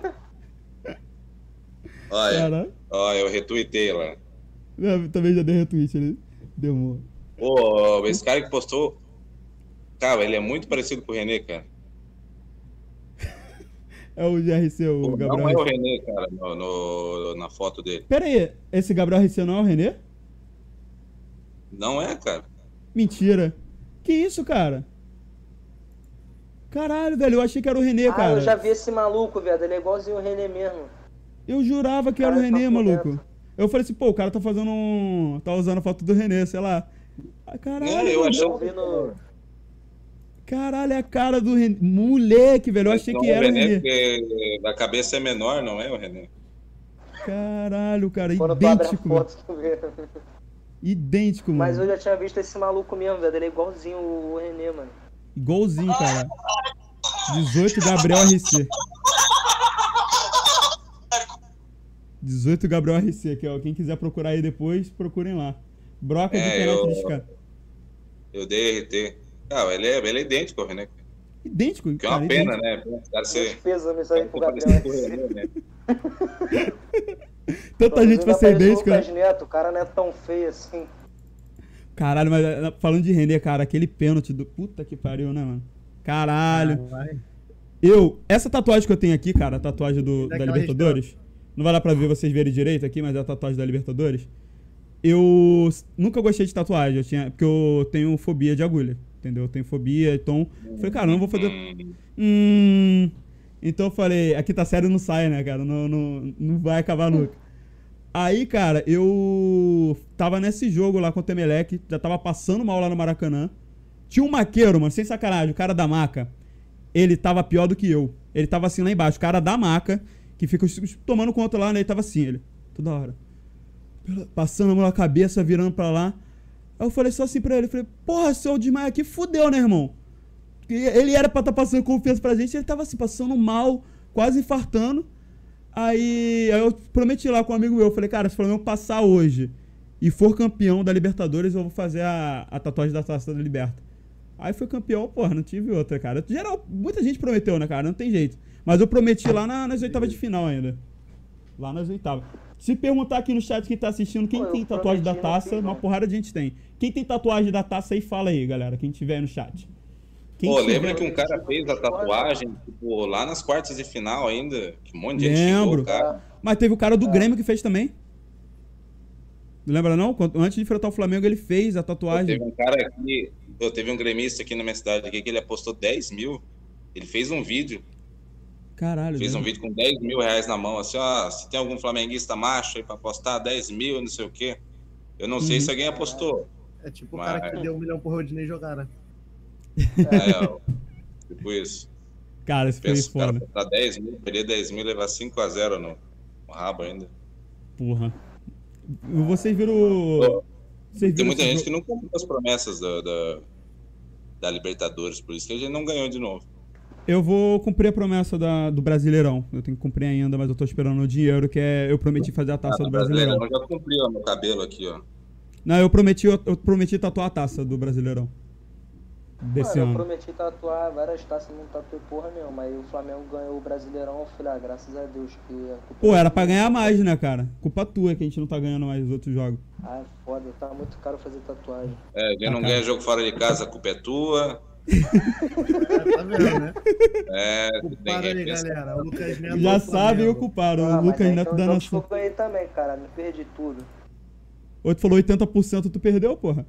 Olha, eu retuitei lá. Eu também já dei retweet, ele deu. Pô, esse cara que postou, cara, ele é muito parecido com o René, cara. É o GRC, o Pô, Gabriel. não é o René, cara, na foto dele. Pera aí, esse Gabriel RC não é o René? Não é, cara. Mentira. Que isso, cara? Caralho, velho, eu achei que era o René, cara. Eu já vi esse maluco, velho, ele é igualzinho o René mesmo. Eu jurava que era o René, maluco. Eu falei assim, pô, o cara tá fazendo tá usando a foto do René, sei lá. Caralho, eu achei Caralho, é a cara do René. Moleque, velho, eu achei que era o René. Porque a cabeça é menor, não é o René? Caralho, cara, quando idêntico. Tu abre a foto, tu vê. Idêntico, mano. Mas eu já tinha visto esse maluco mesmo, velho, ele é igualzinho o René, mano. Igualzinho, cara. 18 Gabriel RC. 18 Gabriel RC aqui, ó. Quem quiser procurar aí depois, procurem lá. Broca de internet de escada. Eu dei RT. Ah, ele é idêntico ao René. Idêntico, Que é uma cara, pena, idêntico. né? Os caras ser. Pêsames aí pro Parece Gabriel. corredor, né? Tanta gente pra ser idêntico, né? Lucas Neto, o cara não é tão feio assim. Caralho, mas falando de René, cara, aquele pênalti do... Puta que pariu, né, mano? Caralho. Vai. Essa tatuagem que eu tenho aqui, cara, a tatuagem da Daquela Libertadores, não vai dar pra ver vocês verem direito aqui, mas é a tatuagem da Libertadores. Eu nunca gostei de tatuagem, porque eu tenho fobia de agulha, entendeu? Eu tenho fobia, então... Eu falei, cara, eu não vou fazer... Então eu falei, aqui tá sério, não sai, né, cara? Não vai acabar nunca. Aí, cara, eu tava nesse jogo lá contra o Emelec, já tava passando mal lá no Maracanã. Tinha um maqueiro, mano, sem sacanagem, o cara da maca. Ele tava pior do que eu. Ele tava assim lá embaixo, o cara da maca, que fica tomando conta lá, né? Ele tava assim, ele, toda hora. Passando a mão na cabeça, virando pra lá. Aí eu falei só assim pra ele, falei, porra, se eu desmaiar aqui, fudeu, né, irmão? Ele era pra estar passando confiança pra gente, ele tava assim, passando mal, quase infartando. Aí eu prometi lá com um amigo meu, eu falei, cara, se o Flamengo passar hoje e for campeão da Libertadores, eu vou fazer a tatuagem da Taça da Liberta. Aí foi campeão, porra, não tive outra, cara. Geral, muita gente prometeu, né, cara? Não tem jeito. Mas eu prometi lá nas oitavas de final ainda. Lá nas oitavas. Se perguntar aqui no chat quem tá assistindo, quem tem tatuagem da taça, uma porrada de gente tem. Quem tem tatuagem da taça aí, fala aí, galera. Quem tiver aí no chat. Pô, lembra que um cara fez a tatuagem, tipo, lá nas quartas de final ainda? Que um monte de gente xingou o cara. Mas teve o cara do Grêmio que fez também. Lembra não? Antes de enfrentar o Flamengo, ele fez a tatuagem. Teve um cara aqui, teve um gremista aqui na minha cidade aqui, que ele apostou 10 mil. Ele fez um vídeo. Caralho. Fez um vídeo com 10 mil reais na mão, assim, ó, se tem algum flamenguista macho aí pra apostar 10 mil, não sei o quê. Eu não sei se alguém apostou. É tipo o cara que deu 1 milhão pro Rodinei jogar, né? Tipo isso. Cara, isso foi foda. O cara apostar 10 mil, perder 10 mil e levar 5-0 no rabo ainda. Porra. Vocês viram... Tem muita gente que não cumpriu as promessas da Libertadores, por isso que a gente não ganhou de novo. Eu vou cumprir a promessa do Brasileirão. Eu tenho que cumprir ainda, mas eu tô esperando o dinheiro, que é... Eu prometi fazer a taça do Brasileirão. Eu já cumpri, ó, meu cabelo aqui, ó. Não, eu prometi tatuar a taça do Brasileirão. Desse ano. Eu prometi tatuar várias taças, não tatuei porra nenhuma. Aí o Flamengo ganhou o Brasileirão, eu falei, graças a Deus que... Pô, era pra ganhar mais, né, cara? Culpa tua que a gente não tá ganhando mais os outros jogos. Ah, foda, tá muito caro fazer tatuagem. A gente não ganha jogo fora de casa, a culpa é tua. Tá vendo, né? Culpado aí, galera. O Lucas Neto já sabe o culpado, o Lucas Neto da nação. Eu ganhei também, cara, me perdi tudo. Outro falou 80%, tu perdeu, porra?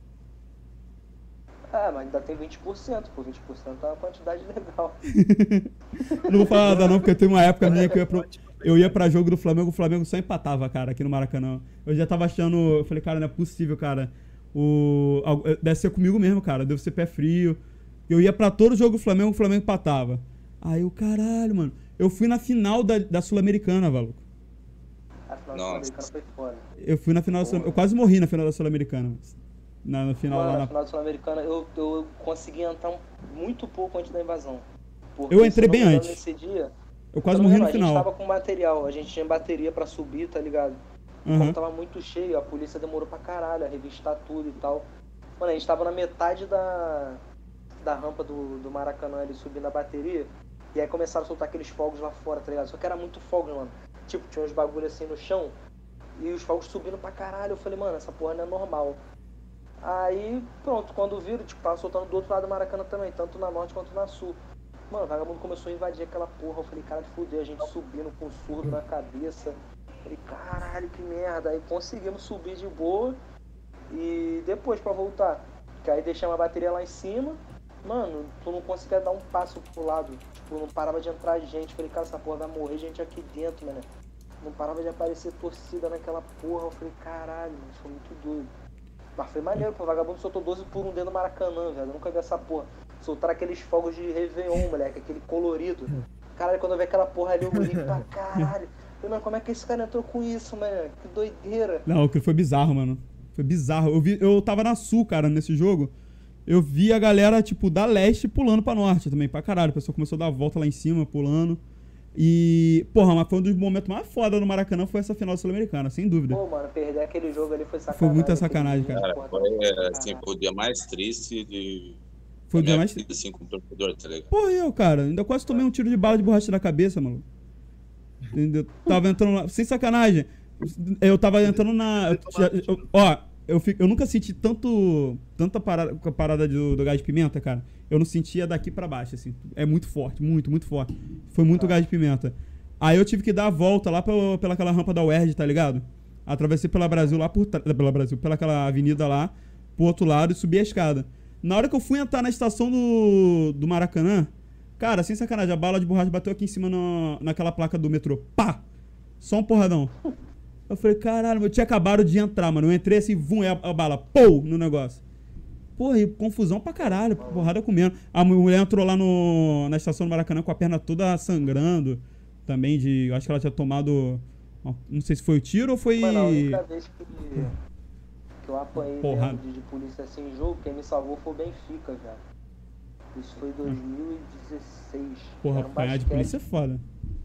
Mas ainda tem 20%, pô, 20% é uma quantidade legal. Não vou falar nada não, porque tem uma época minha que eu ia pra jogo do Flamengo, o Flamengo só empatava, cara, aqui no Maracanã. Eu já tava achando, eu falei, cara, não é possível, cara. Deve ser comigo mesmo, cara, deve ser pé frio. Eu ia pra todo jogo do Flamengo, o Flamengo empatava. Aí o caralho, mano. Eu fui na final da Sul-Americana, maluco. A final da Sul-Americana foi foda. Eu fui na final da Sul-Americana, eu quase morri na final da Sul-Americana. Na final Mano, lá na final da Sul-Americana eu consegui entrar muito pouco antes da invasão. Eu entrei bem antes. Nesse dia, eu quase morri no final. A gente tava com material, a gente tinha bateria pra subir, tá ligado? Como tava muito cheio, a polícia demorou pra caralho a revistar tudo e tal. Mano, a gente tava na metade da rampa do Maracanã ali, subindo a bateria. E aí começaram a soltar aqueles fogos lá fora, tá ligado? Só que era muito fogo, mano. Tipo, tinha uns bagulho assim no chão e os fogos subindo pra caralho. Eu falei, mano, essa porra não é normal. Aí, pronto, quando viram, tipo, tava soltando do outro lado do Maracanã também, tanto na norte quanto na sul. Mano, o vagabundo começou a invadir aquela porra. Eu falei, cara, fudeu, a gente subindo com um surdo na cabeça. Falei, caralho, que merda. Aí conseguimos subir de boa. E depois pra voltar, que aí deixamos a bateria lá em cima. Mano, tu não conseguia dar um passo pro lado. Tipo, não parava de entrar gente. Falei, cara, essa porra vai morrer gente aqui dentro, mano. Não parava de aparecer torcida naquela porra. Eu falei, caralho, mano, isso foi muito doido. Mas foi maneiro, pô, o vagabundo soltou 12 por 1 dentro do Maracanã, velho. Eu nunca vi essa porra. Soltaram aqueles fogos de Réveillon, moleque, aquele colorido. Caralho, quando eu vi aquela porra ali, eu olhei pra caralho. Falei, mano, como é que esse cara entrou com isso, mano? Que doideira. Não, aquilo foi bizarro, mano. Foi bizarro. Eu tava na Sul, cara, nesse jogo. Eu vi a galera, tipo, da leste pulando pra norte também, pra caralho. O pessoal começou a dar a volta lá em cima, pulando. E, porra, mas foi um dos momentos mais foda no Maracanã, foi essa final sul-americana, sem dúvida. Pô, mano, perder aquele jogo ali foi sacanagem. Foi muita sacanagem, cara. Foi, assim, o dia mais triste de Foi o dia minha mais... vida, assim, como torcedor, tá ligado? Porra, eu, cara, ainda quase tomei um tiro de bala de borracha na cabeça, mano. Entendeu? Tava entrando lá, sem sacanagem. Eu tava entrando na... Eu nunca senti tanta parada do gás de pimenta, cara. Eu não sentia daqui pra baixo, assim. É muito forte, muito, muito forte. Foi muito gás de pimenta. Aí eu tive que dar a volta lá pela aquela rampa da UERJ, tá ligado? Atravessei pela Brasil lá pela aquela avenida lá, pro outro lado e subi a escada. Na hora que eu fui entrar na estação do Maracanã, cara, sem sacanagem, a bala de borracha bateu aqui em cima naquela placa do metrô. Pá! Só um porradão. Eu falei, caralho, eu tinha acabado de entrar, mano. Eu entrei assim, vum, a bala, pô, no negócio. Porra, e confusão pra caralho, porrada comendo. A mulher entrou lá na estação do Maracanã com a perna toda sangrando. Também eu acho que ela tinha tomado, não sei se foi o tiro ou foi... Mano, a única vez que eu apanhei Porrada. mesmo de polícia assim em jogo, quem me salvou foi o Benfica, velho. Isso foi em 2016. Porra, Era um apanhar de basquete. polícia é foda.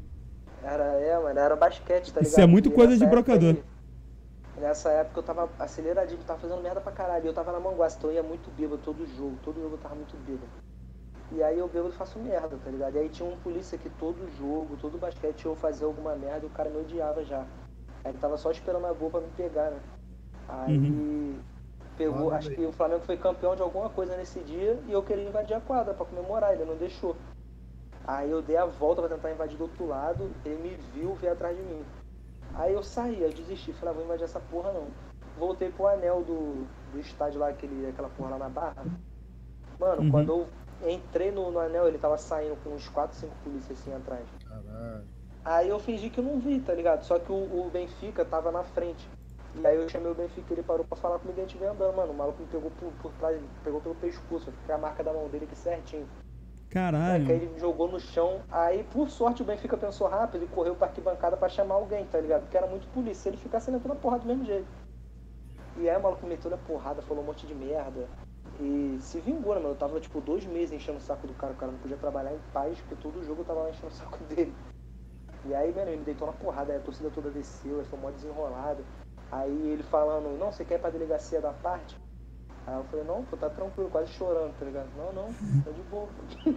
Mano, era basquete, tá ligado? Isso é muito E coisa de nessa brocador. época nessa época eu tava aceleradinho, tava fazendo merda pra caralho. Eu tava na manguaça, então eu ia muito bêbado todo jogo eu tava muito bêbado. E aí eu bêbado faço merda, tá ligado? E aí tinha um polícia que todo jogo, todo basquete eu fazia alguma merda e o cara me odiava já. Aí ele tava só esperando a gol pra me pegar, né? Aí pegou, acho que o Flamengo foi campeão de alguma coisa nesse dia e eu queria invadir a quadra pra comemorar, ele não deixou. Aí eu dei a volta pra tentar invadir do outro lado, ele me viu, veio atrás de mim. Aí eu saí, eu desisti, falei, vou invadir essa porra não. Voltei pro anel do estádio lá, aquela porra lá na Barra. Mano, quando eu entrei no anel, ele tava saindo com uns 4, 5 polícias assim atrás. Caralho. Aí eu fingi que eu não vi, tá ligado? Só que o Benfica tava na frente. E aí eu chamei o Benfica, ele parou pra falar comigo e a gente veio andando, mano. O maluco me pegou por trás, me pegou pelo pescoço, fiquei a marca da mão dele aqui certinho. Caralho. Aí ele me jogou no chão, aí por sorte o Benfica pensou rápido e correu pra arquibancada pra chamar alguém, tá ligado? Porque era muito polícia, se ele ficasse ele entrou na porrada do mesmo jeito. E aí o maluco meteu na porrada, falou um monte de merda. E se vingou, né, mano? Eu tava tipo 2 meses enchendo o saco do cara, o cara não podia trabalhar em paz, porque todo jogo eu tava lá enchendo o saco dele. E aí, mano, ele me deitou na porrada, aí a torcida toda desceu, aí foi mó desenrolado. Aí ele falando, não, você quer ir pra delegacia da parte? Aí eu falei, não, pô, tá tranquilo, quase chorando, tá ligado? Não, tá de boa.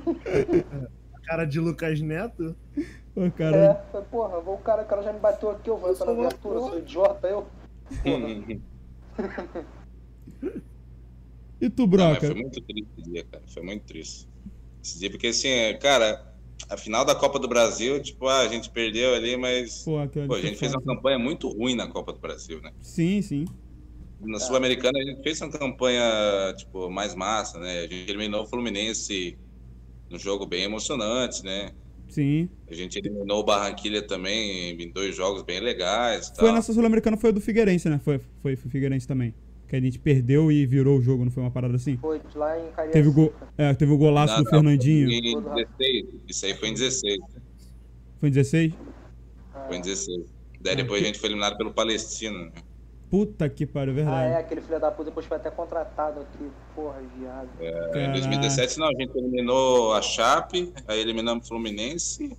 Cara de Lucas Neto? Ô, cara. Falei, porra, o cara já me bateu aqui, eu vou entrar na viatura, sou idiota, eu. Porra. E tu, Não, mas Broca? foi muito triste esse dia, cara. Foi muito triste. Esse dia, porque assim, cara, a final da Copa do Brasil, tipo, a gente perdeu ali, mas Pô, a gente fez uma campanha muito ruim na Copa do Brasil, né? Sim, sim. Na Sul-Americana a gente fez uma campanha, tipo, mais massa, né? A gente eliminou o Fluminense num jogo bem emocionante, né? Sim. A gente eliminou o Barranquilla também em 2 jogos bem legais e Foi tal. nessa Sul-Americana, foi o do Figueirense, né? Foi o Figueirense também. Que a gente perdeu e virou o jogo, não foi uma parada assim? Foi lá em Cariacica. Teve o golaço do Fernandinho. Em 16. Isso aí foi em 16. Foi em 16? Foi em 16. Daí depois a gente foi eliminado pelo Palestino, né? Puta que pariu, Ah, verdade. aquele filho da puta depois foi até contratado aqui. Porra, viado. Em 2017, não, a gente eliminou a Chape, aí eliminamos o Fluminense,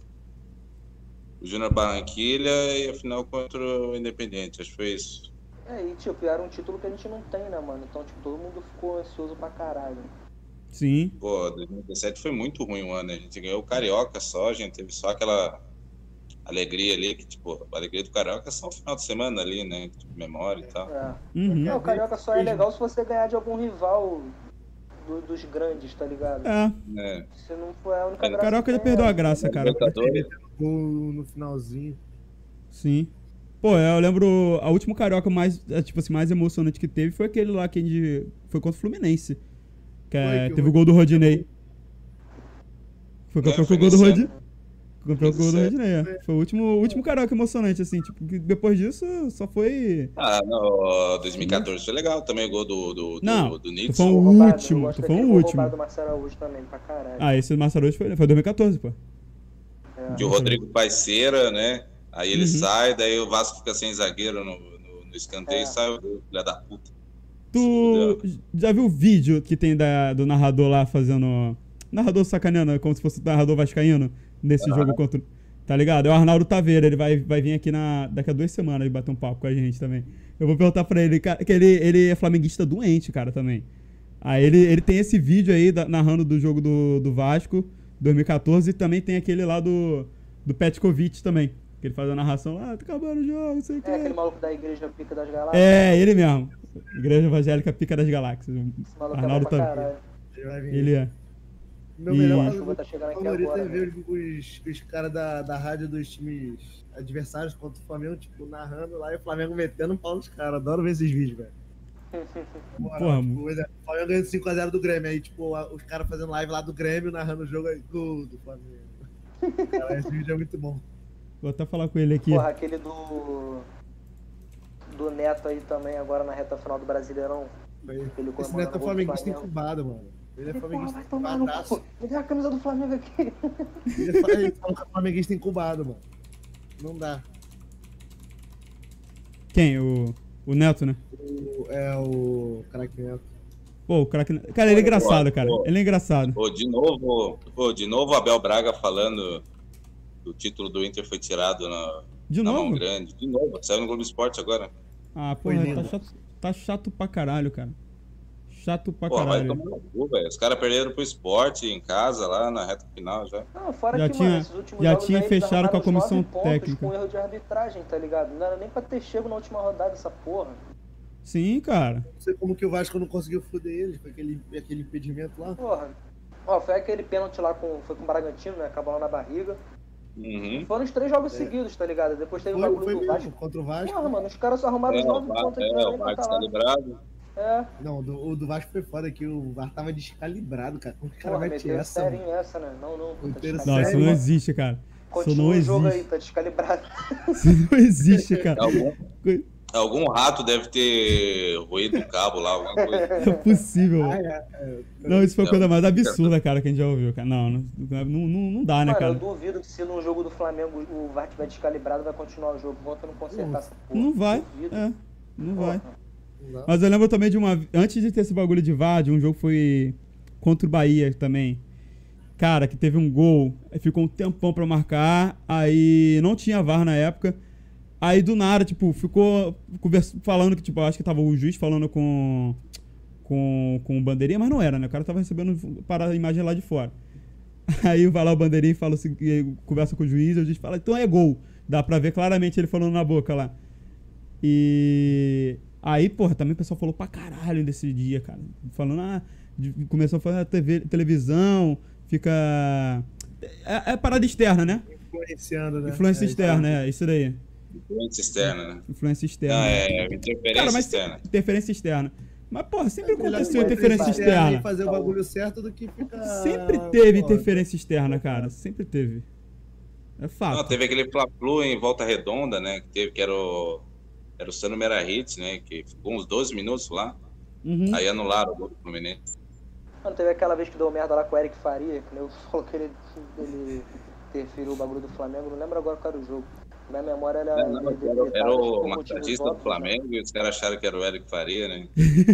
o Júnior Barranquilla e a final contra o Independente, acho que foi isso. E tipo, era um título que a gente não tem, né, mano? Então, tipo, todo mundo ficou ansioso pra caralho. Sim. Pô, 2017 foi muito ruim o ano, né? A gente ganhou o Carioca só, a gente teve só aquela alegria ali, que tipo, a alegria do Carioca é só o final de semana ali, né? Tipo, memória e tal. Uhum. Não, o Carioca só é legal se você ganhar de algum rival dos grandes, tá ligado? É. Se não for a única graça. Carioca já que tem, perdeu a graça, cara. Libertadores, Gol no finalzinho. Sim. Pô, eu lembro, a última Carioca mais emocionante que teve foi aquele lá que a gente foi contra o Fluminense. Teve o gol do Rodinei. Foi campeão com o gol do Rodinei. Campeão com o gol do Rodinei, Foi o último Carioca emocionante, assim. Tipo, que depois disso só foi... Ah, não, 2014 foi legal também, o gol do Nitz. Foi o Roubado, último, eu gosto foi daquele o gol último. roubado do Marcelo Araújo também, pra caralho. Ah, esse do Marcelo hoje foi 2014, pô. Que o Rodrigo Paiceira, né? Aí ele sai, daí o Vasco fica sem zagueiro no escanteio e sai o gol, filha da puta. Tu já viu o vídeo que tem do narrador lá fazendo... Narrador sacaneando, como se fosse o narrador vascaíno nesse jogo contra... Tá ligado? É o Arnaldo Taveira, ele vai vir aqui daqui a 2 semanas e bater um papo com a gente também. Eu vou perguntar pra ele, cara, que ele é flamenguista doente, cara, também. Aí ele tem esse vídeo aí narrando do jogo do Vasco, 2014, e também tem aquele lá do Petkovic também. Que ele faz a narração lá, tá acabando o jogo, não sei o que. É aquele maluco da Igreja Pica das Galáxias. É, ele mesmo. Igreja Evangélica Pica das Galáxias. Esse maluco Arnaldo é bom pra também. caralho. Ele vai vir. Ele é. Meu E- melhor A chuva tá chegando aqui favorito agora, é ver os caras da rádio dos times adversários contra o Flamengo, tipo, narrando lá e o Flamengo metendo um pau nos caras. Adoro ver esses vídeos, velho. Na moral, Porra, tipo, por exemplo, o Flamengo ganhando 5x0 do Grêmio. Aí, tipo, os caras fazendo live lá do Grêmio, narrando o jogo aí, gol do Flamengo. Cara, esse vídeo é muito bom. Vou até falar com ele aqui. Porra, aquele do Neto aí também, agora na reta final do Brasileirão. Ele Esse comemorando neto é o gol do flamenguista Flamengo. incubado, mano. Ele é Porra, flamenguista vai tomar no incubadaço. cu. Me dá a camisa do Flamengo aqui. Ele fala que é flamenguista incubado, mano. Não dá. Quem? O Neto, né? O craque Neto. Pô, o craque. Cara, ele é engraçado, cara. Ele é engraçado. Pô, de novo Abel Braga falando do título do Inter foi tirado De na mão novo? grande. De novo, saiu no Globo Esporte agora. Ah, Foi porra, lindo. tá chato pra caralho, cara. Chato pra Pô, vai caralho. tomar no cu, velho. Os caras perderam pro esporte em casa, lá na reta final já. Não, fora Já que, tinha- mano, esses últimos já jogos tinha aí, eles fechado com a arrumaram os comissão 9 pontos técnica. com erro de arbitragem, tá ligado? Não era nem pra ter chego na última rodada essa porra. Sim, cara. Não sei como que o Vasco não conseguiu foder eles. Foi aquele impedimento lá. Porra. Ó, foi aquele pênalti lá foi com o Bragantino, né? Acabou lá na barriga. Uhum. Foram os 3 jogos seguidos, tá ligado? Depois teve o Foi bagulho do mesmo, Vasco. contra o Vasco. Porra, mano, os caras só arrumaram os 9 pontos aqui, não era O nem pra VAR tá lá. descalibrado. É, Não, o do Vasco foi foda, que o VAR tava descalibrado, cara. Como que o cara porra, mete meteu essa? sério Mano? em essa, né? Não, tá Inteiro Não, isso descalibrado. não existe, cara. Isso Continua não o jogo aí, existe. tá descalibrado. Isso não existe, cara. Algum rato deve ter roído o cabo lá, alguma coisa. É possível. Ah, Não, isso foi a Não. coisa mais absurda, cara, que a gente já ouviu, cara. Não dá, né, Mano, eu cara? duvido que se num jogo do Flamengo o VAR tiver descalibrado, vai continuar o jogo. Volta não consertar essa porra. Não vai. Duvido. É, não vai. Porra. Não. Mas eu lembro também de antes de ter esse bagulho de VAR, de um jogo que foi contra o Bahia também. Cara, que teve um gol, aí ficou um tempão pra marcar, aí não tinha VAR na época. Aí do nada, tipo, ficou falando que, tipo, eu acho que tava o juiz falando com o bandeirinha, mas não era, né? O cara tava recebendo para a imagem lá de fora. Aí vai lá o bandeirinha e fala assim, conversa com o juiz, o juiz fala, então é gol. Dá pra ver claramente ele falando na boca lá. E aí, porra, também o pessoal falou pra caralho desse dia, cara. Falando, começou a fazer televisão, fica... É parada externa, né? Influenciando, né? Influência externa, é isso daí. Influência externa, né? Influência externa. Ah, é interferência Cara, mas externa. interferência externa. Mas, porra, sempre Melhor aconteceu coisa interferência e externa. fazer o bagulho certo do que ficar... Sempre teve Pô, interferência externa, cara. Sempre teve. É Não, fato. teve aquele Fla-Flu em Volta Redonda, né? Que era o Sano Merahit, né? Que ficou uns 12 minutos lá. Uhum. Aí anularam o gol do Fluminense. Mano, teve aquela vez que deu merda lá com o Eric Faria, que eu falou que ele interferiu o bagulho do Flamengo, não lembro agora qual era o jogo. Minha memória era. Era o massagista do Flamengo e os caras acharam que era o Eric Faria, né?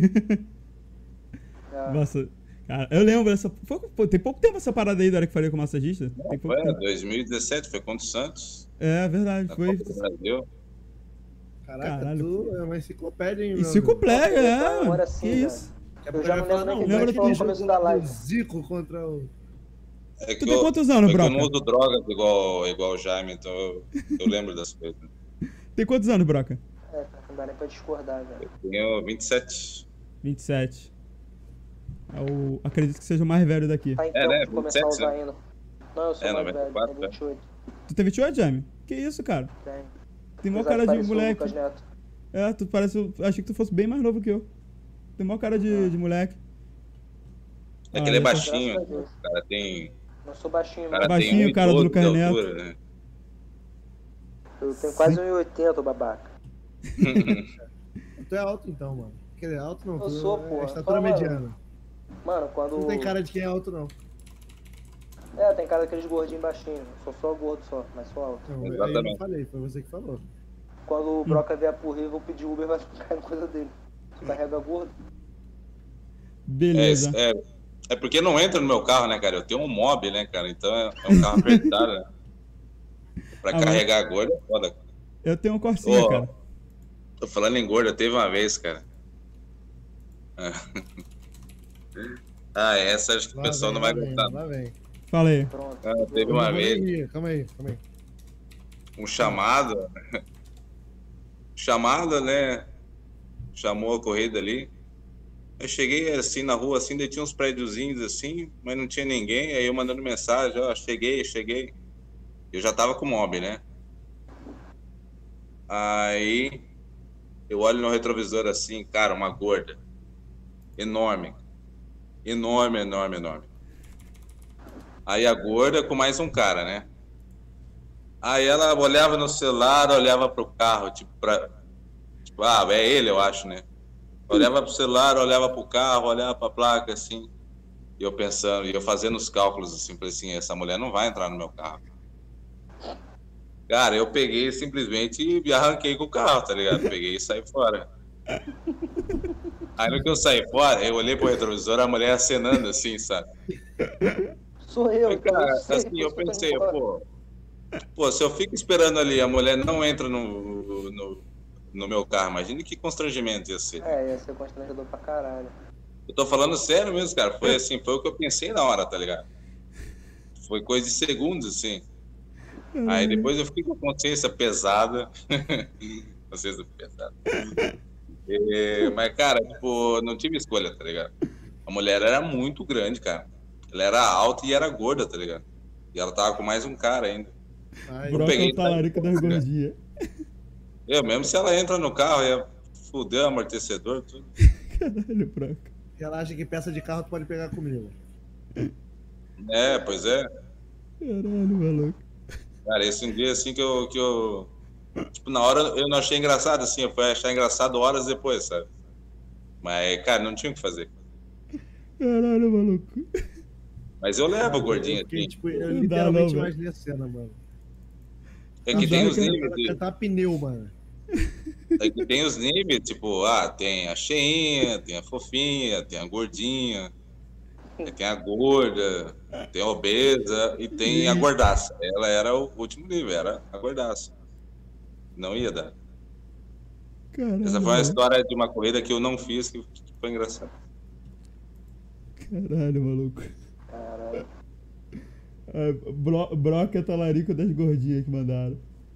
Nossa, cara, eu lembro dessa. Tem pouco tempo essa parada aí do Eric Faria com o massagista? Tem pouco Foi tempo. 2017, foi contra o Santos, É verdade, na foi. Copa do Brasil. Caraca, Caralho. tu é uma enciclopédia, hein, meu Enciclopédia, Agora mano. sim, Que velho. isso? amigo? Eu já não lembro nem o que Lembra a gente falou no do começo da live. Zico contra o... É que Tu tem quantos anos, é que eu Broca? não uso drogas igual o Jaime, então eu lembro das coisas. Tem quantos anos, Broca? É, não dá nem pra discordar, velho. Eu tenho 27. 27. Acredito que seja o mais velho daqui. Tá em tempo né, de começar a 27, usar ainda. Não, eu sou É, mais velho, 94, é 28. Tu tem 28, Jaime? Que isso, cara? Tem. Tem maior Apesar cara que de parecia o moleque. Lucas Neto. É, tu parece. Achei que tu fosse bem mais novo que eu. Tem maior cara de moleque. É que ele é Ah, baixinho, graças a Deus. o cara tem. Não sou baixinho, O mas cara Baixinho, tem cara do 1,12 Lucas de Neto. altura, né? eu tenho quase 1,80, babaca. Tu é alto então, mano. Quer dizer, alto não. Eu tu sou, é porra. estatura Fala, mediana. Mano, quando. Tu não tem cara de quem é alto, não. É, tem cara daqueles gordinhos baixinhos. Sou só gordo só, mas sou alto. Não, aí eu Exatamente. não falei, foi você que falou. Quando o Broca vier pro Rio, eu vou pedir Uber, vai ficar em coisa dele. Carrega gordo. Beleza. É porque não entra no meu carro, né, cara? Eu tenho um mob, né, cara? Então é um carro apertado, né? Pra Ah, carregar a gorda é foda. Eu tenho um Corsinha, Ô, cara. Tô falando em gorda, teve uma vez, cara. Ah, essa acho que o Lá pessoal vem, não vai lá vem, gostar. lá vem. Fala aí. Pronto. Ah, teve uma vez Calma aí. um chamado, né? Chamou a corrida ali. Eu cheguei assim na rua, assim, daí tinha uns prédiozinhos assim, mas não tinha ninguém. Aí eu mandando mensagem, ó, cheguei. Eu já tava com o mob, né? Aí eu olho no retrovisor assim, cara, uma gorda. Enorme. Enorme. Aí a gorda com mais um cara, né? Aí ela olhava no celular, olhava pro carro, tipo, é ele, eu acho, né? Olhava pro celular, olhava pro carro, olhava pra placa, assim. E eu pensando, e eu fazendo os cálculos, assim, falei assim, essa mulher não vai entrar no meu carro. Cara, eu peguei simplesmente e me arranquei com o carro, tá ligado? Peguei e saí fora. Aí no que eu saí fora, eu olhei pro retrovisor, a mulher acenando assim, sabe? Sou eu. Aí, cara, sei, assim, eu você tá pensei, embora. pô, se eu fico esperando ali, a mulher não entra no meu carro, imagina que constrangimento ia ser. Ia ser constrangedor pra caralho. Eu tô falando sério mesmo, cara. Foi assim, foi o que eu pensei na hora, tá ligado? Foi coisa de segundos, assim. Aí depois eu fiquei com a consciência pesada. Consciência pesada. Mas, cara, tipo, não tive escolha, tá ligado? A mulher era muito grande, cara. Ela era alta e era gorda, tá ligado? E ela tava com mais um cara ainda. Ai, Broca é o talarico das gordinhas. Mesmo se ela entra no carro, ia fuder o amortecedor, tudo. Caralho, Broca. relaxa que peça de carro tu pode pegar comigo. É, pois é. Caralho, maluco. Cara, esse um dia assim que eu tipo, na hora eu não achei engraçado, assim, eu fui achar engraçado horas depois, sabe? Mas, cara, não tinha o que fazer. Caralho, maluco. Mas eu levo o gordinho Eu fiquei, aqui. tipo, eu Não dá, literalmente não, velho. imaginei a cena, mano. É que tem os cara. níveis. Ela cantar pneu, mano. É que tem os níveis, tipo, tem a cheinha, tem a fofinha, tem a gordinha, tem a gorda, tem a obesa e tem a gordaça. Ela era o último nível, era a gordaça. Não ia dar. Caralho, Essa foi uma maluco. história de uma corrida que eu não fiz, que foi engraçado. Caralho, maluco. Caralho. Broca é talarico das gordinhas que mandaram.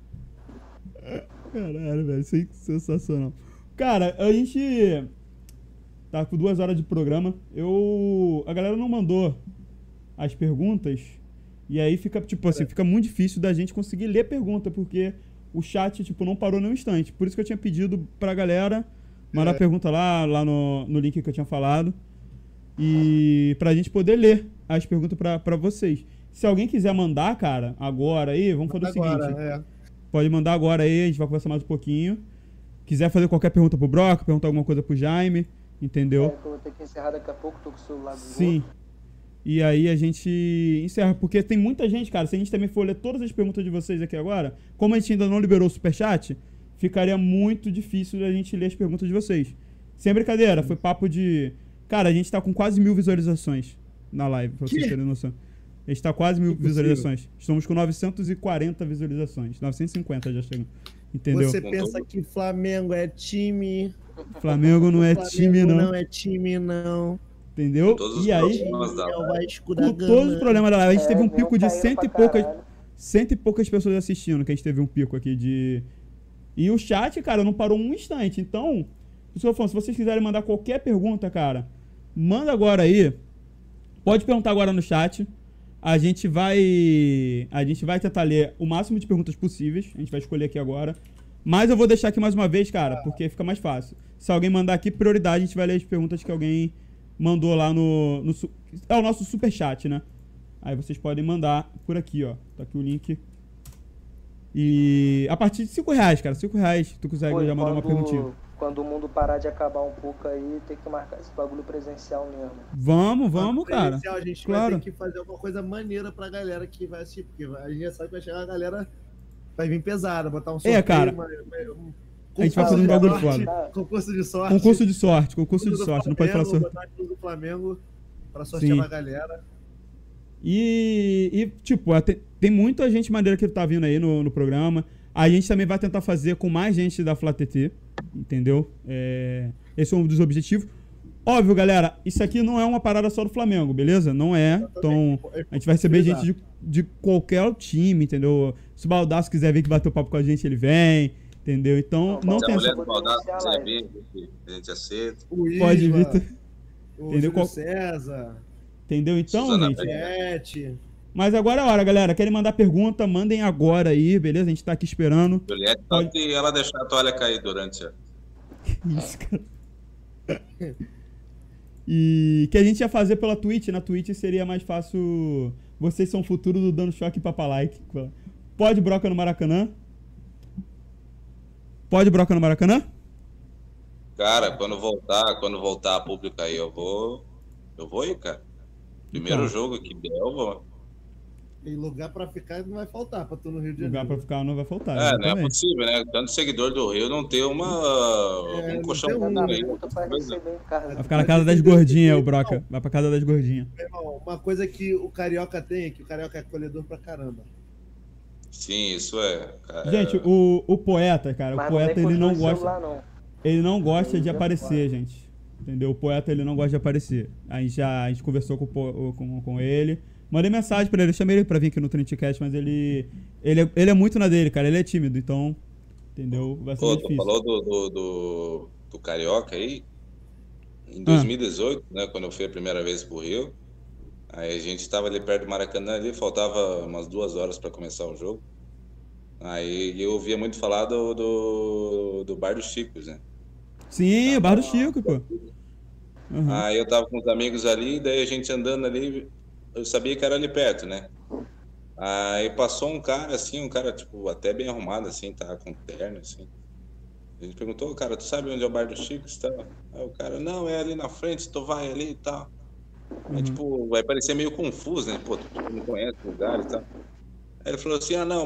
Caralho, velho, isso aí é sensacional. Cara, a gente tá com 2 horas de programa. A galera não mandou as perguntas. E aí fica, tipo assim, fica muito difícil da gente conseguir ler pergunta, porque o chat, tipo, não parou nenhum instante. Por isso que eu tinha pedido pra galera mandar pergunta lá no link que eu tinha falado. E pra gente poder ler as perguntas pra vocês. Se alguém quiser mandar, cara, agora aí, vamos fazer o seguinte. Pode mandar agora aí, a gente vai conversar mais um pouquinho. Quiser fazer qualquer pergunta pro Broca, perguntar alguma coisa pro Jaime, entendeu? Eu vou ter que encerrar daqui a pouco, tô com o celular do Sim. E aí a gente encerra, porque tem muita gente, cara, se a gente também for ler todas as perguntas de vocês aqui agora, como a gente ainda não liberou o superchat, ficaria muito difícil a gente ler as perguntas de vocês. Sem brincadeira, foi papo de... Cara, a gente tá com quase 1000 visualizações na live, pra vocês terem noção. A gente tá quase 1000 visualizações. Estamos com 940 visualizações. 950 já chegam. Entendeu? Você pensa que Flamengo é time. Flamengo não é time, não. Não é time, não. Entendeu? Todos os E aí, problemas da É o live. Vasco da com todos os problemas da live, a gente teve um mesmo pico de caindo 100 pra e poucas... caralho. 100 e poucas pessoas assistindo, que a gente teve um pico aqui de... E o chat, cara, não parou um instante. Então, por isso que eu falo, se vocês quiserem mandar qualquer pergunta, cara, manda agora aí. Pode perguntar agora no chat. A gente vai tentar ler o máximo de perguntas possíveis. A gente vai escolher aqui agora. Mas eu vou deixar aqui mais uma vez, cara, porque fica mais fácil. Se alguém mandar aqui, prioridade, a gente vai ler as perguntas que alguém mandou lá no é o nosso superchat, né? Aí vocês podem mandar por aqui, ó. Tá aqui o link. E a partir de R$5, cara. R$5, tu consegue já mandar uma perguntinha. Quando o mundo parar de acabar um pouco aí, tem que marcar esse bagulho presencial mesmo. Vamos, cara. A gente Claro. vai ter que fazer alguma coisa maneira pra galera que vai assistir, porque a gente já sabe que vai chegar a galera, vai vir pesada, botar um sorteio, cara. A gente vai fazer um bagulho foda. Concurso de sorte. Concurso de sorte. Não pode falar Flamengo, sorte. botar tudo do Flamengo pra sortear Sim. pra galera. E tipo, tem muita gente maneira que tá vindo aí no programa. A gente também vai tentar fazer com mais gente da Flá TT, entendeu? Esse é um dos objetivos. Óbvio, galera, isso aqui não é uma parada só do Flamengo, beleza? Não é. Então, a gente vai receber gente de qualquer time, entendeu? Se o Baldasso quiser vir que bater o papo com a gente, ele vem, entendeu? Então, não Se a tem mulher essa... do Baldasso quiser vir, a gente aceita. O Pode Isla, vir. o Entendeu? Júlio César, Entendeu? Então, Suzana gente... Juliette. Mas agora é a hora, galera. Querem mandar pergunta, mandem agora aí, beleza? A gente tá aqui esperando. Juliette, só que ela deixar a toalha cair durante a... Isso, cara. E que a gente ia fazer pela Twitch. Na Twitch seria mais fácil. Vocês são o futuro do Dando Choque e Papalike. Pode broca no Maracanã? Pode broca no Maracanã? Cara, quando voltar a público aí, eu vou ir, cara. Primeiro Então. jogo que der, eu vou. E lugar pra ficar não vai faltar pra tu no Rio de Lugar pra Janeiro. ficar não vai faltar. É, não é exatamente. possível, né? Tanto seguidor do Rio não ter um não colchão tem bom aí. Puta pra receber em casa. Vai ficar na casa das gordinhas, o broca. Vai pra casa das gordinhas. Meu irmão, uma coisa que o Carioca tem é que o Carioca é acolhedor pra caramba. Sim, isso é. Cara. Gente, o poeta, cara, Mas o poeta tem ele não condição de gosta. celular, não. Ele não gosta de aparecer, gente. Entendeu? O poeta, ele não gosta de aparecer. A gente conversou com ele. Mandei mensagem pra ele, chamei ele pra vir aqui no Trintcast, mas ele é muito na dele, cara. Ele é tímido, então... Entendeu? Vai ser Pô, muito tu difícil. falou do Carioca aí. Em 2018, né? Quando eu fui a primeira vez pro Rio. Aí a gente tava ali perto do Maracanã ali, faltava umas 2 horas pra começar o jogo. Aí eu ouvia muito falar do Bar dos Chicos, né? Sim, o Bar do Chico, pô. Uhum. Aí eu tava com os amigos ali, daí a gente andando ali, eu sabia que era ali perto, né? Aí passou um cara assim, tipo, até bem arrumado assim, tava com terno assim. A gente perguntou, cara, tu sabe onde é o Bar dos Chicos e tal? Aí o cara, não, é ali na frente, tu vai ali e tal. Aí tipo, vai parecer meio confuso, né? Pô, tu não conhece o lugar e tal. Aí ele falou assim, não,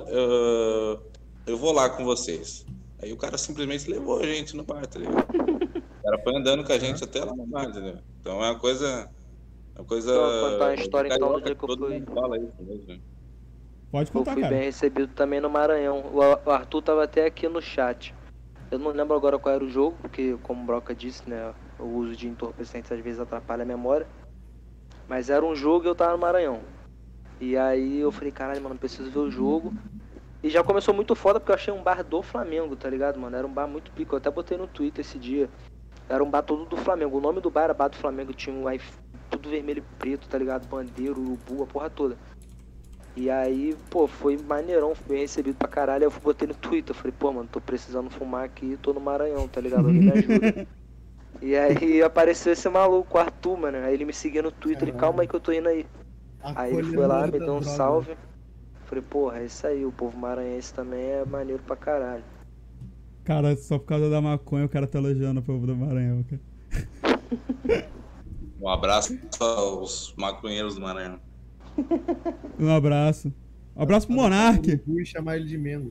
eu vou lá com vocês. Aí o cara simplesmente levou a gente no bar, tá ligado? O cara foi andando com a gente até lá no bar, entendeu? Então é uma coisa... Então, vou contar uma história então do dia que eu todo fui. mundo fala isso mesmo, né? Pode Eu contar, fui cara. bem recebido também no Maranhão. O Arthur tava até aqui no chat. Eu não lembro agora qual era o jogo, porque como o Broca disse, né, o uso de entorpecentes às vezes atrapalha a memória. Mas era um jogo e eu tava no Maranhão. E aí eu falei, caralho, mano, preciso ver o jogo. E já começou muito foda porque eu achei um bar do Flamengo, tá ligado, mano? Era um bar muito pico. Eu até botei no Twitter esse dia. Era um bar todo do Flamengo. O nome do bar era Bar do Flamengo. Tinha um tudo vermelho e preto, tá ligado? Bandeiro, urubu, a porra toda. E aí, pô, foi maneirão, fui bem recebido pra caralho. Aí eu botei no Twitter. Eu falei, pô, mano, tô precisando fumar aqui, tô no Maranhão, tá ligado? Alguém me ajuda. E aí apareceu esse maluco, o Arthur, mano. Aí ele me seguia no Twitter, ele, calma aí que eu tô indo aí. Aí ele foi lá, me deu um salve. Falei, porra, é isso aí, o povo maranhense também é maneiro pra caralho. Cara, só por causa da maconha o cara tá elogiando o povo do Maranhão, cara. Um abraço aos maconheiros do Maranhão. Um abraço. Um abraço pro Monark. E chamar ele de Mengo.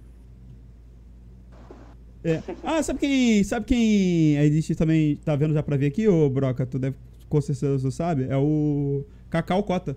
É. Ah, sabe quem a gente também tá vendo já pra ver aqui, ô Broca? Tu deve, com certeza sabe? É o Cacau Cota.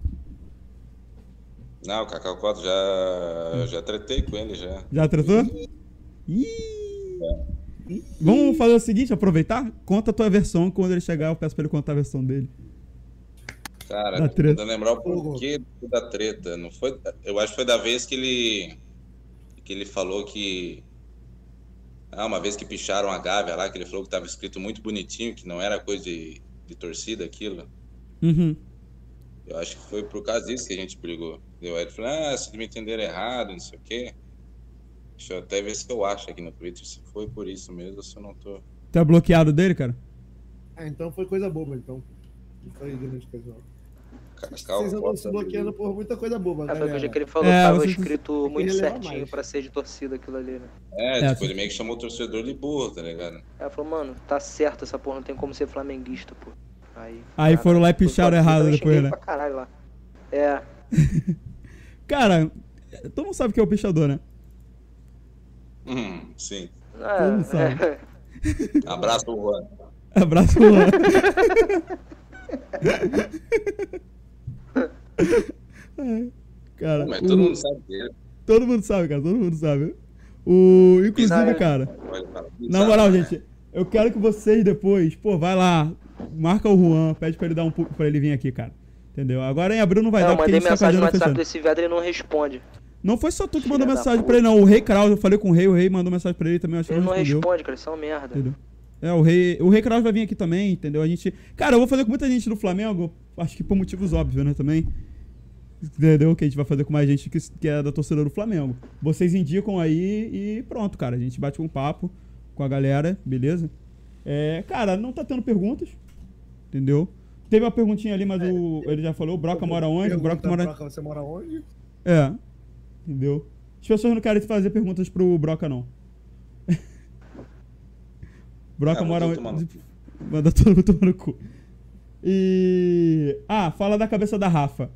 Não, o Cacau Cota já tretei com ele já. Já tratou? Ih! Vamos fazer o seguinte, aproveitar? Conta a tua versão, quando ele chegar eu peço pra ele contar a versão dele. Cara, Da treta. tentando lembrar o porquê da treta. Não foi, eu acho que foi da vez que ele falou que... uma vez que picharam a Gávea lá, que ele falou que tava escrito muito bonitinho, que não era coisa de torcida aquilo. Uhum. Eu acho que foi por causa disso que a gente brigou. Aí ele falou, vocês me entenderam errado, não sei o quê. Deixa eu até ver se eu acho aqui no Twitter se foi por isso mesmo ou se eu não tô... Tá bloqueado dele, cara? Então foi coisa boba, então. Não foi grande coisa, não. Cacau Vocês andam Cota, se bloqueando por muita coisa boba, É, galera. foi o dia que ele falou É, que tava vocês- escrito tem que muito relevar certinho mais. pra ser de torcida aquilo ali, né? É, tipo, ele meio que chamou o torcedor de burro, tá ligado? Aí ela falou, mano, tá certo essa porra, não tem como ser flamenguista, pô. Aí Aí foram lá e picharam errado eu depois, xinguei né? pra caralho lá. É, Cara, todo mundo sabe que é o pichador, né? Sim. Todo mundo sabe. Abraço, Juan. Abraço, Luan. Cara, Mas todo mundo sabe dele. todo mundo sabe, cara, todo mundo sabe. Inclusive, Sabe. cara, Olha, cara, na moral, né? gente, Eu quero que vocês depois, pô, vai lá, marca o Juan, pede pra ele dar um pouco pra ele vir aqui, cara. Entendeu? Agora em abril não vai dar Eu porque a mandei gente tá mensagem no fazendo WhatsApp fechando. desse viado, ele não responde. Não foi só tu que Filha mandou da mensagem puta. pra ele, não. O Rei Kraus, eu falei com o Rei mandou mensagem pra ele também, acho que Ele não não respondeu. responde, cara, isso é uma merda. Entendeu? O Rei Kraus vai vir aqui também, entendeu? A gente. Cara, eu vou fazer com muita gente do Flamengo, acho que por motivos óbvios, né? Também. Entendeu? Que a gente vai fazer com mais gente que é da torcida do Flamengo. Vocês indicam aí e pronto, cara. A gente bate um papo com a galera, beleza? Cara, não tá tendo perguntas, entendeu? Teve uma perguntinha ali, mas ele já falou, o Broca mora onde? O Broca mora... Broca, você mora onde? Entendeu? As pessoas não querem fazer perguntas pro Broca, não. Broca mora onde? Manda todo mundo tomar no cu. E... fala da cabeça da Rafa.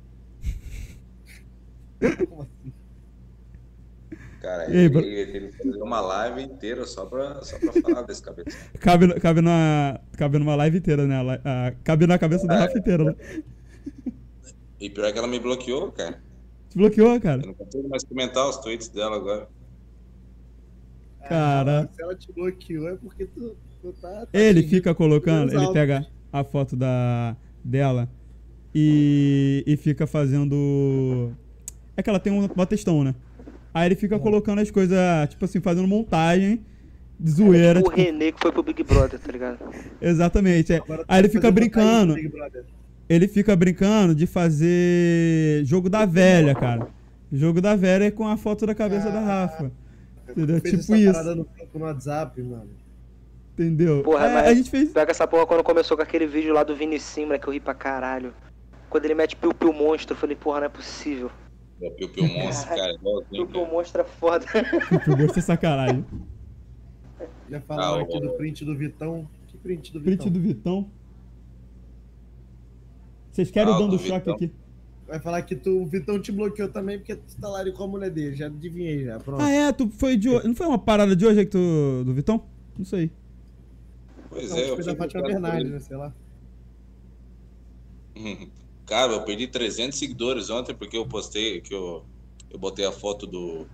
Como assim? Cara, E aí, ele fez uma live inteira só pra falar desse cabeça. Cabe numa live inteira, né? Cabe na cabeça da Rafa inteira, né? E pior que ela me bloqueou, cara. Te bloqueou, cara? Eu não consigo mais comentar os tweets dela agora. Cara. Se ela te bloqueou é porque tu tá Ele atingindo fica colocando, os ele altos. pega a foto dela e fica fazendo... É que ela tem uma textão, né? Aí ele fica colocando as coisas, tipo assim, fazendo montagem de zoeira. O Tipo... René que foi pro Big Brother, tá ligado? Exatamente. Agora tu Aí ele vai fica fazer brincando. montagem do Big Brother. Ele fica brincando de fazer jogo da velha, cara. Jogo da velha com a foto da cabeça da Rafa. Entendeu? Fez Tipo essa isso. parada no grupo no WhatsApp, mano. Entendeu? Porra, mas a gente fez. pega essa porra quando começou com aquele vídeo lá do Vini Simbra, que eu ri pra caralho. Quando ele mete Piu Piu Monstro, eu falei, porra, não é possível. O Piu Piu Monstro, cara, igualzinho, Piu Piu cara. Monstro é foda. Eu gostei sacanagem. Já falaram aqui do print do Vitão. Que print do Vitão? Print do Vitão. Vocês querem o Ah, dando do choque Vitão. aqui? Vai falar que o Vitão te bloqueou também porque tu tá lá com a mulher dele. Já adivinhei, já. Pronto. Tu foi de hoje. Não foi uma parada de hoje aí que do Vitão? Não sei. Pois Não, é, eu foi da fui Fátima bloqueado por Bernardes, ele. né? Sei lá. Cara, eu perdi 300 seguidores ontem porque eu postei que eu botei a foto do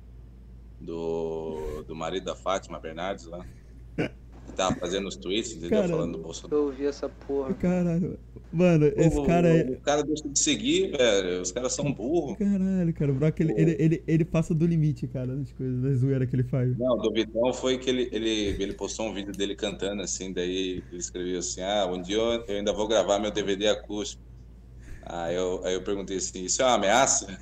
marido da Fátima Bernardes lá. Que tava fazendo os tweets, entendeu? Caralho. Falando do Bolsonaro. Eu ouvi essa porra. Caralho. Mano, esse cara é. O cara deixa de seguir, velho. Os caras são burros. Caralho, cara. O Brock, ele passa do limite, cara, das coisas, da zoeira que ele faz. Não, do Vitão foi que ele postou um vídeo dele cantando assim, daí ele escreveu assim, um dia eu ainda vou gravar meu DVD acústico. Aí eu perguntei assim, isso é uma ameaça?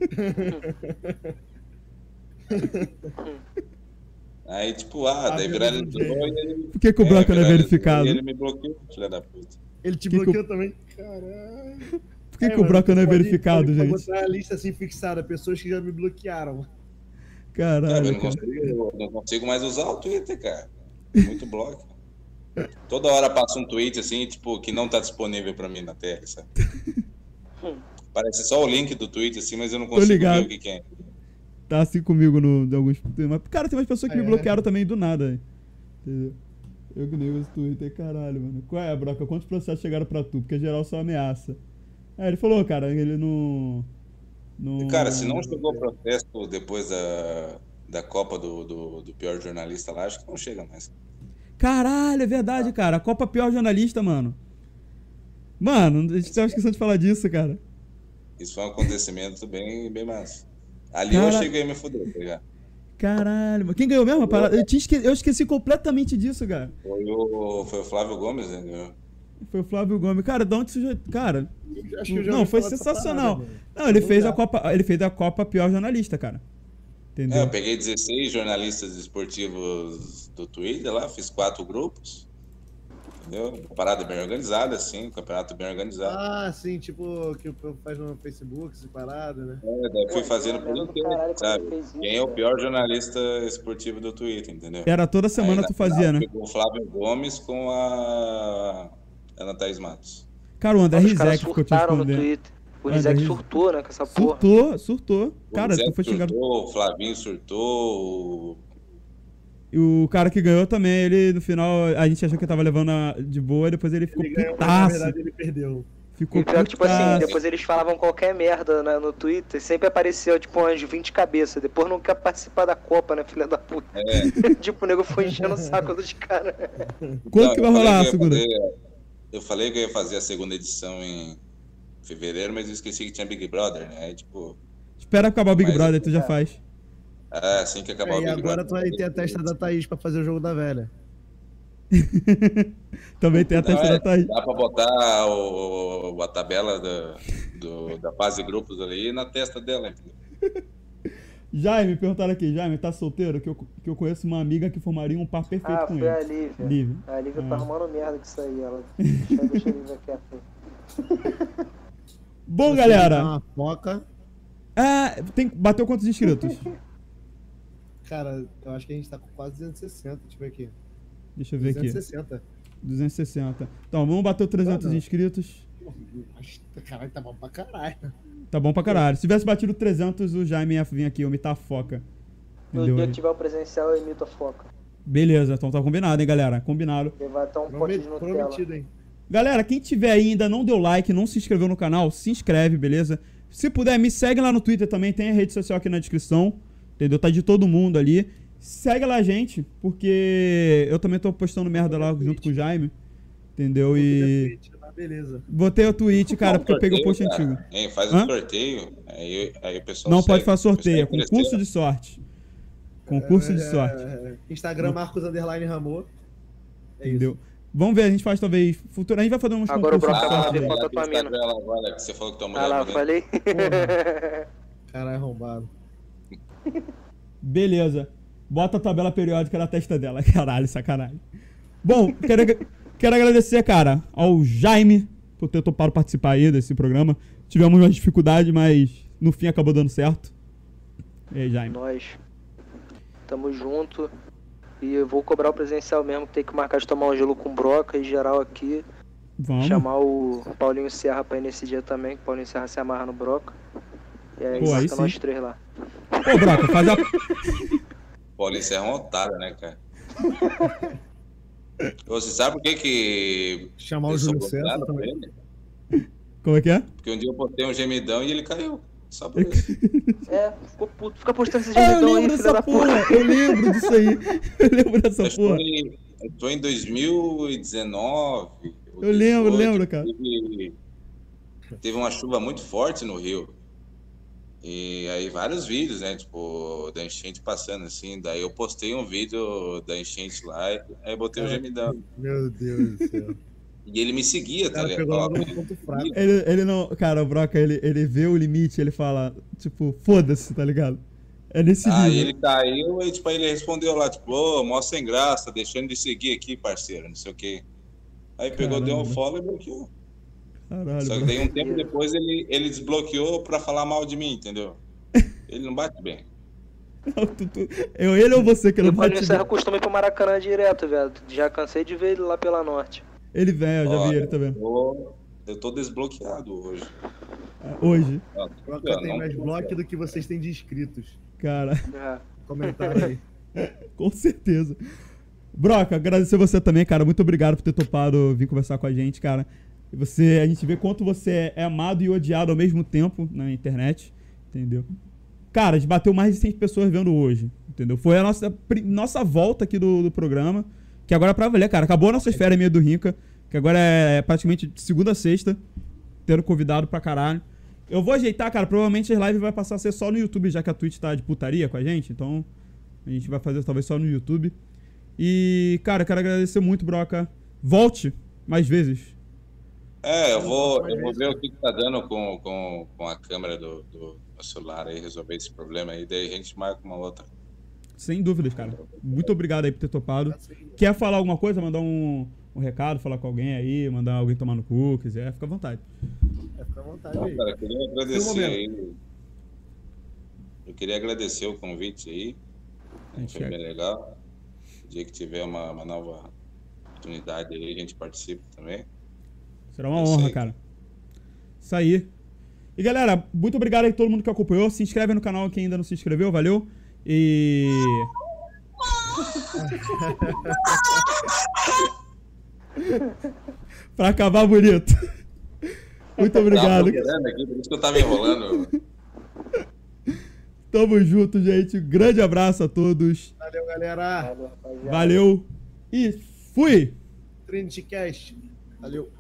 Aí tipo, daí viralizou e ele... Por que o Brock não é viralizou verificado? E ele me bloqueou, filha da puta. Ele te Que bloqueou também? Caralho. Por que o Brock não é verificado, pode gente? botar a lista assim fixada, pessoas que já me bloquearam. Cara, eu Caralho, não cara. não consigo mais usar o Twitter, cara. Muito bloco. Toda hora passa um tweet assim, tipo, que não tá disponível pra mim na tela, sabe? Parece só o link do tweet assim, mas eu não consigo ligado. ver o que é. Tá assim comigo de alguns. Cara, tem umas pessoas que me É. bloquearam também do nada. Entendeu? Eu que nem uso Twitter, caralho, mano. Qual é, Broca? Quantos processos chegaram pra tu? Porque geral só ameaça. Ele falou, cara, ele não. Cara, se não chegou o protesto depois da Copa do pior jornalista lá, acho que não chega mais. Caralho, é verdade, cara. A Copa Pior Jornalista, mano. Mano, a gente tava esquecendo de falar disso, cara. Isso foi um acontecimento bem massa. Ali Cara- eu cheguei a me fuder, tá ligado? Caralho, mano. Quem ganhou mesmo a parada? Eu esqueci completamente disso, cara. Foi o Flávio Gomes, né? ganhou. Foi o Flávio Gomes. Cara, de onde isso. Cara. Acho que eu já Não, ouvi foi falar dessa sensacional. parada, mano. Não, ele fez dá. a Copa Pior Jornalista, cara. Entendeu? Eu peguei 16 jornalistas esportivos do Twitter lá, fiz 4 grupos. Entendeu? Uma parada bem organizada, assim, um campeonato bem organizado. Ah, sim, tipo, que o povo faz no Facebook, essa parada, né? Daí fui Pô, fazendo eu por lembro do inteiro, caralho quando sabe? ele fez isso, Quem é o cara. pior jornalista esportivo do Twitter, entendeu? Era toda semana Aí, tu na fazia, final, né? ficou o Flávio Gomes com a Ana Thaís Matos. Cara, o André Os caras Rizek ficou te surtaram no respondendo. Twitter. O Ah, Rizek daí- surtou, né, com essa porra. Surtou. Cara, O Zé tu foi xingado. surtou, o Flavinho surtou, E o cara que ganhou também, ele no final, a gente achou que tava levando de boa, e depois ele ficou Ele ganhou, mas na putaço. verdade ele perdeu. Ficou E pior que, tipo assim, putaço. depois eles falavam qualquer merda no Twitter, sempre apareceu, tipo, umas 20 cabeças. Depois não quer participar da Copa, né, filha da puta? Tipo, o nego foi enchendo o saco dos caras. Quando que vai rolar a segunda? Eu falei que eu ia fazer a segunda edição em fevereiro, mas eu esqueci que tinha Big Brother, né? Aí, tipo, Espera acabar o Big Mas- Brother, tu já faz. assim que acabar o E Big agora Brother. tu vai ter a testa da Thaís pra fazer o jogo da velha. Também tem a testa da Thaís. Dá pra botar a tabela da fase de grupos ali na testa dela, entendeu? Jaime, perguntaram aqui, Jaime, tá solteiro? Que eu conheço uma amiga que formaria um par perfeito Ah, com foi ele. a Lívia. Lívia. A Lívia tá Ah. arrumando merda com isso aí, ela. Deixa a Lívia quieta. Bom, Se galera, você uma foca, bateu quantos inscritos? cara, eu acho que a gente tá com quase 260. Deixa eu ver aqui. Deixa eu ver aqui. 260. 260. Então, vamos bater 300 Não. inscritos. Caralho, tá bom pra caralho. Tá bom pra caralho. Se tivesse batido 300, o Jaime ia vir aqui imitar a foca. No Entendeu? dia que tiver o presencial, eu imito a foca. Beleza, então tá combinado, hein, galera? Combinado. Levar até um pote de Nutella. Prometido, hein? Galera, quem tiver aí e ainda não deu like, não se inscreveu no canal, se inscreve, beleza? Se puder, me segue lá no Twitter também, tem a rede social aqui na descrição, entendeu? Tá de todo mundo ali. Segue lá a gente, porque eu também tô postando merda lá junto com o Jaime, entendeu? E Beleza. botei o tweet, cara, porque eu peguei o post Sorteio, antigo. cara. Hein, faz Hã? um sorteio, aí o pessoal Não segue, pode fazer sorteio, é o pessoal concurso cresceu. de sorte. Concurso de sorte, Instagram Marcos_Ramô. É entendeu? Vamos ver, a gente faz talvez futuro. A gente vai fazer uns Agora o concursos de Broca vai sorte ver aí. foto da tua mina. Instagram agora, que você falou que tua mulher Ah lá, é eu bonita. falei? isso. Caralho, arrombado. Beleza. Bota a tabela periódica na testa dela. Caralho, sacanagem. Bom, quero agradecer, cara, ao Jaime por ter topado participar aí desse programa. Tivemos uma dificuldade, mas no fim acabou dando certo. E aí, Jaime? Nós. Tamo junto. E eu vou cobrar o presencial mesmo, que tem que marcar de tomar um gelo com broca e geral aqui. Vamos. Chamar o Paulinho Serra pra ir nesse dia também, que o Paulinho Serra se amarra no broca. E aí, Pô, aí marca sim. nós três lá. Ô, Broca, faz a... Paulinho Serra é um otário, né, cara? Você sabe por que Chamar o eu sou Júlio César bloqueado por também. ele? Como é que é? Porque um dia eu botei um gemidão e ele caiu. Só por isso. É, ficou puto. Fica postando esses Ah, eu gemidão aí, lembro filha dessa da puta. porra. Eu lembro disso aí. Eu lembro dessa Acho que porra. eu tô em 2019. ou Eu lembro, 18, lembro, cara. Teve uma chuva muito forte no Rio. E aí vários vídeos, né? Tipo, da enchente passando assim. Daí eu postei um vídeo da enchente lá e aí botei o gemidão. Meu Deus do céu. E ele me seguia, O tá cara ligado? pegou Ó, logo no ponto fraco. Ele não... Cara, o Broca, ele vê o limite, ele fala, tipo, foda-se, tá ligado? É nesse Aí nível. ele caiu e tipo, aí ele respondeu lá, tipo, ô, mó sem graça, deixando de seguir aqui, parceiro, não sei o quê. Aí pegou, deu um Caramba. follow e bloqueou. Caralho, Só que Broca. daí um tempo depois ele desbloqueou pra falar mal de mim, entendeu? Ele não bate bem. Ele ou você que E não o Paulinho bate Serra bem? costuma ir pro Maracanã direto, velho. Já cansei de ver ele lá pela norte. Ele vem, eu já Ó, vi ele também. Eu tô desbloqueado hoje. Hoje. Ó, Broca eu tem não mais tô bloco do que vocês têm de inscritos. Cara, É. Comentário aí. com certeza. Broca, agradecer você também, cara. Muito obrigado por ter topado vir conversar com a gente, cara. E a gente vê quanto você é amado e odiado ao mesmo tempo na internet, entendeu? Cara, a gente bateu mais de 100 pessoas vendo hoje, entendeu? Foi a nossa volta aqui do programa, que agora é pra valer, cara. Acabou a nossa férias meia do Rinca, que agora é praticamente de segunda a sexta, tendo convidado pra caralho. Eu vou ajeitar, cara, provavelmente as lives vai passar a ser só no YouTube, já que a Twitch tá de putaria com a gente, então a gente vai fazer talvez só no YouTube. E, cara, quero agradecer muito, Broca. Volte mais vezes. eu vou ver o que tá dando com a câmera do meu celular aí, resolver esse problema aí, daí a gente marca uma outra. Sem dúvidas, cara. Muito obrigado aí por ter topado. Quer falar alguma coisa? Mandar um recado, falar com alguém aí, mandar alguém tomar no cu, quiser, fica à vontade. Fica à vontade Não, aí. cara, eu queria agradecer momento. aí. Eu queria agradecer o convite aí. Foi bem legal. O dia que tiver uma nova oportunidade aí, a gente participa também. Será uma honra, cara. Isso aí. E galera, muito obrigado aí a todo mundo que acompanhou. Se inscreve no canal quem ainda não se inscreveu, valeu. E... pra acabar bonito. Muito Tava obrigado. procurando aqui, por isso que eu tava enrolando. Tamo junto, gente. Grande abraço a todos. Valeu, galera. Valeu, rapaziada. Valeu. E fui! Trinity Cast. Valeu.